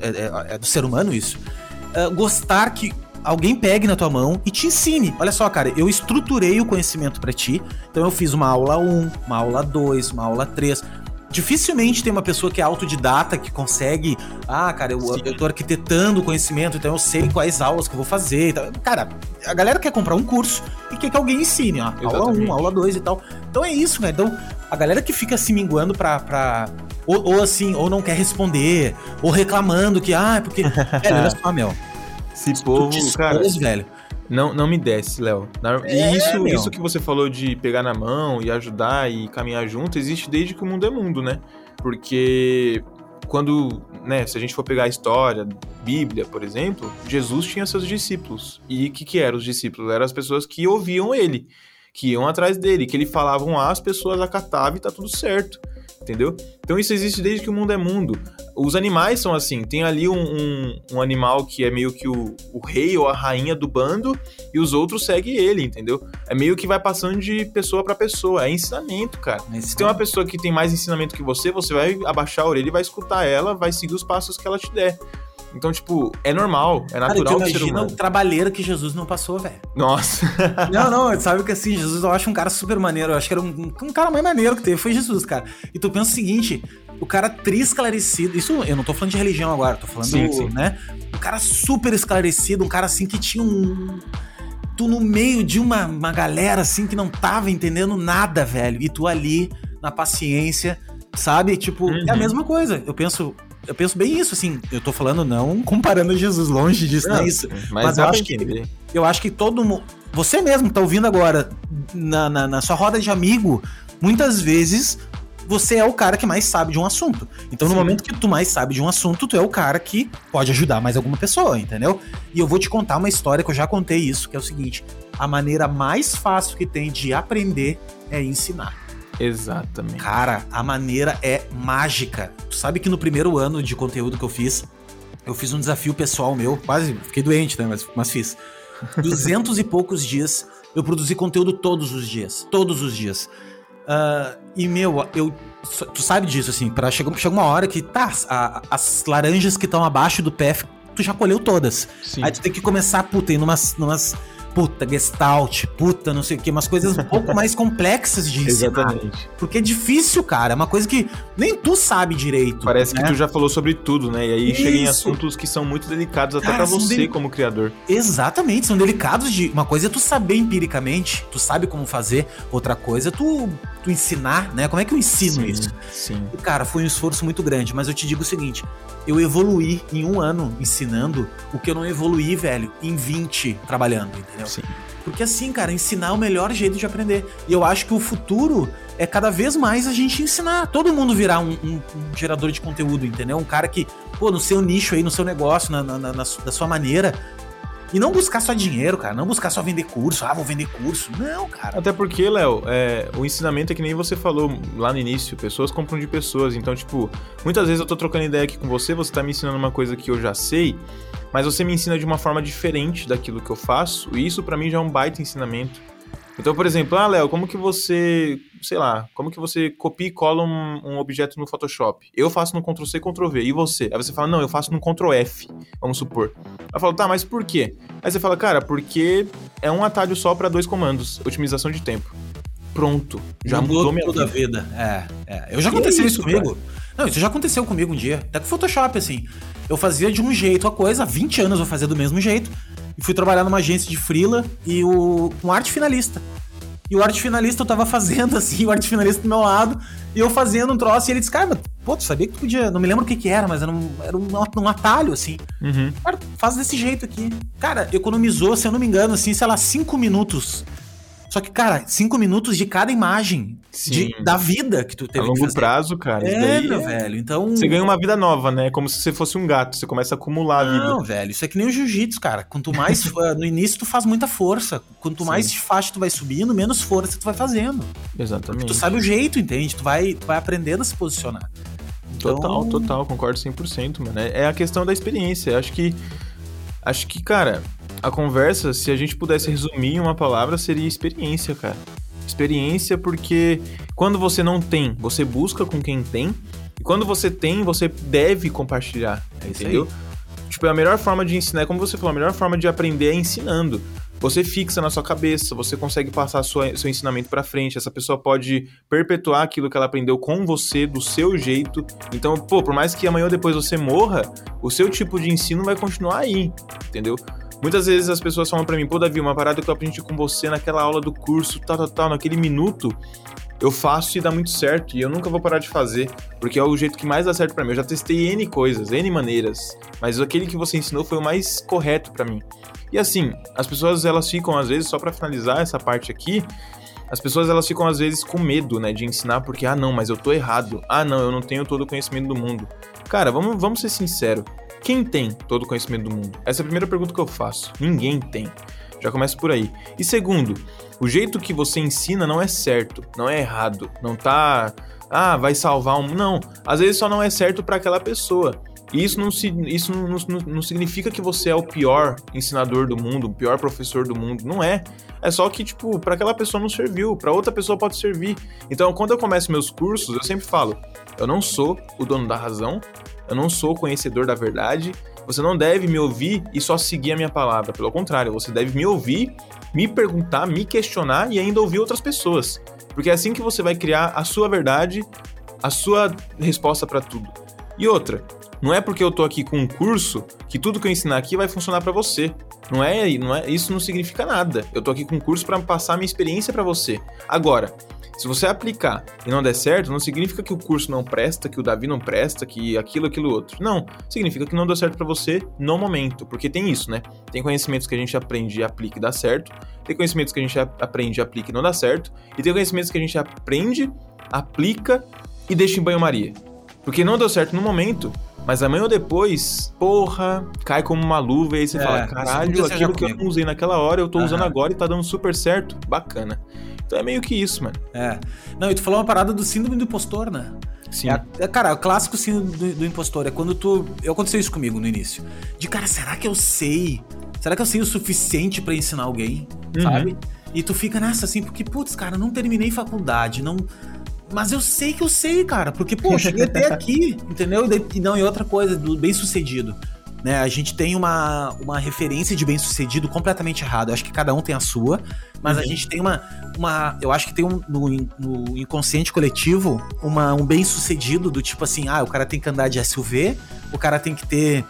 é do ser humano isso, gostar que alguém pegue na tua mão e te ensine. Olha só, cara, eu estruturei o conhecimento pra ti. Então eu fiz uma aula 1, uma aula 2, uma aula 3. Dificilmente tem uma pessoa que é autodidata, que consegue... Ah, cara, eu tô arquitetando o conhecimento, então eu sei quais aulas que eu vou fazer. Então, cara, a galera quer comprar um curso e quer que alguém ensine, ó. Aula 1, aula 2 e tal. Então é isso, cara. Então, a galera que fica se minguando pra ou assim, ou não quer responder, ou reclamando que... Ah, porque... olha só, meu... Esse povo, cara, velho. Não me desce, Léo. E isso que você falou de pegar na mão e ajudar e caminhar junto, existe desde que o mundo é mundo, né? Porque quando, né, se a gente for pegar a história, Bíblia, por exemplo, Jesus tinha seus discípulos. E o que eram os discípulos? Eram as pessoas que ouviam ele, que iam atrás dele, que ele falavam as pessoas acatavam e tá tudo certo. Entendeu? Então isso existe desde que o mundo é mundo. Os animais são assim, tem ali um animal que é meio que o rei ou a rainha do bando e os outros seguem ele, entendeu? É meio que vai passando de pessoa pra pessoa, é ensinamento, cara. Se tem uma pessoa que tem mais ensinamento que você vai abaixar a orelha e vai escutar ela, vai seguir os passos que ela te der. Então, tipo, é normal, é natural do ser humano. Imagina o trabalheiro que Jesus não passou, velho. Nossa. Não, sabe que assim, Jesus eu acho um cara super maneiro. Eu acho que era um cara mais maneiro que teve, foi Jesus, cara. E tu pensa o seguinte, o cara tri-esclarecido, isso eu não tô falando de religião agora, tô falando, sim. Né? Um cara super esclarecido, um cara assim que tinha tu no meio de uma galera assim que não tava entendendo nada, velho. E tu ali, na paciência, sabe? Tipo, é a mesma coisa. Eu penso bem isso, assim, eu tô falando não comparando Jesus, longe disso, não é isso. Mas eu acho que todo mundo, você mesmo que tá ouvindo agora, na sua roda de amigo, muitas vezes você é o cara que mais sabe de um assunto. Então no momento que tu mais sabe de um assunto, tu é o cara que pode ajudar mais alguma pessoa, entendeu? E eu vou te contar uma história que eu já contei isso, que é o seguinte, a maneira mais fácil que tem de aprender é ensinar. Exatamente. Cara, a maneira é mágica. Tu sabe que no primeiro ano de conteúdo que eu fiz um desafio pessoal meu, quase fiquei doente, né, mas fiz. 200 e poucos dias, eu produzi conteúdo todos os dias. E, meu, tu sabe disso, assim, chega uma hora que, as laranjas que estão abaixo do pé, tu já colheu todas. Sim. Aí tu tem que começar, ir puta, Gestalt, puta, não sei o que, umas coisas um pouco mais complexas de ensinar. Exatamente. Porque é difícil, cara, é uma coisa que nem tu sabe direito. Parece né? que tu já falou sobre tudo, né? E aí Isso. chega em assuntos que são muito delicados até pra você como criador. Exatamente, são delicados de... Uma coisa é tu saber empiricamente, tu sabe como fazer, outra coisa é tu ensinar, né? Como é que eu ensino isso? Sim. E, cara, foi um esforço muito grande, mas eu te digo o seguinte, eu evoluí em 1 ano ensinando o que eu não evoluí, velho, em 20 trabalhando, entendeu? Sim. Porque assim, cara, ensinar é o melhor jeito de aprender. E eu acho que o futuro é cada vez mais a gente ensinar. Todo mundo virar um gerador de conteúdo, entendeu? Um cara que, pô, no seu nicho aí, no seu negócio, da sua maneira. E não buscar só dinheiro, cara. Não buscar só vender curso. Vou vender curso. Não, cara. Até porque, Léo, o ensinamento é que nem você falou lá no início. Pessoas compram de pessoas. Então, tipo, muitas vezes eu tô trocando ideia aqui com você tá me ensinando uma coisa que eu já sei, mas você me ensina de uma forma diferente daquilo que eu faço. E isso pra mim já é um baita ensinamento. Então, por exemplo, Léo, como que você copia e cola um objeto no Photoshop? Eu faço no Ctrl+C, Ctrl+V, e você? Aí você fala, não, eu faço no Ctrl+F, vamos supor. Eu falo, tá, mas por quê? Aí você fala, cara, porque é um atalho só para 2 comandos, otimização de tempo. Pronto, já mudou minha toda vida. a vida. Eu já aconteceu isso comigo. Cara? Não, isso já aconteceu comigo um dia. Até com o Photoshop, assim. Eu fazia de um jeito a coisa, há 20 anos eu fazia do mesmo jeito. E fui trabalhar numa agência de freela e com arte finalista. E o arte finalista eu tava fazendo, assim, o arte finalista do meu lado, e eu fazendo um troço, e ele disse, cara, pô, tu sabia que tu podia... Não me lembro o que era, mas era um atalho, assim. Uhum. Cara, faz desse jeito aqui. Cara, economizou, se eu não me engano, assim, sei lá, 5 minutos. Só que, cara, 5 minutos de cada imagem da vida que tu teve. A longo prazo, cara. Meu velho, então... Você ganha uma vida nova, né? Como se você fosse um gato, você começa a acumular a vida. Não, velho, isso é que nem o jiu-jitsu, cara. Quanto mais... no início tu faz muita força. Quanto mais faixa tu vai subindo, menos força tu vai fazendo. Exatamente. Porque tu sabe o jeito, entende? Tu vai aprendendo a se posicionar. Então... Total, concordo 100%, mano. É a questão da experiência. Acho que, cara... A conversa, se a gente pudesse resumir em uma palavra, seria experiência, cara. Experiência porque quando você não tem, você busca com quem tem. E quando você tem, você deve compartilhar, entendeu? Tipo, a melhor forma de ensinar, como você falou, a melhor forma de aprender é ensinando. Você fixa na sua cabeça, você consegue passar seu ensinamento pra frente, essa pessoa pode perpetuar aquilo que ela aprendeu com você, do seu jeito. Então, pô, por mais que amanhã ou depois você morra, o seu tipo de ensino vai continuar aí, entendeu? Muitas vezes as pessoas falam pra mim, pô, Davi, uma parada que eu aprendi com você naquela aula do curso, naquele minuto, eu faço e dá muito certo, e eu nunca vou parar de fazer, porque é o jeito que mais dá certo pra mim. Eu já testei N coisas, N maneiras, mas aquele que você ensinou foi o mais correto pra mim. E assim, as pessoas, elas ficam, às vezes, só pra finalizar essa parte aqui, as pessoas, elas ficam, às vezes, com medo, né, de ensinar, porque, não, mas eu tô errado, não, eu não tenho todo o conhecimento do mundo. Cara, vamos ser sinceros. Quem tem todo o conhecimento do mundo? Essa é a primeira pergunta que eu faço. Ninguém tem. Já começa por aí. E segundo, o jeito que você ensina não é certo, não é errado. Não tá... vai salvar um... Não, às vezes só não é certo para aquela pessoa. E isso não significa que você é o pior ensinador do mundo, o pior professor do mundo. Não é. É só que, tipo, para aquela pessoa não serviu, para outra pessoa pode servir. Então, quando eu começo meus cursos, eu sempre falo, eu não sou o dono da razão, eu não sou o conhecedor da verdade, você não deve me ouvir e só seguir a minha palavra. Pelo contrário, você deve me ouvir, me perguntar, me questionar e ainda ouvir outras pessoas. Porque é assim que você vai criar a sua verdade, a sua resposta para tudo. E outra, não é porque eu tô aqui com um curso que tudo que eu ensinar aqui vai funcionar para você. Não é, isso não significa nada. Eu tô aqui com um curso para passar a minha experiência para você. Agora, se você aplicar e não der certo, não significa que o curso não presta, que o Davi não presta, que aquilo outro. Não, significa que não deu certo pra você no momento, porque tem isso, né? Tem conhecimentos que a gente aprende e aplica e dá certo, tem conhecimentos que a gente aprende e aplica e não dá certo, e tem conhecimentos que a gente aprende, aplica e deixa em banho-maria. Porque não deu certo no momento, mas amanhã ou depois, porra, cai como uma luva e aí você fala, caralho, aquilo que eu não usei naquela hora, eu tô usando agora e tá dando super certo. Bacana. Então é meio que isso, mano. Não, e tu falou uma parada do síndrome do impostor, né? Sim. Cara, o clássico síndrome do impostor é quando aconteceu isso comigo no início. De, cara, será que eu sei? Será que eu sei o suficiente pra ensinar alguém? Sabe? E tu fica nessa assim, porque, putz, cara, eu não terminei faculdade, não... Mas eu sei que eu sei, cara, porque, pô, cheguei até aqui, entendeu? E outra coisa, do bem-sucedido. né? A gente tem uma referência de bem-sucedido completamente errada. Eu acho que cada um tem a sua, mas a gente tem eu acho que tem no inconsciente coletivo um bem-sucedido do tipo assim, o cara tem que andar de SUV, o cara tem que ter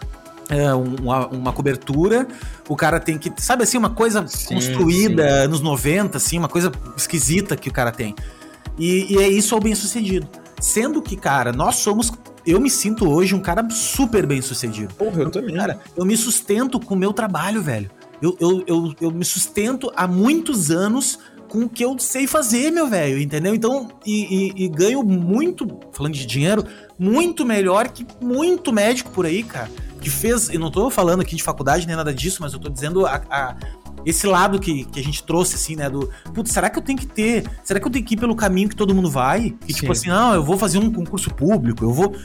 uma cobertura, o cara tem que, sabe assim, uma coisa construída nos 90, assim, uma coisa esquisita que o cara tem. E é isso, é o bem-sucedido. Sendo que, cara, eu me sinto hoje um cara super bem-sucedido. Porra, eu também. Cara, eu me sustento com o meu trabalho, velho. Eu me sustento há muitos anos com o que eu sei fazer, meu velho, entendeu? Então, e ganho muito, falando de dinheiro, muito melhor que muito médico por aí, cara. Que fez, e não tô falando aqui de faculdade nem nada disso, mas eu tô dizendo esse lado que a gente trouxe, assim, né, putz, será que eu tenho que ir pelo caminho que todo mundo vai? E tipo assim, não, eu vou fazer um concurso público, eu vou...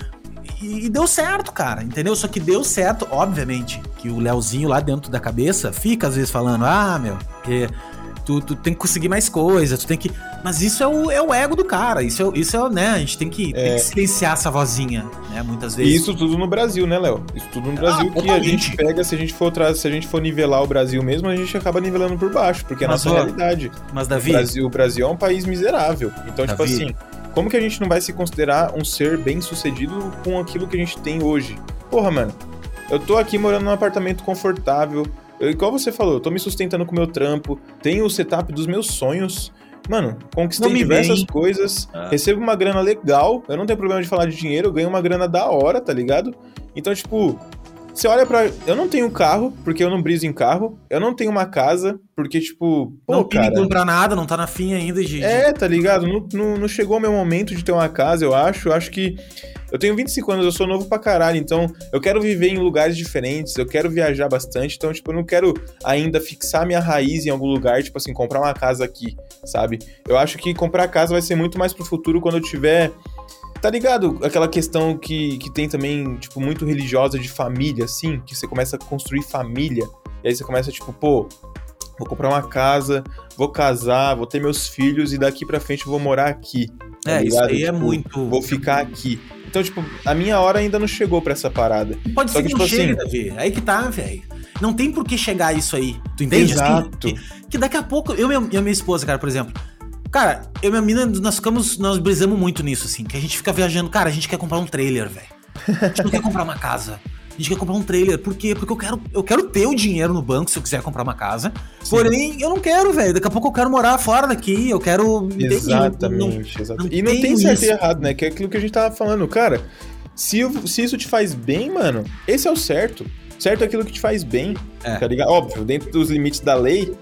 E deu certo, cara, entendeu? Só que deu certo, obviamente, que o Leozinho lá dentro da cabeça fica às vezes falando, porque tu tem que conseguir mais coisas, tu tem que... Mas isso é o ego do cara, isso é, né, a gente tem que silenciar essa vozinha, né, muitas vezes. E isso tudo no Brasil, né, Léo? Isso tudo no Brasil que a gente pega, se a gente for nivelar o Brasil mesmo, a gente acaba nivelando por baixo, porque é a nossa realidade. Mas, Davi... O Brasil é um país miserável, então, Davi, tipo assim, como que a gente não vai se considerar um ser bem-sucedido com aquilo que a gente tem hoje? Porra, mano, eu tô aqui morando num apartamento confortável, igual você falou, eu tô me sustentando com o meu trampo, tenho o setup dos meus sonhos, mano, conquistei diversas coisas, recebo uma grana legal, eu não tenho problema de falar de dinheiro, eu ganho uma grana da hora, tá ligado? Então, tipo, você olha eu não tenho carro, porque eu não briso em carro, eu não tenho uma casa, porque, tipo, não pedi comprar nada, não tá na fim ainda tá ligado? Não chegou o meu momento de ter uma casa, eu acho que... Eu tenho 25 anos, eu sou novo pra caralho, então eu quero viver em lugares diferentes, eu quero viajar bastante, então, tipo, eu não quero ainda fixar minha raiz em algum lugar, tipo assim, comprar uma casa aqui, sabe? Eu acho que comprar casa vai ser muito mais pro futuro quando eu tiver... Tá ligado? Aquela questão que tem também, tipo, muito religiosa de família, assim, que você começa a construir família, e aí você começa, tipo, vou comprar uma casa, vou casar, vou ter meus filhos, e daqui pra frente eu vou morar aqui. Tá isso aí tipo, é muito... Vou ficar aqui. Então, tipo, a minha hora ainda não chegou pra essa parada. Pode ser que não chegue, Davi. Aí que tá, velho. Não tem por que chegar isso aí. Tu entende? Exato. Assim, que daqui a pouco... Eu e a minha esposa, cara, por exemplo... Cara, eu e minha mina, nós brisamos muito nisso, assim. Que a gente fica viajando... Cara, a gente quer comprar um trailer, velho. A gente não quer comprar uma casa. A gente quer comprar um trailer. Por quê? Porque eu quero ter o dinheiro no banco se eu quiser comprar uma casa. Sim. Porém, eu não quero, velho. Daqui a pouco eu quero morar fora daqui. Eu quero... Exatamente. E não tem certo e errado, né? Que é aquilo que a gente tava falando. Cara, se isso te faz bem, mano, esse é o certo. Certo é aquilo que te faz bem, tá ligado? Óbvio, dentro dos limites da lei.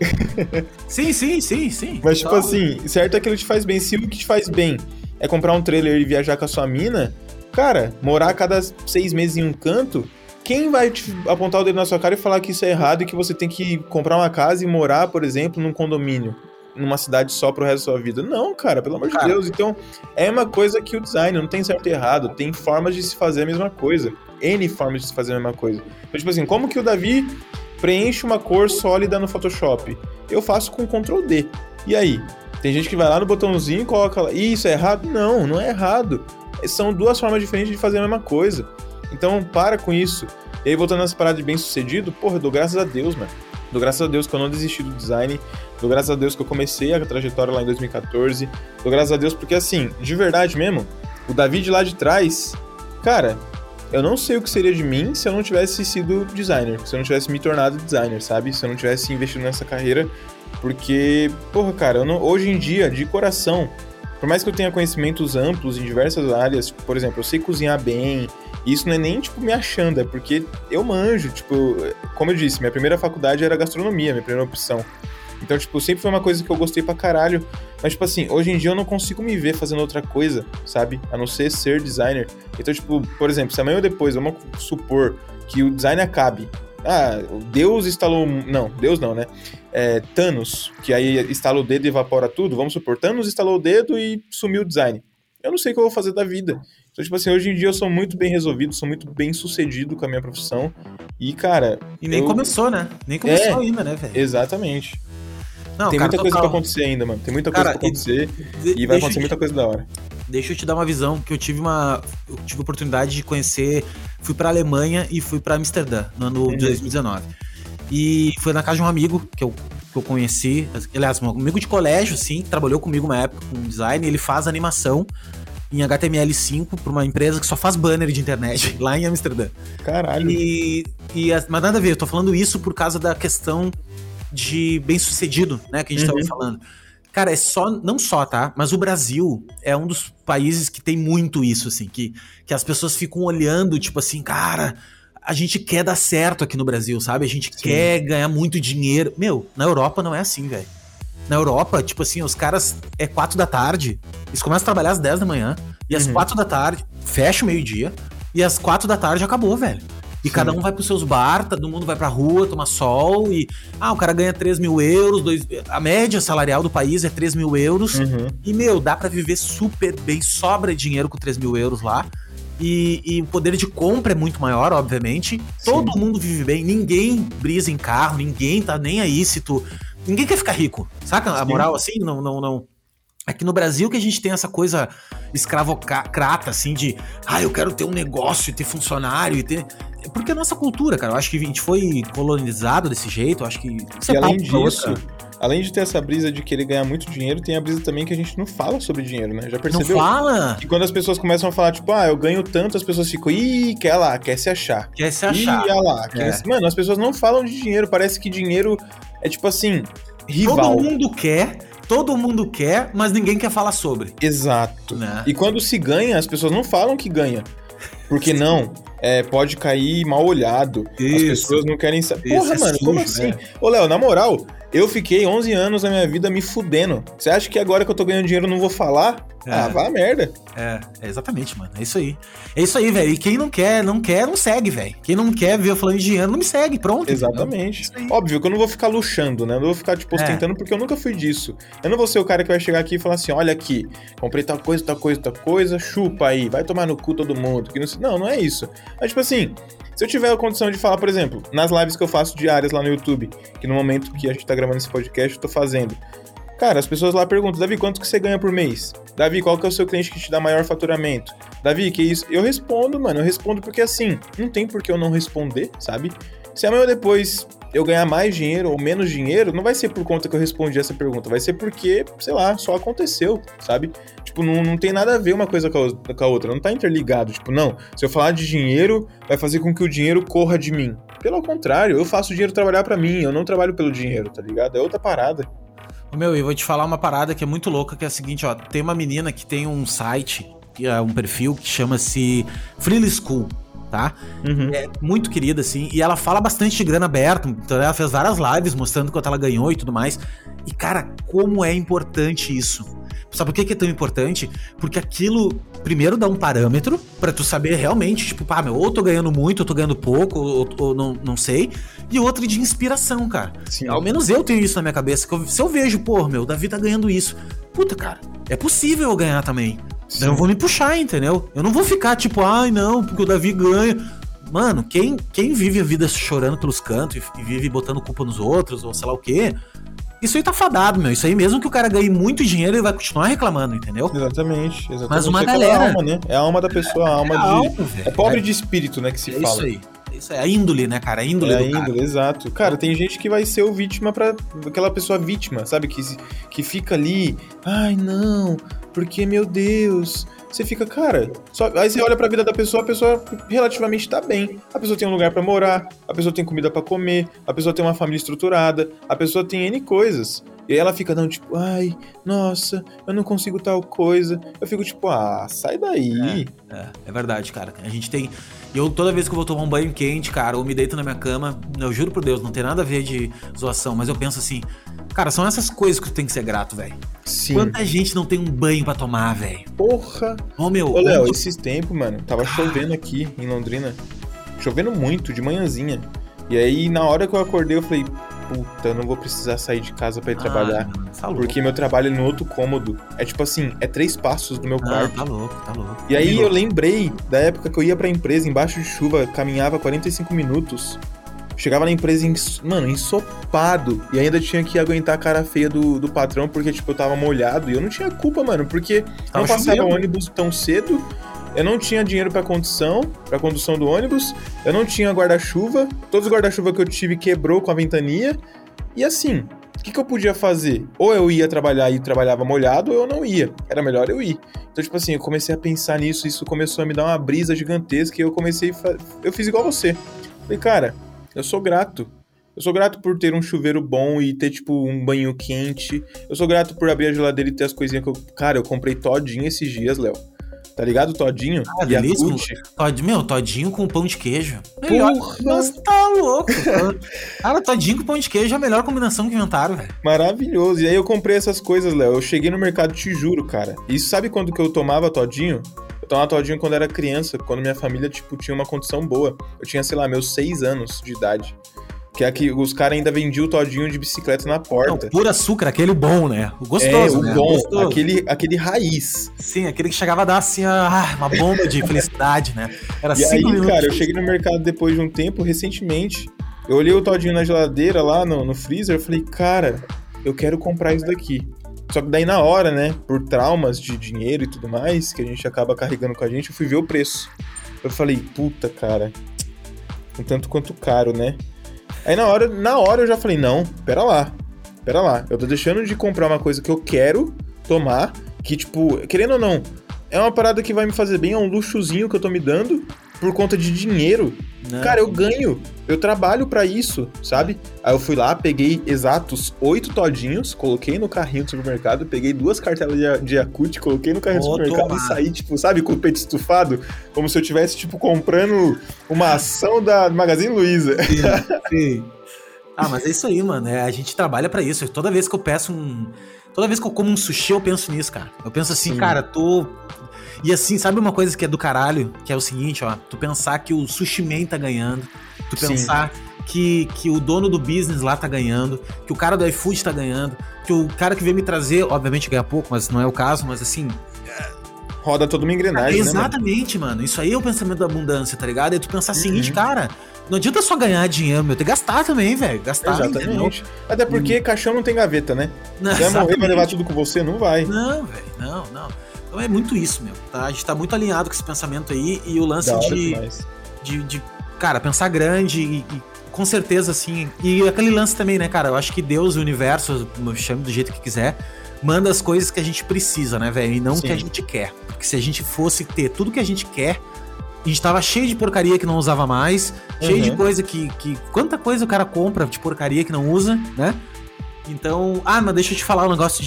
Sim. Mas, tipo assim, certo é aquilo que te faz bem. Se o que te faz bem é comprar um trailer e viajar com a sua mina, cara, morar a cada 6 meses em um canto, quem vai te apontar o dedo na sua cara e falar que isso é errado e que você tem que comprar uma casa e morar, por exemplo, num condomínio, numa cidade só pro resto da sua vida? Não, cara, pelo amor de Deus. Então, é uma coisa que o design não tem certo e errado, tem formas de se fazer a mesma coisa. N formas de se fazer a mesma coisa. Então, tipo assim, como que o Davi preenche uma cor sólida no Photoshop? Eu faço com Ctrl D. E aí? Tem gente que vai lá no botãozinho e coloca lá. E isso é errado? Não é errado. São duas formas diferentes de fazer a mesma coisa. Então, para com isso. E aí, voltando nessa parada de bem-sucedido, porra, eu dou graças a Deus, mano. Dou graças a Deus que eu não desisti do design. Dou graças a Deus que eu comecei a trajetória lá em 2014. Dou graças a Deus porque, assim, de verdade mesmo, o Davi de lá de trás, cara... Eu não sei o que seria de mim se eu não tivesse sido designer, se eu não tivesse me tornado designer, sabe? Se eu não tivesse investido nessa carreira, porque, porra, cara, hoje em dia, de coração, por mais que eu tenha conhecimentos amplos em diversas áreas, tipo, por exemplo, eu sei cozinhar bem, e isso não é nem, tipo, me achando, é porque eu manjo, tipo, como eu disse, minha primeira faculdade era gastronomia, minha primeira opção. Então, tipo, sempre foi uma coisa que eu gostei pra caralho. Mas, tipo assim, hoje em dia eu não consigo me ver fazendo outra coisa, sabe? A não ser designer. Então, tipo, por exemplo, se amanhã ou depois, vamos supor que o design acabe. Deus instalou... Não, Deus não, né? Thanos, que aí instala o dedo e evapora tudo. Vamos supor, Thanos instalou o dedo e sumiu o design. Eu não sei o que eu vou fazer da vida. Então, tipo assim, hoje em dia eu sou muito bem resolvido, sou muito bem sucedido com a minha profissão. E, cara... E nem começou, né? Nem começou ainda, né, velho? Exatamente. Não, tem cara, muita coisa pra acontecer ainda, mano. Tem muita coisa pra acontecer e vai acontecer muita coisa da hora. deixa eu te dar uma visão, que eu tive a oportunidade de conhecer, fui pra Alemanha e fui pra Amsterdã, no ano de 2019. E foi na casa de um amigo que eu conheci, aliás, um amigo de colégio, assim, que trabalhou comigo uma época com design, ele faz animação em HTML5 pra uma empresa que só faz banner de internet, lá em Amsterdã. Caralho. Mas nada a ver, eu tô falando isso por causa da questão de bem-sucedido, né, que a gente tava falando. Cara, não só, tá? Mas o Brasil é um dos países que tem muito isso, assim, que as pessoas ficam olhando, tipo assim, cara, a gente quer dar certo aqui no Brasil, sabe? A gente quer ganhar muito dinheiro. Meu, na Europa não é assim, velho. Na Europa, tipo assim, os caras 4 da tarde, eles começam a trabalhar às 10 da manhã, e às 4 da tarde, fecha o meio-dia, e às 4 da tarde acabou, velho. E cada um vai pros seus bar, todo mundo vai pra rua, tomar sol, e... o cara ganha 3 mil euros, a média salarial do país é 3 mil euros, e, meu, dá pra viver super bem, sobra dinheiro com 3 mil euros lá, e o poder de compra é muito maior, obviamente. Todo mundo vive bem, ninguém brisa em carro, ninguém tá nem aí se tu... Ninguém quer ficar rico, saca? A moral, assim, não... Aqui no Brasil que a gente tem essa coisa escravocrata, assim, de eu quero ter um negócio, ter funcionário, e ter... Porque é a nossa cultura, cara, eu acho que a gente foi colonizado desse jeito, eu acho que... E além disso, além de ter essa brisa de querer ganhar muito dinheiro, tem a brisa também que a gente não fala sobre dinheiro, né? Já percebeu? Não fala? Que quando as pessoas começam a falar, tipo, eu ganho tanto, as pessoas ficam, quer se achar. Quer se achar. Mano, as pessoas não falam de dinheiro, parece que dinheiro é tipo assim, rival. Todo mundo quer, mas ninguém quer falar sobre. Exato. Né? E quando se ganha, as pessoas não falam que ganha. Porque pode cair mal olhado. Isso. As pessoas não querem saber. Porra, mano, como assim? Ô, Léo, na moral, eu fiquei 11 anos da minha vida me fudendo. Você acha que agora que eu tô ganhando dinheiro eu não vou falar? Vá a merda. Exatamente, mano. É isso aí. É isso aí, velho. E quem não quer, não segue, velho. Quem não quer ver eu falando de dinheiro, não me segue. Pronto. Exatamente. Óbvio que eu não vou ficar luxando, né? Eu não vou ficar, tipo, ostentando, porque eu nunca fui disso. Eu não vou ser o cara que vai chegar aqui e falar assim, olha aqui, comprei tal coisa, chupa aí, vai tomar no cu todo mundo. Que não é isso. Mas, tipo assim, se eu tiver a condição de falar, por exemplo, nas lives que eu faço diárias lá no YouTube, que no momento que a gente tá gravando esse podcast, eu tô fazendo. Cara, as pessoas lá perguntam, Davi, quanto que você ganha por mês? Davi, qual que é o seu cliente que te dá maior faturamento? Davi, que isso? Eu respondo, mano, porque assim, não tem por que eu não responder, sabe? Se amanhã ou depois eu ganhar mais dinheiro ou menos dinheiro, não vai ser por conta que eu respondi essa pergunta, vai ser porque, sei lá, só aconteceu, sabe? Tipo, não tem nada a ver uma coisa com a outra, não tá interligado, tipo, não, se eu falar de dinheiro, vai fazer com que o dinheiro corra de mim. Pelo contrário, eu faço o dinheiro trabalhar pra mim, eu não trabalho pelo dinheiro, tá ligado? É outra parada. Meu, eu vou te falar uma parada que é muito louca, que é a seguinte, ó, tem uma menina que tem um site, um perfil que chama-se Freely School, tá? É muito querida, assim, e ela fala bastante de grana aberta, então ela fez várias lives mostrando quanto ela ganhou e tudo mais, e cara, como é importante isso. Sabe por que é tão importante? Porque aquilo, primeiro, dá um parâmetro pra tu saber realmente, tipo, ou eu tô ganhando muito, ou tô ganhando pouco, ou não sei. E outra de inspiração, cara. Sim. Ao menos eu tenho isso na minha cabeça. Se eu vejo, o Davi tá ganhando isso. Puta, cara, é possível eu ganhar também. Sim. Eu vou me puxar, entendeu? Eu não vou ficar tipo, não, porque o Davi ganha. Mano, quem vive a vida chorando pelos cantos e vive botando culpa nos outros, ou sei lá o quê... Isso aí tá fadado, meu. Isso aí, mesmo que o cara ganhe muito dinheiro, ele vai continuar reclamando, entendeu? Exatamente. Mas uma galera... É a alma, né? É a alma da pessoa, a alma É pobre de espírito, né, que se fala. Isso aí. Isso é a índole, né, cara? A índole do cara. Exato. Cara, tem gente que vai ser o vítima pra... Aquela pessoa vítima, sabe? Que fica ali... Ai, não... Porque, meu Deus... Você fica, cara... Aí você olha pra vida da pessoa, a pessoa relativamente tá bem. A pessoa tem um lugar pra morar, a pessoa tem comida pra comer, a pessoa tem uma família estruturada, a pessoa tem N coisas. E aí ela fica, tipo, ai, nossa, eu não consigo tal coisa. Eu fico tipo, sai daí. É verdade, cara. A gente tem... Eu, toda vez que eu vou tomar um banho quente, cara, ou me deito na minha cama, eu juro por Deus, não tem nada a ver de zoação, mas eu penso assim, cara, são essas coisas que tu tem que ser grato, velho. Sim. Quanta gente não tem um banho pra tomar, velho? Porra! Ô, meu... Ô, Léo, esses tempos, mano, tava chovendo aqui em Londrina. Chovendo muito, de manhãzinha. E aí, na hora que eu acordei, eu falei... Puta, eu não vou precisar sair de casa pra ir trabalhar. Porque meu trabalho é no outro cômodo. É tipo assim, é 3 passos do meu quarto. Tá louco. E aí eu lembrei da época que eu ia pra empresa embaixo de chuva, caminhava 45 minutos. Chegava na empresa, ensopado. E ainda tinha que aguentar a cara feia do patrão, porque, tipo, eu tava molhado. E eu não tinha culpa, mano, porque não passava ônibus tão cedo. Eu não tinha dinheiro pra condução do ônibus. Eu não tinha guarda-chuva. Todos os guarda-chuva que eu tive quebrou com a ventania. E assim, o que eu podia fazer? Ou eu ia trabalhar e trabalhava molhado, ou eu não ia. Era melhor eu ir. Então, tipo assim, eu comecei a pensar nisso. Isso começou a me dar uma brisa gigantesca. E eu comecei eu fiz igual você. Falei, cara, eu sou grato. Eu sou grato por ter um chuveiro bom e ter, tipo, um banho quente. Eu sou grato por abrir a geladeira e ter as coisinhas que eu... Cara, eu comprei todinho esses dias, Léo. Tá ligado? Todinho? Ah, delícia. Todinho com pão de queijo. Melhor. Nossa, tá louco. Cara, todinho com pão de queijo é a melhor combinação que inventaram, velho. Maravilhoso. E aí eu comprei essas coisas, Léo. Eu cheguei no mercado, te juro, cara. E sabe quando que eu tomava todinho? Eu tomava todinho quando era criança, quando minha família, tipo, tinha uma condição boa. Eu tinha, sei lá, meus 6 anos de idade. Que é que os caras ainda vendiam o todinho de bicicleta na porta. Não, puro açúcar, aquele bom, né? O gostoso, né? O bom, gostoso. Aquele raiz. Sim, aquele que chegava a dar, assim, uma bomba de felicidade, né? Era 5 minutos. minutos. Cara, eu cheguei no mercado depois de um tempo, recentemente. Eu olhei o todinho na geladeira lá, no freezer, eu falei, cara, eu quero comprar isso daqui. Só que daí na hora, né, por traumas de dinheiro e tudo mais, que a gente acaba carregando com a gente, eu fui ver o preço. Eu falei, puta, cara, um tanto quanto caro, né? Aí na hora eu já falei, não, pera lá, eu tô deixando de comprar uma coisa que eu quero tomar, que tipo, querendo ou não, é uma parada que vai me fazer bem, é um luxozinho que eu tô me dando por conta de dinheiro. Não. Cara, eu ganho, eu trabalho pra isso, sabe? Aí eu fui lá, peguei exatos 8 todinhos, coloquei no carrinho do supermercado, peguei 2 cartelas de Yakult, coloquei no carrinho do supermercado e saí, tipo, sabe, com o peito estufado, como se eu tivesse, tipo, comprando uma ação da Magazine Luiza. Sim. Ah, mas é isso aí, mano, a gente trabalha pra isso. Toda vez que eu como um sushi, eu penso nisso, cara. Eu penso assim, cara, E assim, sabe uma coisa que é do caralho? Que é o seguinte, ó. Tu pensar que o Sushi Man tá ganhando. Tu pensar que o dono do business lá tá ganhando. Que o cara do iFood tá ganhando. Que o cara que veio me trazer, obviamente ganha pouco, mas não é o caso. Mas assim... Roda toda uma engrenagem, exatamente, mano. Isso aí é o pensamento da abundância, tá ligado? E tu pensar o seguinte, cara... Não adianta só ganhar dinheiro, meu. Tem que gastar também, velho. Exatamente. Até porque caixão não tem gaveta, né? Se vai morrer, vai levar tudo com você? Não vai. Não, velho. Não. Então é muito isso, meu, tá? A gente tá muito alinhado com esse pensamento aí e o lance de cara, pensar grande e com certeza, assim... E aquele lance também, né, cara? Eu acho que Deus, o universo, chame do jeito que quiser, manda as coisas que a gente precisa, né, velho? E não o que a gente quer. Porque se a gente fosse ter tudo que a gente quer, a gente tava cheio de porcaria que não usava mais, cheio de coisa que... Quanta coisa o cara compra de porcaria que não usa, né? Então... Ah, mas deixa eu te falar um negócio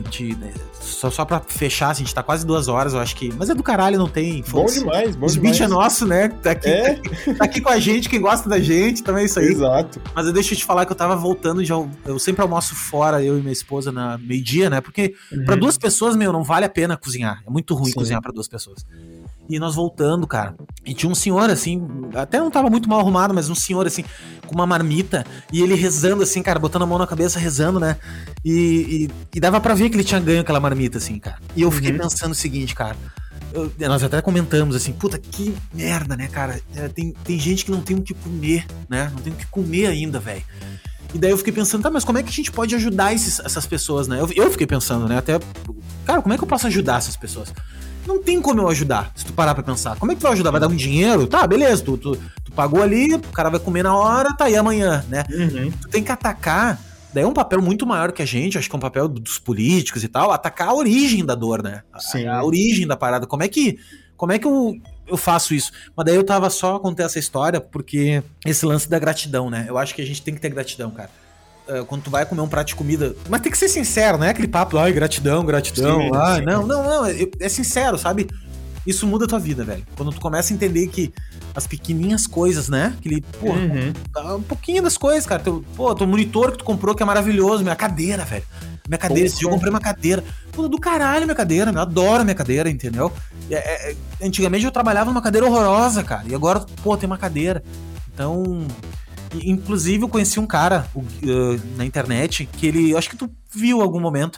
só pra fechar, assim, a gente tá quase 2 horas, eu acho que... Mas é do caralho, não tem... Bom demais. Os bichos é nosso, né? Tá aqui com a gente, quem gosta da gente, também é isso aí. Exato. Mas eu deixo eu te falar que eu tava voltando, eu sempre almoço fora, eu e minha esposa, na meio-dia, né? Porque pra 2 pessoas, meu, não vale a pena cozinhar. É muito ruim cozinhar pra 2 pessoas. E nós voltando, cara, e tinha um senhor, assim, até não tava muito mal arrumado, mas um senhor, assim, com uma marmita, e ele rezando, assim, cara, botando a mão na cabeça, rezando, né, e dava pra ver que ele tinha ganho aquela marmita, assim, cara. E eu fiquei pensando o seguinte, cara, nós até comentamos, assim, puta, que merda, né, cara, tem gente que não tem o que comer, né, não tem o que comer ainda, velho. E daí eu fiquei pensando, tá, mas como é que a gente pode ajudar essas pessoas, né? Eu fiquei pensando, né, até, cara, como é que eu posso ajudar essas pessoas? Não tem como eu ajudar, se tu parar pra pensar. Como é que tu vai ajudar? Vai dar um dinheiro? Tá, beleza, tu pagou ali, o cara vai comer na hora, tá aí amanhã, né? Tu tem que atacar, daí é um papel muito maior que a gente, acho que é um papel dos políticos e tal, atacar a origem da dor, né? A origem da parada. Como é que eu faço isso? Mas daí eu tava só contando essa história porque esse lance da gratidão, né? Eu acho que a gente tem que ter gratidão, cara. Quando tu vai comer um prato de comida, mas tem que ser sincero, não é aquele papo, ai, gratidão, sim. Não, é sincero, sabe? Isso muda a tua vida, velho. Quando tu começa a entender que as pequenininhas coisas, né? Um pouquinho das coisas, cara. Teu monitor que tu comprou que é maravilhoso, minha cadeira, velho. Minha cadeira, esse dia eu comprei uma cadeira. Pô, do caralho minha cadeira, eu adoro a minha cadeira, entendeu? Antigamente eu trabalhava numa cadeira horrorosa, cara, e agora, tem uma cadeira. Então... Inclusive, eu conheci um cara na internet que ele... Acho que tu viu em algum momento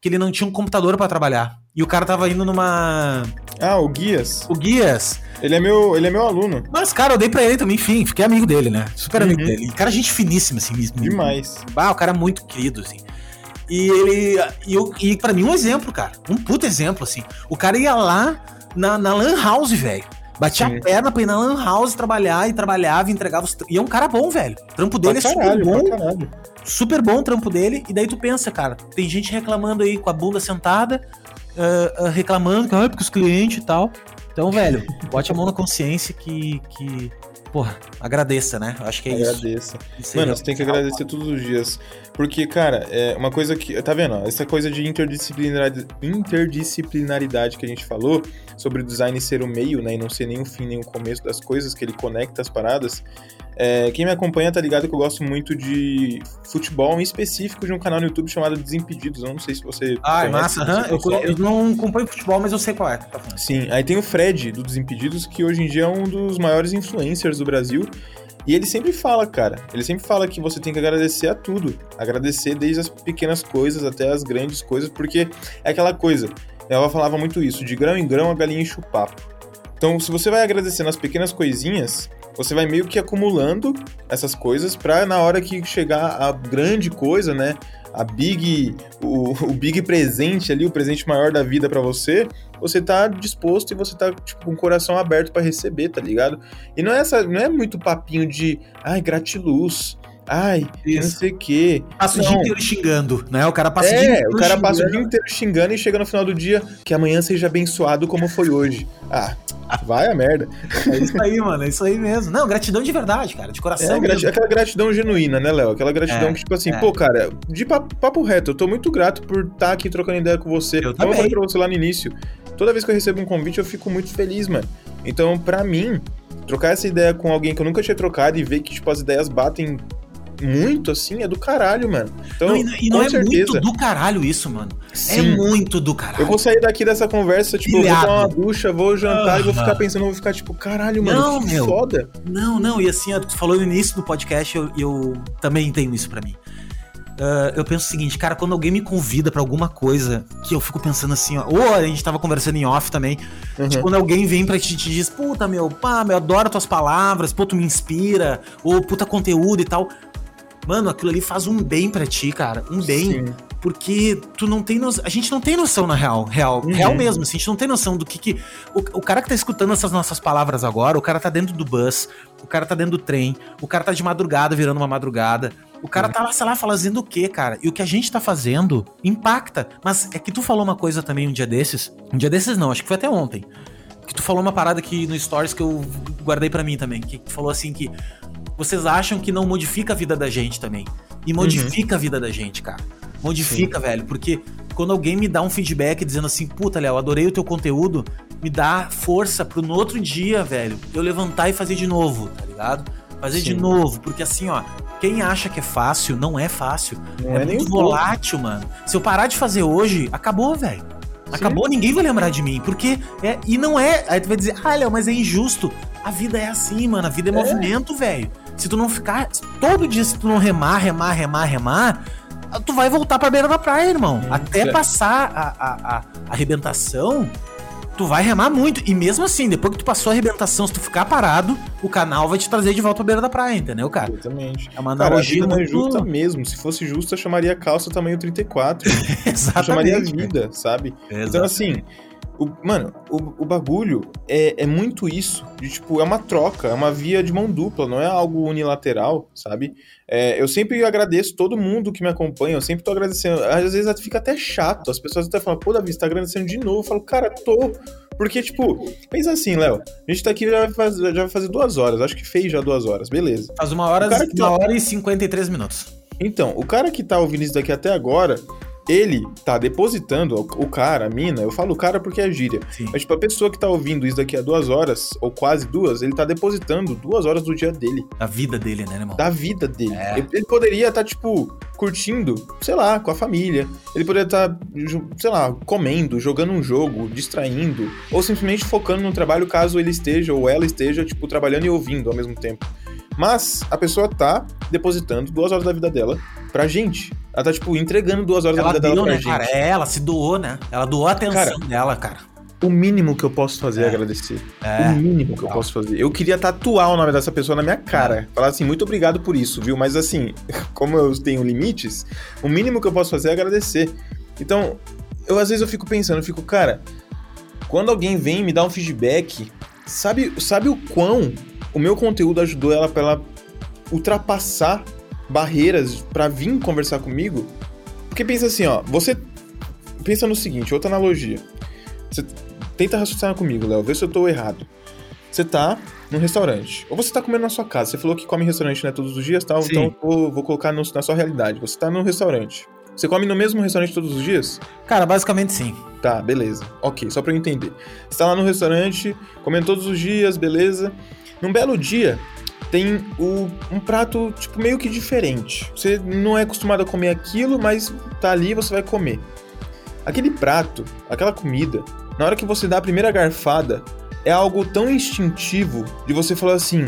que ele não tinha um computador pra trabalhar. E o cara tava indo numa... Ah, o Guias. O Guias. Ele é meu aluno. Mas, cara, eu dei pra ele também, enfim, fiquei amigo dele, né? Super amigo dele. E cara, gente finíssima, assim. Demais. O cara é muito querido, assim. E ele... E pra mim, um exemplo, cara. Um puta exemplo, assim. O cara ia lá na Lan House, velho. Batia a perna pra ir na Lan House trabalhar, e trabalhava, e entregava os... E é um cara bom, velho. O trampo dele é super bom. Super bom o trampo dele. E daí tu pensa, cara, tem gente reclamando aí com a bunda sentada, reclamando que porque os clientes e tal. Então, velho, bote a mão na consciência que porra, agradeça, né? Eu acho que é Agradeça. Mano, você tem que agradecer todos os dias. Porque, cara, é uma coisa que... Tá vendo? Essa coisa de interdisciplinaridade que a gente falou, sobre o design ser o meio, né? E não ser nem o fim, nem o começo das coisas, que ele conecta as paradas. Quem me acompanha tá ligado que eu gosto muito de futebol, em específico de um canal no YouTube chamado Desimpedidos. Eu não sei se você conhece. Massa. Eu não acompanho futebol, mas eu sei qual é. Tá falando. Sim, aí tem o Fred, do Desimpedidos, que hoje em dia é um dos maiores influencers do Brasil. E ele sempre fala, cara, que você tem que agradecer a tudo. Agradecer desde as pequenas coisas até as grandes coisas, porque é aquela coisa, ela falava muito isso, de grão em grão a galinha enche o papo. Então, se você vai agradecendo as pequenas coisinhas, você vai meio que acumulando essas coisas pra na hora que chegar a grande coisa, né, o big presente ali, o presente maior da vida pra você tá disposto e você tá, tipo, com o coração aberto pra receber, tá ligado? E não é muito papinho de, gratiluz, não sei o quê. Passa o dia inteiro xingando, né? O cara passa o dia inteiro xingando. O cara passa o dia inteiro xingando e chega no final do dia, que amanhã seja abençoado como foi hoje. Vai a merda. É isso aí, mano, é isso aí mesmo. Não, gratidão de verdade, cara, de coração. Aquela gratidão genuína, né, Léo? Aquela gratidão que, tipo assim, pô, cara, de papo reto, eu tô muito grato por estar aqui trocando ideia com você. Como eu falei pra você lá no início, toda vez que eu recebo um convite, eu fico muito feliz, mano. Então, pra mim, trocar essa ideia com alguém que eu nunca tinha trocado e ver que, tipo, as ideias batem muito, assim, é do caralho, mano. Então, não é certeza. Muito do caralho isso, mano. Sim. É muito do caralho. Eu vou sair daqui dessa conversa, tipo, eu vou tomar uma ducha, vou jantar e vou ficar pensando, vou ficar tipo, caralho, mano, que foda. Não, e assim, tu falou no início do podcast, eu também tenho isso pra mim. Eu penso o seguinte, cara, quando alguém me convida pra alguma coisa, que eu fico pensando assim, ó, ou a gente tava conversando em off também, tipo, quando alguém vem pra te diz, puta, eu adoro tuas palavras, pô, tu me inspira, ou puta conteúdo e tal. Mano, aquilo ali faz um bem pra ti, cara. Um bem. Sim. Porque tu não tem noção. A gente não tem noção, na real mesmo. Assim, a gente não tem noção do que. O cara que tá escutando essas nossas palavras agora, o cara tá dentro do bus, o cara tá dentro do trem, o cara tá de madrugada virando uma madrugada. O cara tá lá, sei lá, fazendo o quê, cara? E o que a gente tá fazendo impacta. Mas é que tu falou uma coisa também um dia desses. Um dia desses não, acho que foi até ontem. Que tu falou uma parada aqui no Stories que eu guardei pra mim também. Que tu falou assim que vocês acham que não modifica a vida da gente também. E modifica a vida da gente, cara. Modifica, velho. Porque quando alguém me dá um feedback dizendo assim, puta, Léo, adorei o teu conteúdo, me dá força pro no outro dia, velho, eu levantar e fazer de novo, tá ligado? Fazer de novo. Porque assim, ó, quem acha que é fácil, não é fácil. É muito volátil, mano. Se eu parar de fazer hoje, acabou, velho. Acabou, ninguém vai lembrar de mim. Porque e não é. Aí tu vai dizer, Léo, mas é injusto. A vida é assim, mano. A vida é movimento, velho. Se tu não ficar. Todo dia, se tu não remar, tu vai voltar pra beira da praia, irmão. Até passar a arrebentação, tu vai remar muito. E mesmo assim, depois que tu passou a arrebentação, se tu ficar parado, o canal vai te trazer de volta pra beira da praia, entendeu, cara? Exatamente. É uma analogia muito... não é justa mesmo. Se fosse justa, eu chamaria calça tamanho 34. Exatamente. Eu chamaria vida, sabe? Exatamente. Então, assim... O bagulho é muito isso, de, tipo, é uma troca, é uma via de mão dupla, não é algo unilateral, sabe? Eu sempre agradeço todo mundo que me acompanha, eu sempre tô agradecendo, às vezes fica até chato, as pessoas até falam, pô, Davi, você tá agradecendo de novo? Eu falo, cara, tô, porque, tipo, pensa assim, Léo, a gente tá aqui já vai fazer 2 horas, acho que fez já 2 horas, beleza. Faz 1 hora e 53 minutos. Então, o cara que tá ouvindo isso daqui até agora... Ele tá depositando, o cara, a mina, eu falo o cara porque é gíria. Sim. Mas, tipo, a pessoa que tá ouvindo isso daqui a 2 horas, ou quase 2, ele tá depositando 2 horas do dia dele. Da vida dele, né, irmão? Da vida dele. Ele poderia estar, tipo, curtindo, sei lá, com a família. Ele poderia estar, sei lá, comendo, jogando um jogo, distraindo, ou simplesmente focando no trabalho caso ele esteja, ou ela esteja, tipo, trabalhando e ouvindo ao mesmo tempo. Mas a pessoa tá depositando 2 horas da vida dela pra gente. Ela tá, tipo, entregando 2 horas da vida dela pra gente. Cara, ela se doou, né? Ela doou a atenção dela, cara. O mínimo que eu posso fazer é agradecer. O mínimo que eu posso fazer. Eu queria tatuar o nome dessa pessoa na minha cara. Falar assim, muito obrigado por isso, viu? Mas assim, como eu tenho limites, o mínimo que eu posso fazer é agradecer. Então, às vezes eu fico pensando, cara, quando alguém vem e me dá um feedback, sabe o quão o meu conteúdo ajudou ela pra ela ultrapassar barreiras pra vir conversar comigo? Porque pensa assim, ó, você pensa no seguinte, outra analogia. Você tenta raciocinar comigo, Léo, vê se eu tô errado. Você tá num restaurante, ou você tá comendo na sua casa. Você falou que come em restaurante, né, todos os dias, tal, então eu vou colocar na sua realidade. Você tá num restaurante. Você come no mesmo restaurante todos os dias? Cara, basicamente sim. Tá, beleza. Ok, só pra eu entender. Você tá lá no restaurante, comendo todos os dias, beleza. Num belo dia, tem um prato, tipo, meio que diferente. Você não é acostumado a comer aquilo, mas tá ali e você vai comer. Aquele prato, aquela comida, na hora que você dá a primeira garfada, é algo tão instintivo de você falar assim,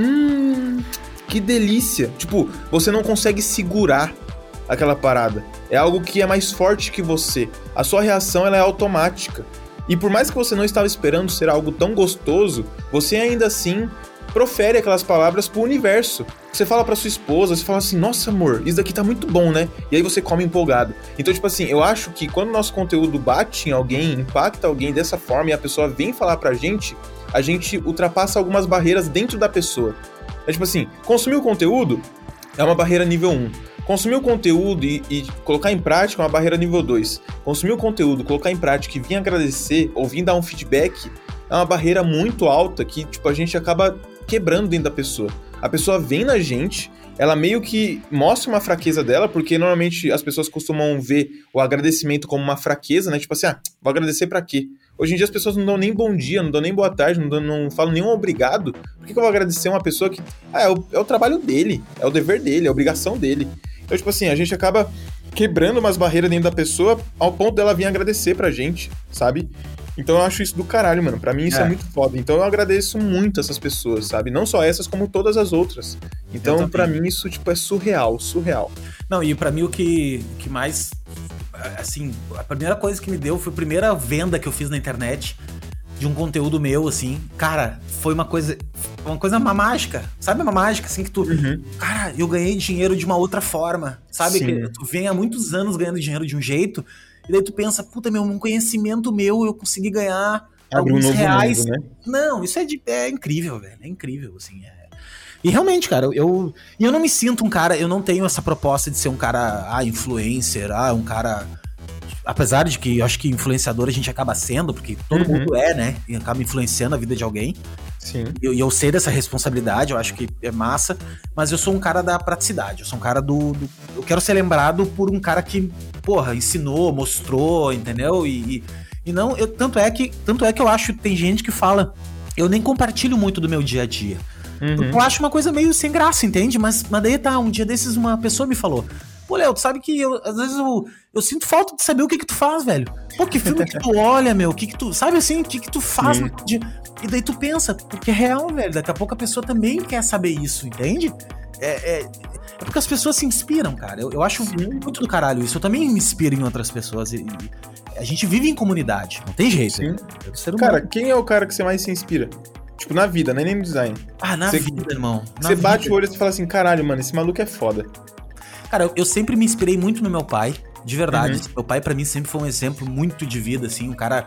que delícia. Tipo, você não consegue segurar aquela parada. É algo que é mais forte que você. A sua reação, ela é automática. E por mais que você não estava esperando ser algo tão gostoso, você ainda assim profere aquelas palavras pro universo. Você fala pra sua esposa, você fala assim, nossa amor, isso daqui tá muito bom, né? E aí você come empolgado. Então, tipo assim, eu acho que quando o nosso conteúdo bate em alguém, impacta alguém dessa forma e a pessoa vem falar pra gente, a gente ultrapassa algumas barreiras dentro da pessoa. É tipo assim, consumir o conteúdo é uma barreira nível 1. Consumir o conteúdo e colocar em prática é uma barreira nível 2. Consumir o conteúdo, colocar em prática e vir agradecer ou vir dar um feedback é uma barreira muito alta que, tipo, a gente acaba quebrando dentro da pessoa. A pessoa vem na gente, ela meio que mostra uma fraqueza dela, porque normalmente as pessoas costumam ver o agradecimento como uma fraqueza, né? Tipo assim, vou agradecer pra quê? Hoje em dia as pessoas não dão nem bom dia, não dão nem boa tarde, não falam nenhum obrigado. Por que eu vou agradecer uma pessoa que... é o trabalho dele, é o dever dele, é a obrigação dele. Então, tipo assim, a gente acaba quebrando umas barreiras dentro da pessoa ao ponto dela vir agradecer pra gente, sabe? Então eu acho isso do caralho, mano. Pra mim isso é muito foda. Então eu agradeço muito essas pessoas, sabe? Não só essas, como todas as outras. Então, pra mim, isso, tipo, é surreal. Não, e pra mim o que mais... Assim, a primeira coisa que me deu foi a primeira venda que eu fiz na internet de um conteúdo meu, assim. Cara, foi uma coisa mágica. Sabe uma mágica, assim, que tu... Cara, eu ganhei dinheiro de uma outra forma. Sabe? Que tu vem há muitos anos ganhando dinheiro de um jeito... E daí tu pensa, puta, um conhecimento meu, eu consegui ganhar alguns reais. Mundo, né? Não, isso é incrível, velho. É incrível, assim. E realmente, cara, eu não me sinto um cara, eu não tenho essa proposta de ser um cara, influencer, um cara... Apesar de que eu acho que influenciador a gente acaba sendo, porque todo mundo né? E acaba influenciando a vida de alguém. Sim. E eu sei dessa responsabilidade, eu acho que é massa, mas eu sou um cara da praticidade, eu sou um cara eu quero ser lembrado por um cara que, porra, ensinou, mostrou, entendeu? E não, tanto é que eu acho que tem gente que fala, eu nem compartilho muito do meu dia a dia. Porque eu acho uma coisa meio sem graça, entende? Mas daí um dia desses uma pessoa me falou, pô, Léo, tu sabe que às vezes eu sinto falta de saber o que tu faz, velho. Pô, que filme que tu olha, meu, o que tu... Sabe assim, o que tu faz no dia... E daí tu pensa, porque é real, velho. Daqui a pouco a pessoa também quer saber isso, entende? É porque as pessoas se inspiram, cara. Eu acho muito do caralho isso. Eu também me inspiro em outras pessoas. E a gente vive em comunidade, não tem jeito. Sim. Cara, quem é o cara que você mais se inspira? Tipo, na vida, nem no design. Na vida, irmão. Você bate o olho e fala assim, caralho, mano, esse maluco é foda. Cara, eu sempre me inspirei muito no meu pai, de verdade. Meu pai, pra mim, sempre foi um exemplo muito de vida, assim, um cara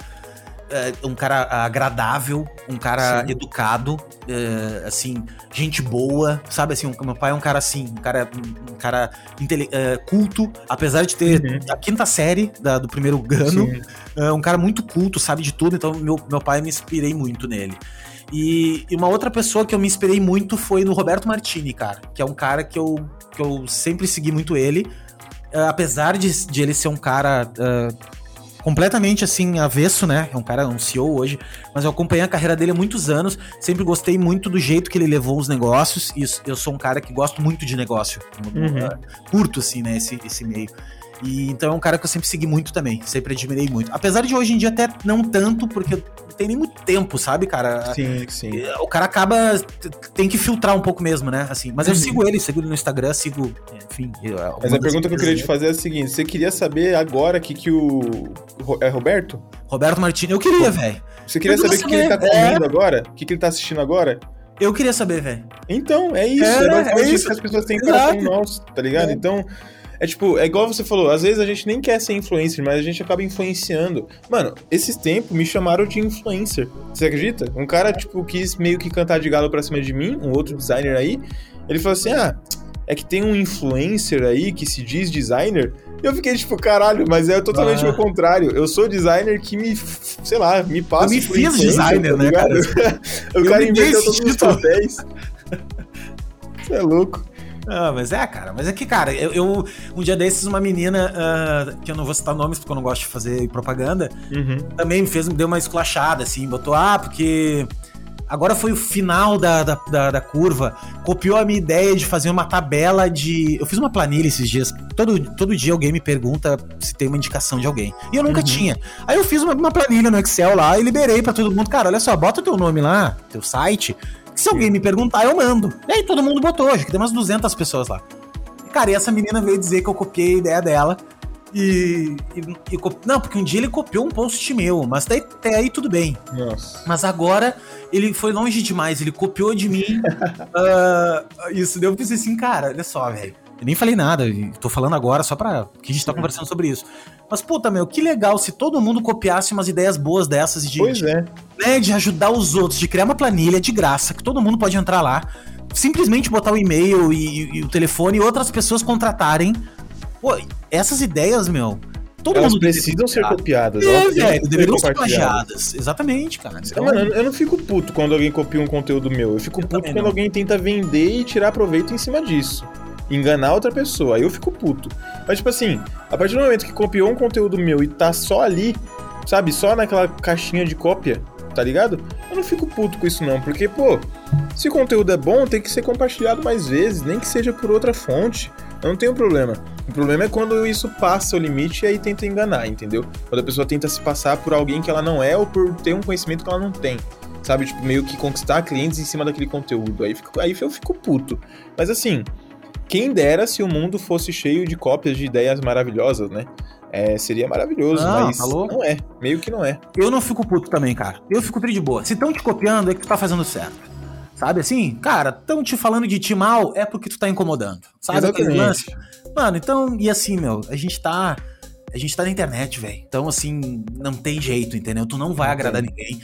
agradável, um cara educado, assim, gente boa, sabe, assim, meu pai é um cara assim, um cara culto, apesar de ter a 5ª série do primeiro ano, um cara muito culto, sabe de tudo, então meu pai, me inspirei muito nele. E uma outra pessoa que eu me inspirei muito foi no Roberto Martini, cara, que é um cara que eu sempre segui muito ele, apesar de ele ser um cara... completamente assim, avesso, né? É um CEO hoje, mas eu acompanhei a carreira dele há muitos anos, sempre gostei muito do jeito que ele levou os negócios, e eu sou um cara que gosto muito de negócio, curto assim, né, esse meio. E então é um cara que eu sempre segui muito também, sempre admirei muito. Apesar de hoje em dia até não tanto, porque não tem nem muito tempo, sabe, cara? Sim. O cara acaba... Tem que filtrar um pouco mesmo, né? Assim, mas eu sigo ele no Instagram, enfim... Mas a pergunta que eu queria te fazer é a seguinte, você queria saber agora que o... É Roberto? Roberto Martini, eu queria, velho. Você queria saber o que ele tá comendo agora? O que ele tá assistindo agora? Eu queria saber, velho. Então, é isso. É isso que as pessoas têm coração nosso, tá ligado? Então... É tipo, é igual você falou, às vezes a gente nem quer ser influencer, mas a gente acaba influenciando. Mano, esses tempos me chamaram de influencer. Você acredita? Um cara, tipo, quis meio que cantar de galo pra cima de mim, um outro designer aí. Ele falou assim, é que tem um influencer aí que se diz designer. E eu fiquei tipo, caralho, mas é totalmente o contrário. Eu sou designer que me passa. Eu me fiz designer, né, cara? O cara inventou todos os papéis. Você é louco. Mas é que, cara, eu um dia desses, uma menina, que eu não vou citar nomes porque eu não gosto de fazer propaganda, também me deu uma esculachada, assim, botou, porque agora foi o final da curva, copiou a minha ideia de fazer uma tabela de... Eu fiz uma planilha esses dias, todo dia alguém me pergunta se tem uma indicação de alguém, e eu nunca tinha. Aí eu fiz uma planilha no Excel lá e liberei pra todo mundo, cara, olha só, bota teu nome lá, teu site... Se alguém me perguntar, eu mando. E aí todo mundo botou, acho que tem umas 200 pessoas lá. E, cara, e essa menina veio dizer que eu copiei a ideia dela. Não, porque um dia ele copiou um post meu, mas até aí tudo bem. Nossa. Mas agora ele foi longe demais, ele copiou de mim. Isso, daí eu pensei assim, cara, olha só, velho. Eu nem falei nada, tô falando agora só pra que a gente tá conversando sobre isso. Mas, puta, meu, que legal se todo mundo copiasse umas ideias boas dessas de ajudar os outros, de criar uma planilha de graça, que todo mundo pode entrar lá, simplesmente botar o e-mail e o telefone e outras pessoas contratarem. Pô, essas ideias, meu, elas mundo precisam ser copiadas. Deveriam ser plagiadas. Exatamente, cara. Então, mano, eu não fico puto quando alguém copia um conteúdo meu. Eu fico puto quando alguém tenta vender e tirar proveito em cima disso. Enganar outra pessoa, aí eu fico puto. Mas, tipo assim, a partir do momento que copiou um conteúdo meu e tá só ali, sabe, só naquela caixinha de cópia, tá ligado? Eu não fico puto com isso não, porque, pô, se o conteúdo é bom, tem que ser compartilhado mais vezes, nem que seja por outra fonte. Eu não tenho problema. O problema é quando isso passa o limite e aí tenta enganar, entendeu? Quando a pessoa tenta se passar por alguém que ela não é ou por ter um conhecimento que ela não tem. Sabe, tipo, meio que conquistar clientes em cima daquele conteúdo. Aí eu fico puto. Mas assim... Quem dera se o mundo fosse cheio de cópias de ideias maravilhosas, né? Seria maravilhoso, mas tá louco? Não é. Meio que não é. Eu não fico puto também, cara. Eu fico tri de boa. Se estão te copiando, é que tu tá fazendo certo. Sabe assim? Cara, estão te falando de ti mal, é porque tu tá incomodando. Sabe? Exatamente. Mano, então, e assim, meu, a gente tá na internet, velho. Então, assim, não tem jeito, entendeu? Tu não vai agradar ninguém.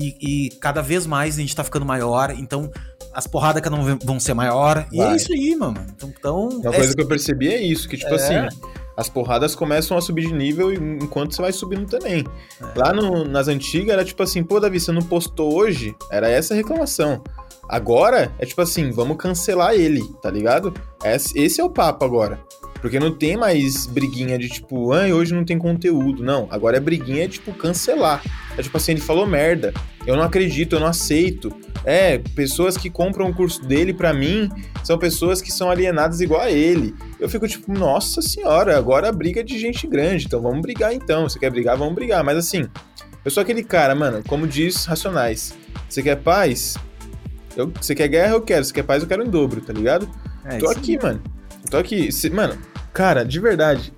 E cada vez mais a gente tá ficando maior, então... As porradas cada um vão ser maior. E é isso aí, mano. Então uma coisa que eu percebi é isso, que tipo assim, as porradas começam a subir de nível enquanto você vai subindo também. Lá nas antigas era tipo assim, pô, Davi, você não postou hoje? Era essa a reclamação. Agora é tipo assim, vamos cancelar ele, tá ligado? Esse é o papo agora. Porque não tem mais briguinha de tipo, hoje não tem conteúdo. Não, agora é briguinha tipo cancelar. É tipo assim, ele falou merda. Eu não acredito, eu não aceito. Pessoas que compram o curso dele pra mim são pessoas que são alienadas igual a ele. Eu fico tipo, nossa senhora, agora a briga é de gente grande. Então vamos brigar então. Você quer brigar, vamos brigar. Mas assim, eu sou aquele cara, mano, como diz Racionais. Você quer paz? Você quer guerra, eu quero. Você quer paz, eu quero em dobro, tá ligado? Tô aqui, mano. Tô aqui. Mano, cara, de verdade,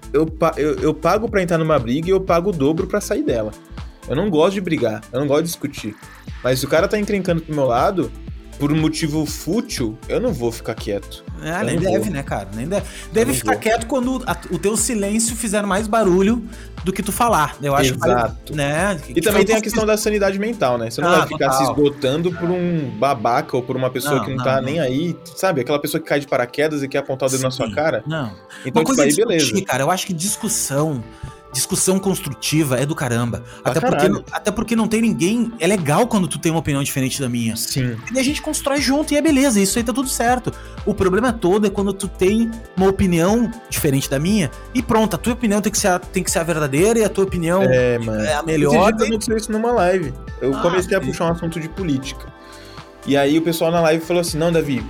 eu pago pra entrar numa briga e eu pago o dobro pra sair dela. Eu não gosto de brigar, eu não gosto de discutir. Mas se o cara tá encrencando pro meu lado, por um motivo fútil, eu não vou ficar quieto. Nem deve, né, cara? Nem deve. Deve ficar quieto quando o teu silêncio fizer mais barulho do que tu falar. Eu acho. Exato. Né? E também tem a questão da sanidade mental, né? Você não vai ficar se esgotando por um babaca ou por uma pessoa que não tá nem aí. Sabe? Aquela pessoa que cai de paraquedas e quer apontar o dedo na sua cara. Não. Então, uma coisa aí, beleza. Cara, eu acho que discussão construtiva é do caramba. Até porque não tem ninguém... É legal quando tu tem uma opinião diferente da minha. Sim. E a gente constrói junto e é beleza, isso aí tá tudo certo. O problema todo é quando tu tem uma opinião diferente da minha e pronto, a tua opinião tem que ser a verdadeira e a tua opinião é a melhor. Eu aconteceu isso numa live. Eu comecei a puxar um assunto de política. E aí o pessoal na live falou assim, não, Davi,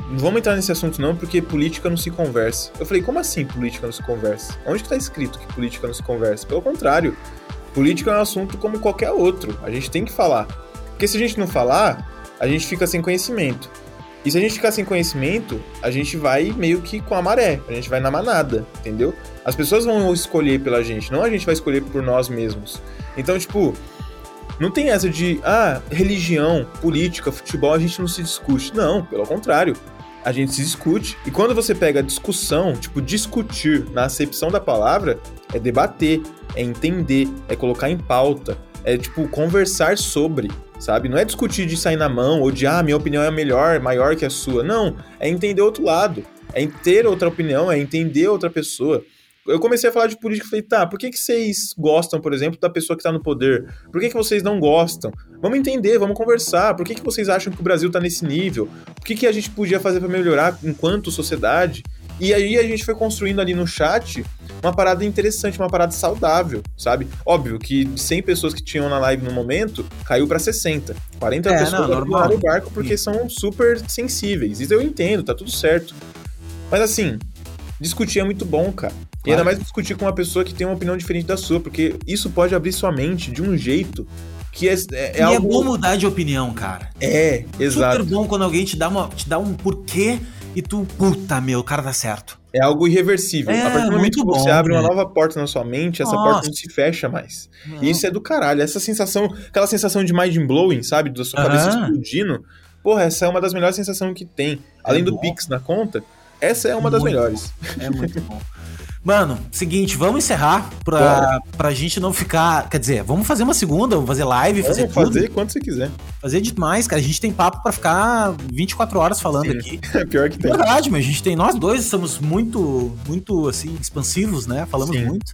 não vamos entrar nesse assunto não, porque política não se conversa. Eu falei, como assim política não se conversa? Onde que tá escrito que política não se conversa? Pelo contrário, política é um assunto como qualquer outro. A gente tem que falar. Porque se a gente não falar, a gente fica sem conhecimento. E se a gente ficar sem conhecimento, a gente vai meio que com a maré. A gente vai na manada, entendeu? As pessoas vão escolher pela gente, não a gente vai escolher por nós mesmos. Então, tipo, não tem essa de, religião, política, futebol, a gente não se discute. Não, pelo contrário. A gente se discute. E quando você pega a discussão, tipo, discutir na acepção da palavra, é debater, é entender, é colocar em pauta, é, tipo, conversar sobre, sabe? Não é discutir de sair na mão ou de, minha opinião é melhor, maior que a sua. Não, é entender outro lado, é ter outra opinião, é entender outra pessoa. Eu comecei a falar de política e falei, tá, por que vocês gostam, por exemplo, da pessoa que tá no poder? Por que vocês não gostam? Vamos entender, vamos conversar. Por que vocês acham que o Brasil tá nesse nível? O que a gente podia fazer pra melhorar enquanto sociedade? E aí a gente foi construindo ali no chat uma parada interessante, uma parada saudável, sabe? Óbvio que de 100 pessoas que tinham na live no momento, caiu pra 60. 40 pessoas abandonaram o barco porque são super sensíveis. Isso eu entendo, tá tudo certo. Mas assim, discutir é muito bom, cara. E ainda mais discutir com uma pessoa que tem uma opinião diferente da sua, porque isso pode abrir sua mente de um jeito que é algo... é bom mudar de opinião, cara. É, exato. Super bom quando alguém te dá um porquê e tu, puta, meu, o cara dá certo. É algo irreversível. A partir do momento que você abre uma nova porta na sua mente, essa porta não se fecha mais. E isso é do caralho. Essa sensação, aquela sensação de mind-blowing, sabe? Da sua cabeça explodindo. Porra, essa é uma das melhores sensações que tem. Além do Pix na conta, essa é uma das melhores. É muito bom. Mano, seguinte, vamos encerrar pra gente não ficar... Quer dizer, vamos fazer uma segunda, vamos fazer live, fazer tudo. Vamos fazer quando você quiser. Fazer demais, cara. A gente tem papo pra ficar 24 horas falando aqui. É pior que tem. É verdade, mas a gente tem... Nós dois estamos muito, assim, expansivos, né? Falamos muito.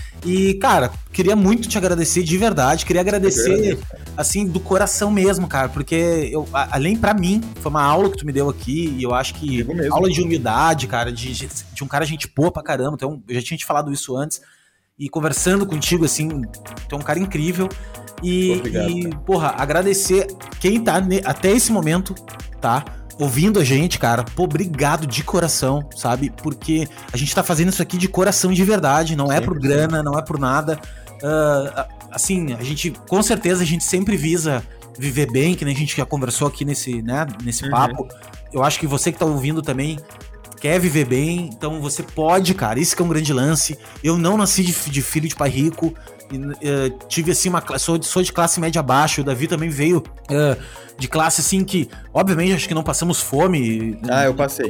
E, cara, queria muito te agradecer de verdade. Queria agradecer, assim, do coração mesmo, cara. Porque, além pra mim, foi uma aula que tu me deu aqui. E eu acho que aula de humildade, cara. De um cara gente boa pra caramba. Então, eu já tinha te falado isso antes. E conversando contigo, assim, tu é um cara incrível. E porra, agradecer quem tá até esse momento, tá? Ouvindo a gente, cara, pô, obrigado de coração, sabe? Porque a gente tá fazendo isso aqui de coração de verdade, não é por grana, não é por nada. Assim, a gente, com certeza, a gente sempre visa viver bem, que nem a gente já conversou aqui nesse papo. Eu acho que você que tá ouvindo também quer viver bem, então você pode, cara, isso que é um grande lance. Eu não nasci de filho de pai rico, tive assim sou de classe média baixa, o Davi também veio de classe assim que, obviamente, acho que não passamos fome. Eu passei.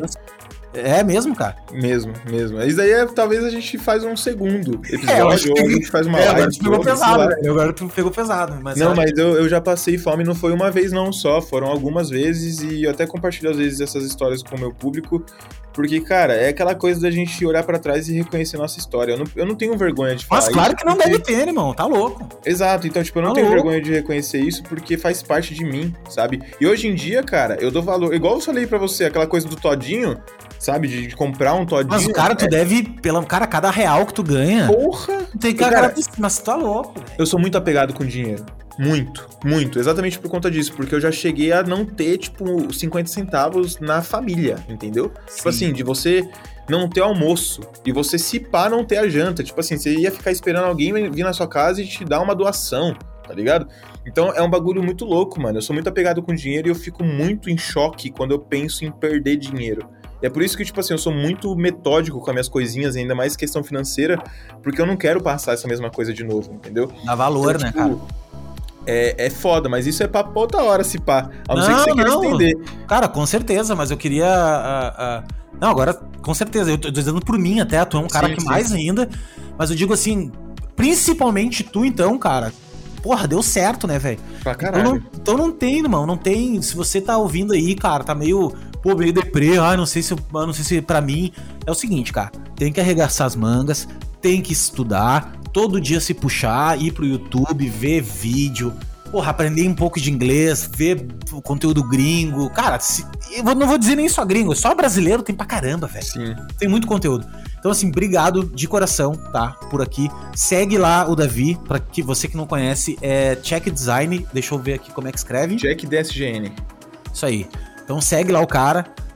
É mesmo, cara? Mesmo. Isso daí talvez a gente faz um segundo episódio, ou a gente faz uma live. Agora tu pegou pesado, né? Agora tu pegou pesado. Mas eu já passei fome, não foi uma vez não só, foram algumas vezes, e eu até compartilho às vezes essas histórias com o meu público, porque, cara, é aquela coisa da gente olhar pra trás e reconhecer nossa história. Eu não tenho vergonha de falar isso. Mas claro que não deve ter, irmão, tá louco. Exato, então, tipo, eu não tenho vergonha de reconhecer isso, porque faz parte de mim, sabe? E hoje em dia, cara, eu dou valor, igual eu falei pra você, aquela coisa do todinho, sabe, de comprar um todinho. Mas, cara, tu deve, cara, cada real que tu ganha... Porra! Tem cara, mas tu tá louco, velho. Eu sou muito apegado com dinheiro. Muito. Exatamente por conta disso. Porque eu já cheguei a não ter, tipo, 50 centavos na família, entendeu? Sim. Tipo assim, de você não ter almoço e você se pá não ter a janta. Tipo assim, você ia ficar esperando alguém vir na sua casa e te dar uma doação, tá ligado? Então é um bagulho muito louco, mano. Eu sou muito apegado com dinheiro e eu fico muito em choque quando eu penso em perder dinheiro. E é por isso que, tipo assim, eu sou muito metódico com as minhas coisinhas, ainda mais questão financeira, porque eu não quero passar essa mesma coisa de novo, entendeu? Dá valor, então, tipo, né, cara? É foda, mas isso é pra outra hora, se pá. A não ser que você queira entender. Cara, com certeza, mas eu queria... Não, agora, com certeza, eu tô dizendo por mim até, tu é um cara que mais ainda, mas eu digo assim, principalmente tu então, cara, porra, deu certo, né, velho? Pra caralho. Então não tem, irmão, não tem, se você tá ouvindo aí, cara, tá meio deprê, não sei se pra mim, é o seguinte, cara, tem que arregaçar as mangas, tem que estudar, todo dia se puxar, ir pro YouTube, ver vídeo, porra, aprender um pouco de inglês, ver conteúdo gringo. Cara, eu não vou dizer nem só gringo, só brasileiro tem pra caramba, velho. Sim. Tem muito conteúdo. Então, assim, obrigado de coração, tá? Por aqui. Segue lá o Davi, pra que você que não conhece, é Check Design. Deixa eu ver aqui como é que escreve. Check DSGN. Isso aí. Então segue lá o cara.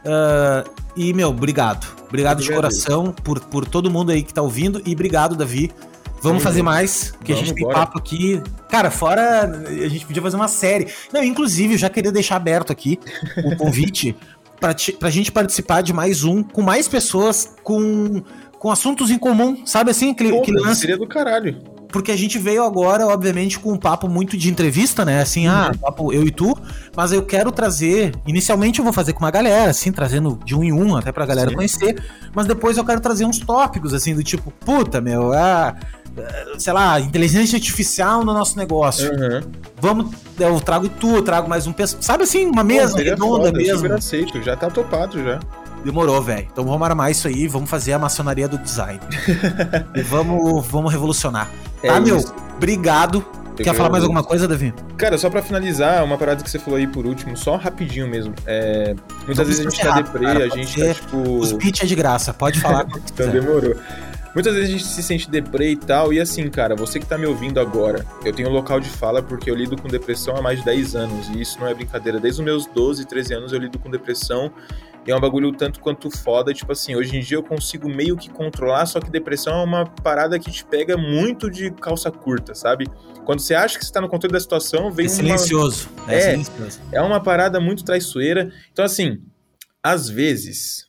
E, meu, obrigado. Obrigado de coração por todo mundo aí que tá ouvindo. E obrigado, Davi. Vamos fazer mais, porque a gente tem papo aqui. Cara, fora, a gente podia fazer uma série. Não, inclusive, eu já queria deixar aberto aqui o convite pra gente participar de mais um, com mais pessoas, com assuntos em comum, sabe assim? Que lance. Seria do caralho. Porque a gente veio agora, obviamente, com um papo muito de entrevista, né? Assim, papo eu e tu. Mas eu quero trazer... Inicialmente eu vou fazer com uma galera, assim, trazendo de um em um, até pra galera conhecer. Mas depois eu quero trazer uns tópicos, assim, do tipo... Puta, meu, sei lá, inteligência artificial no nosso negócio. Vamos... Eu trago mais um... Sabe assim, uma mesa redonda mesmo. Super aceito, já tá topado já. Demorou, velho. Então vamos armar isso aí, vamos fazer a maçonaria do design. E vamos revolucionar. Meu, obrigado. Quer falar mais alguma coisa, Davi? Cara, só pra finalizar, uma parada que você falou aí por último, só rapidinho mesmo. Muitas vezes a gente tá deprê, a gente tá tipo... Os pitch é de graça, pode falar. Então demorou. Muitas vezes a gente se sente deprê e tal, e assim, cara, você que tá me ouvindo agora, eu tenho local de fala porque eu lido com depressão há mais de 10 anos, e isso não é brincadeira. Desde os meus 12, 13 anos eu lido com depressão, e é um bagulho tanto quanto foda, tipo assim, hoje em dia eu consigo meio que controlar, só que depressão é uma parada que te pega muito de calça curta, sabe? Quando você acha que você tá no controle da situação, vem silencioso. Silencioso. É uma parada muito traiçoeira. Então assim, às vezes...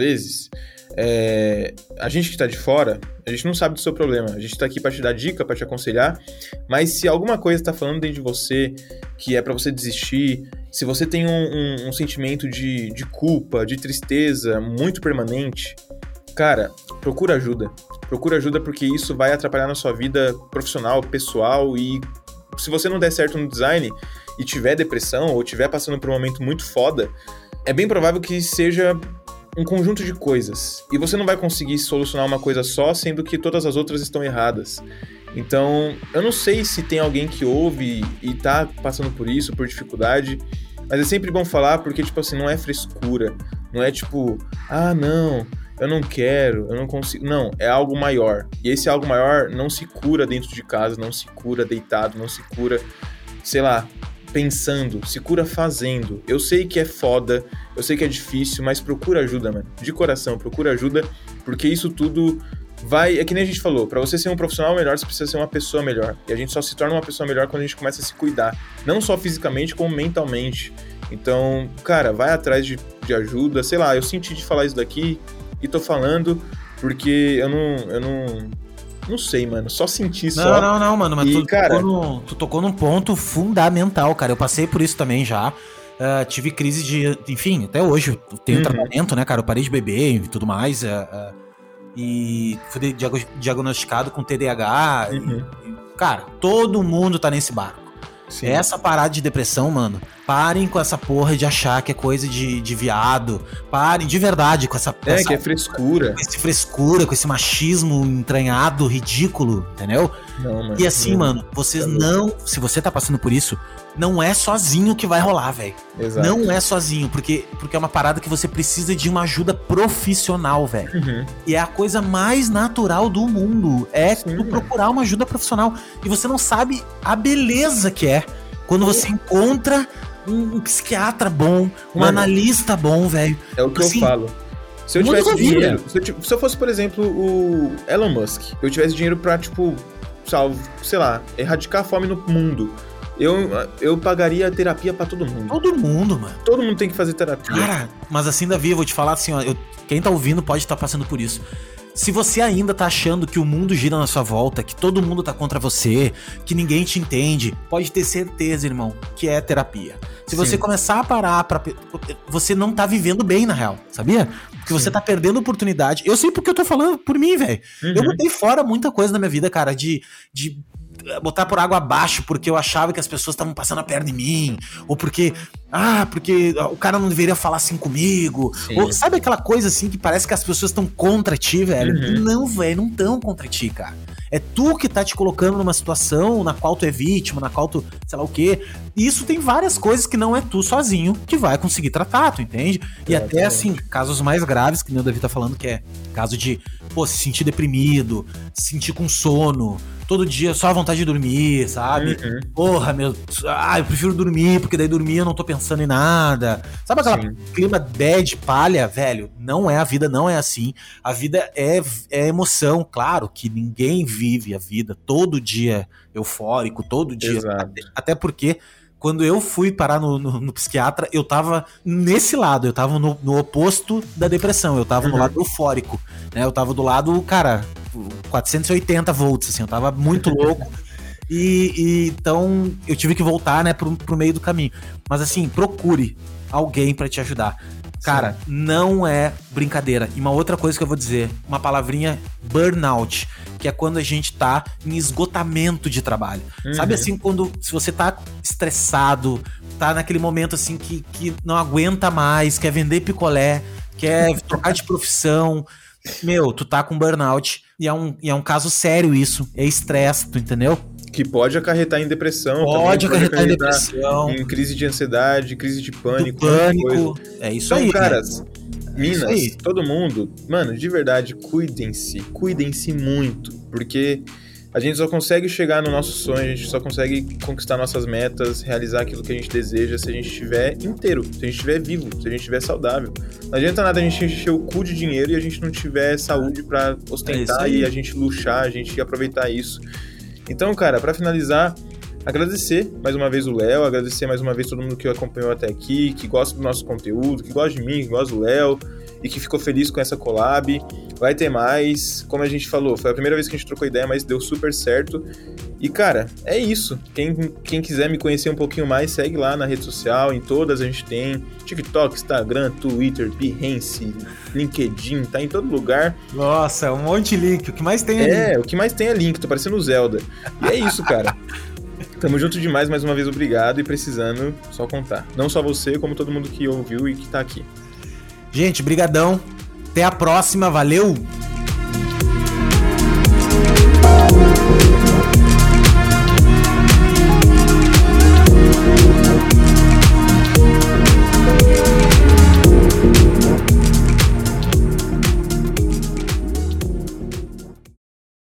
a gente que tá de fora, a gente não sabe do seu problema, a gente tá aqui pra te dar dica, pra te aconselhar, mas se alguma coisa tá falando dentro de você que é pra você desistir, se você tem um sentimento de culpa, de tristeza muito permanente, cara, procura ajuda porque isso vai atrapalhar na sua vida profissional, pessoal, e se você não der certo no design e tiver depressão ou tiver passando por um momento muito foda, é bem provável que seja um conjunto de coisas, e você não vai conseguir solucionar uma coisa só, sendo que todas as outras estão erradas. Então, eu não sei se tem alguém que ouve e tá passando por isso, por dificuldade, mas é sempre bom falar, porque, tipo assim, não é frescura, não é tipo, não, eu não quero, eu não consigo, não, é algo maior, e esse algo maior não se cura dentro de casa, não se cura deitado, não se cura, sei lá, pensando, se cura fazendo. Eu sei que é foda, eu sei que é difícil, mas procura ajuda, mano. De coração, procura ajuda, porque isso tudo vai... É que nem a gente falou, pra você ser um profissional melhor, você precisa ser uma pessoa melhor. E a gente só se torna uma pessoa melhor quando a gente começa a se cuidar. Não só fisicamente, como mentalmente. Então, cara, vai atrás de ajuda. Sei lá, eu senti de falar isso daqui e tô falando porque eu não sei, mano. Só senti só. Não, mano. Mas tu tocou num ponto fundamental, cara. Eu passei por isso também já. Tive crise de... Enfim, até hoje eu tenho tratamento, né, cara? Eu parei de beber e tudo mais. E fui diagnosticado com TDAH. Cara, todo mundo tá nesse barco. Sim. Essa parada de depressão, mano, parem com essa porra de achar que é coisa de viado. Parem de verdade com essa... que é frescura. Com esse frescura, com esse machismo entranhado, ridículo, entendeu? Não, mano. E assim, mano, vocês não... Se você tá passando por isso, não é sozinho que vai rolar, velho. Exato. Não é sozinho, porque é uma parada que você precisa de uma ajuda profissional, velho. E é a coisa mais natural do mundo. Tu procurar uma ajuda profissional. E você não sabe a beleza que é quando você encontra um psiquiatra bom, analista bom, velho. É o que eu falo. Se eu tivesse dinheiro, se eu fosse, por exemplo, o Elon Musk, eu tivesse dinheiro pra, tipo, sei lá, erradicar a fome no mundo, eu pagaria terapia pra todo mundo. Todo mundo, mano. Todo mundo tem que fazer terapia. Cara, mas assim, Davi, eu vou te falar assim, ó, quem tá ouvindo pode estar passando por isso. Se você ainda tá achando que o mundo gira na sua volta, que todo mundo tá contra você, que ninguém te entende, pode ter certeza, irmão, que é terapia. Se você começar a parar você não tá vivendo bem, na real, sabia? Porque você tá perdendo oportunidade. Eu sei porque eu tô falando por mim, velho. Eu botei fora muita coisa na minha vida, cara, de botar por água abaixo porque eu achava que as pessoas estavam passando a perna em mim, ou porque o cara não deveria falar assim comigo, ou sabe aquela coisa assim que parece que as pessoas estão contra ti, velho? Não, velho, não estão contra ti, cara. É tu que tá te colocando numa situação na qual tu é vítima, na qual tu, sei lá o quê. E isso tem várias coisas que não é tu sozinho que vai conseguir tratar, tu entende? E até assim, casos mais graves, que nem o Davi tá falando, que é caso de, se sentir deprimido, se sentir com sono, todo dia só a vontade de dormir, sabe? Porra, eu prefiro dormir, porque daí dormir eu não tô pensando em nada. Sabe aquela clima bad, palha, velho? Não é, a vida não é assim. A vida é emoção, claro que ninguém vive a vida todo dia eufórico, todo dia. Até porque quando eu fui parar no psiquiatra, eu tava nesse lado, eu tava no oposto da depressão, eu tava no lado eufórico, né? Eu tava do lado, cara, 480 volts, assim, eu tava muito louco. E então eu tive que voltar, né, pro meio do caminho. Mas assim, procure alguém pra te ajudar. Cara, não é brincadeira. E uma outra coisa que eu vou dizer, uma palavrinha, burnout, que é quando a gente tá em esgotamento de trabalho. Sabe assim, se você tá estressado, tá naquele momento assim que não aguenta mais, quer vender picolé, quer trocar de profissão, tu tá com burnout. E é um caso sério isso, é estresse, tu entendeu? Que pode acarretar em depressão. Pode acarretar em depressão. Em crise de ansiedade, crise de pânico. É isso aí. Então, caras, minas, todo mundo, mano, de verdade, cuidem-se muito, porque a gente só consegue chegar no nosso sonho, a gente só consegue conquistar nossas metas, realizar aquilo que a gente deseja se a gente estiver inteiro, se a gente estiver vivo, se a gente estiver saudável. Não adianta nada a gente encher o cu de dinheiro e a gente não tiver saúde pra ostentar e a gente luxar, a gente aproveitar isso. Então, cara, pra finalizar, agradecer mais uma vez o Léo, agradecer mais uma vez todo mundo que acompanhou até aqui, que gosta do nosso conteúdo, que gosta de mim, que gosta do Léo e que ficou feliz com essa collab. Vai ter mais, como a gente falou, foi a primeira vez que a gente trocou ideia, mas deu super certo. E, cara, é isso. Quem quiser me conhecer um pouquinho mais, segue lá na rede social, em todas a gente tem TikTok, Instagram, Twitter, Behance, LinkedIn, tá em todo lugar. Nossa, um monte de link, o que mais tem é link. O que mais tem é link, tô parecendo o Zelda. E é isso, cara. Tamo junto demais, mais uma vez obrigado, e precisando, só contar. Não só você, como todo mundo que ouviu e que tá aqui. Gente, brigadão. Até a próxima, valeu!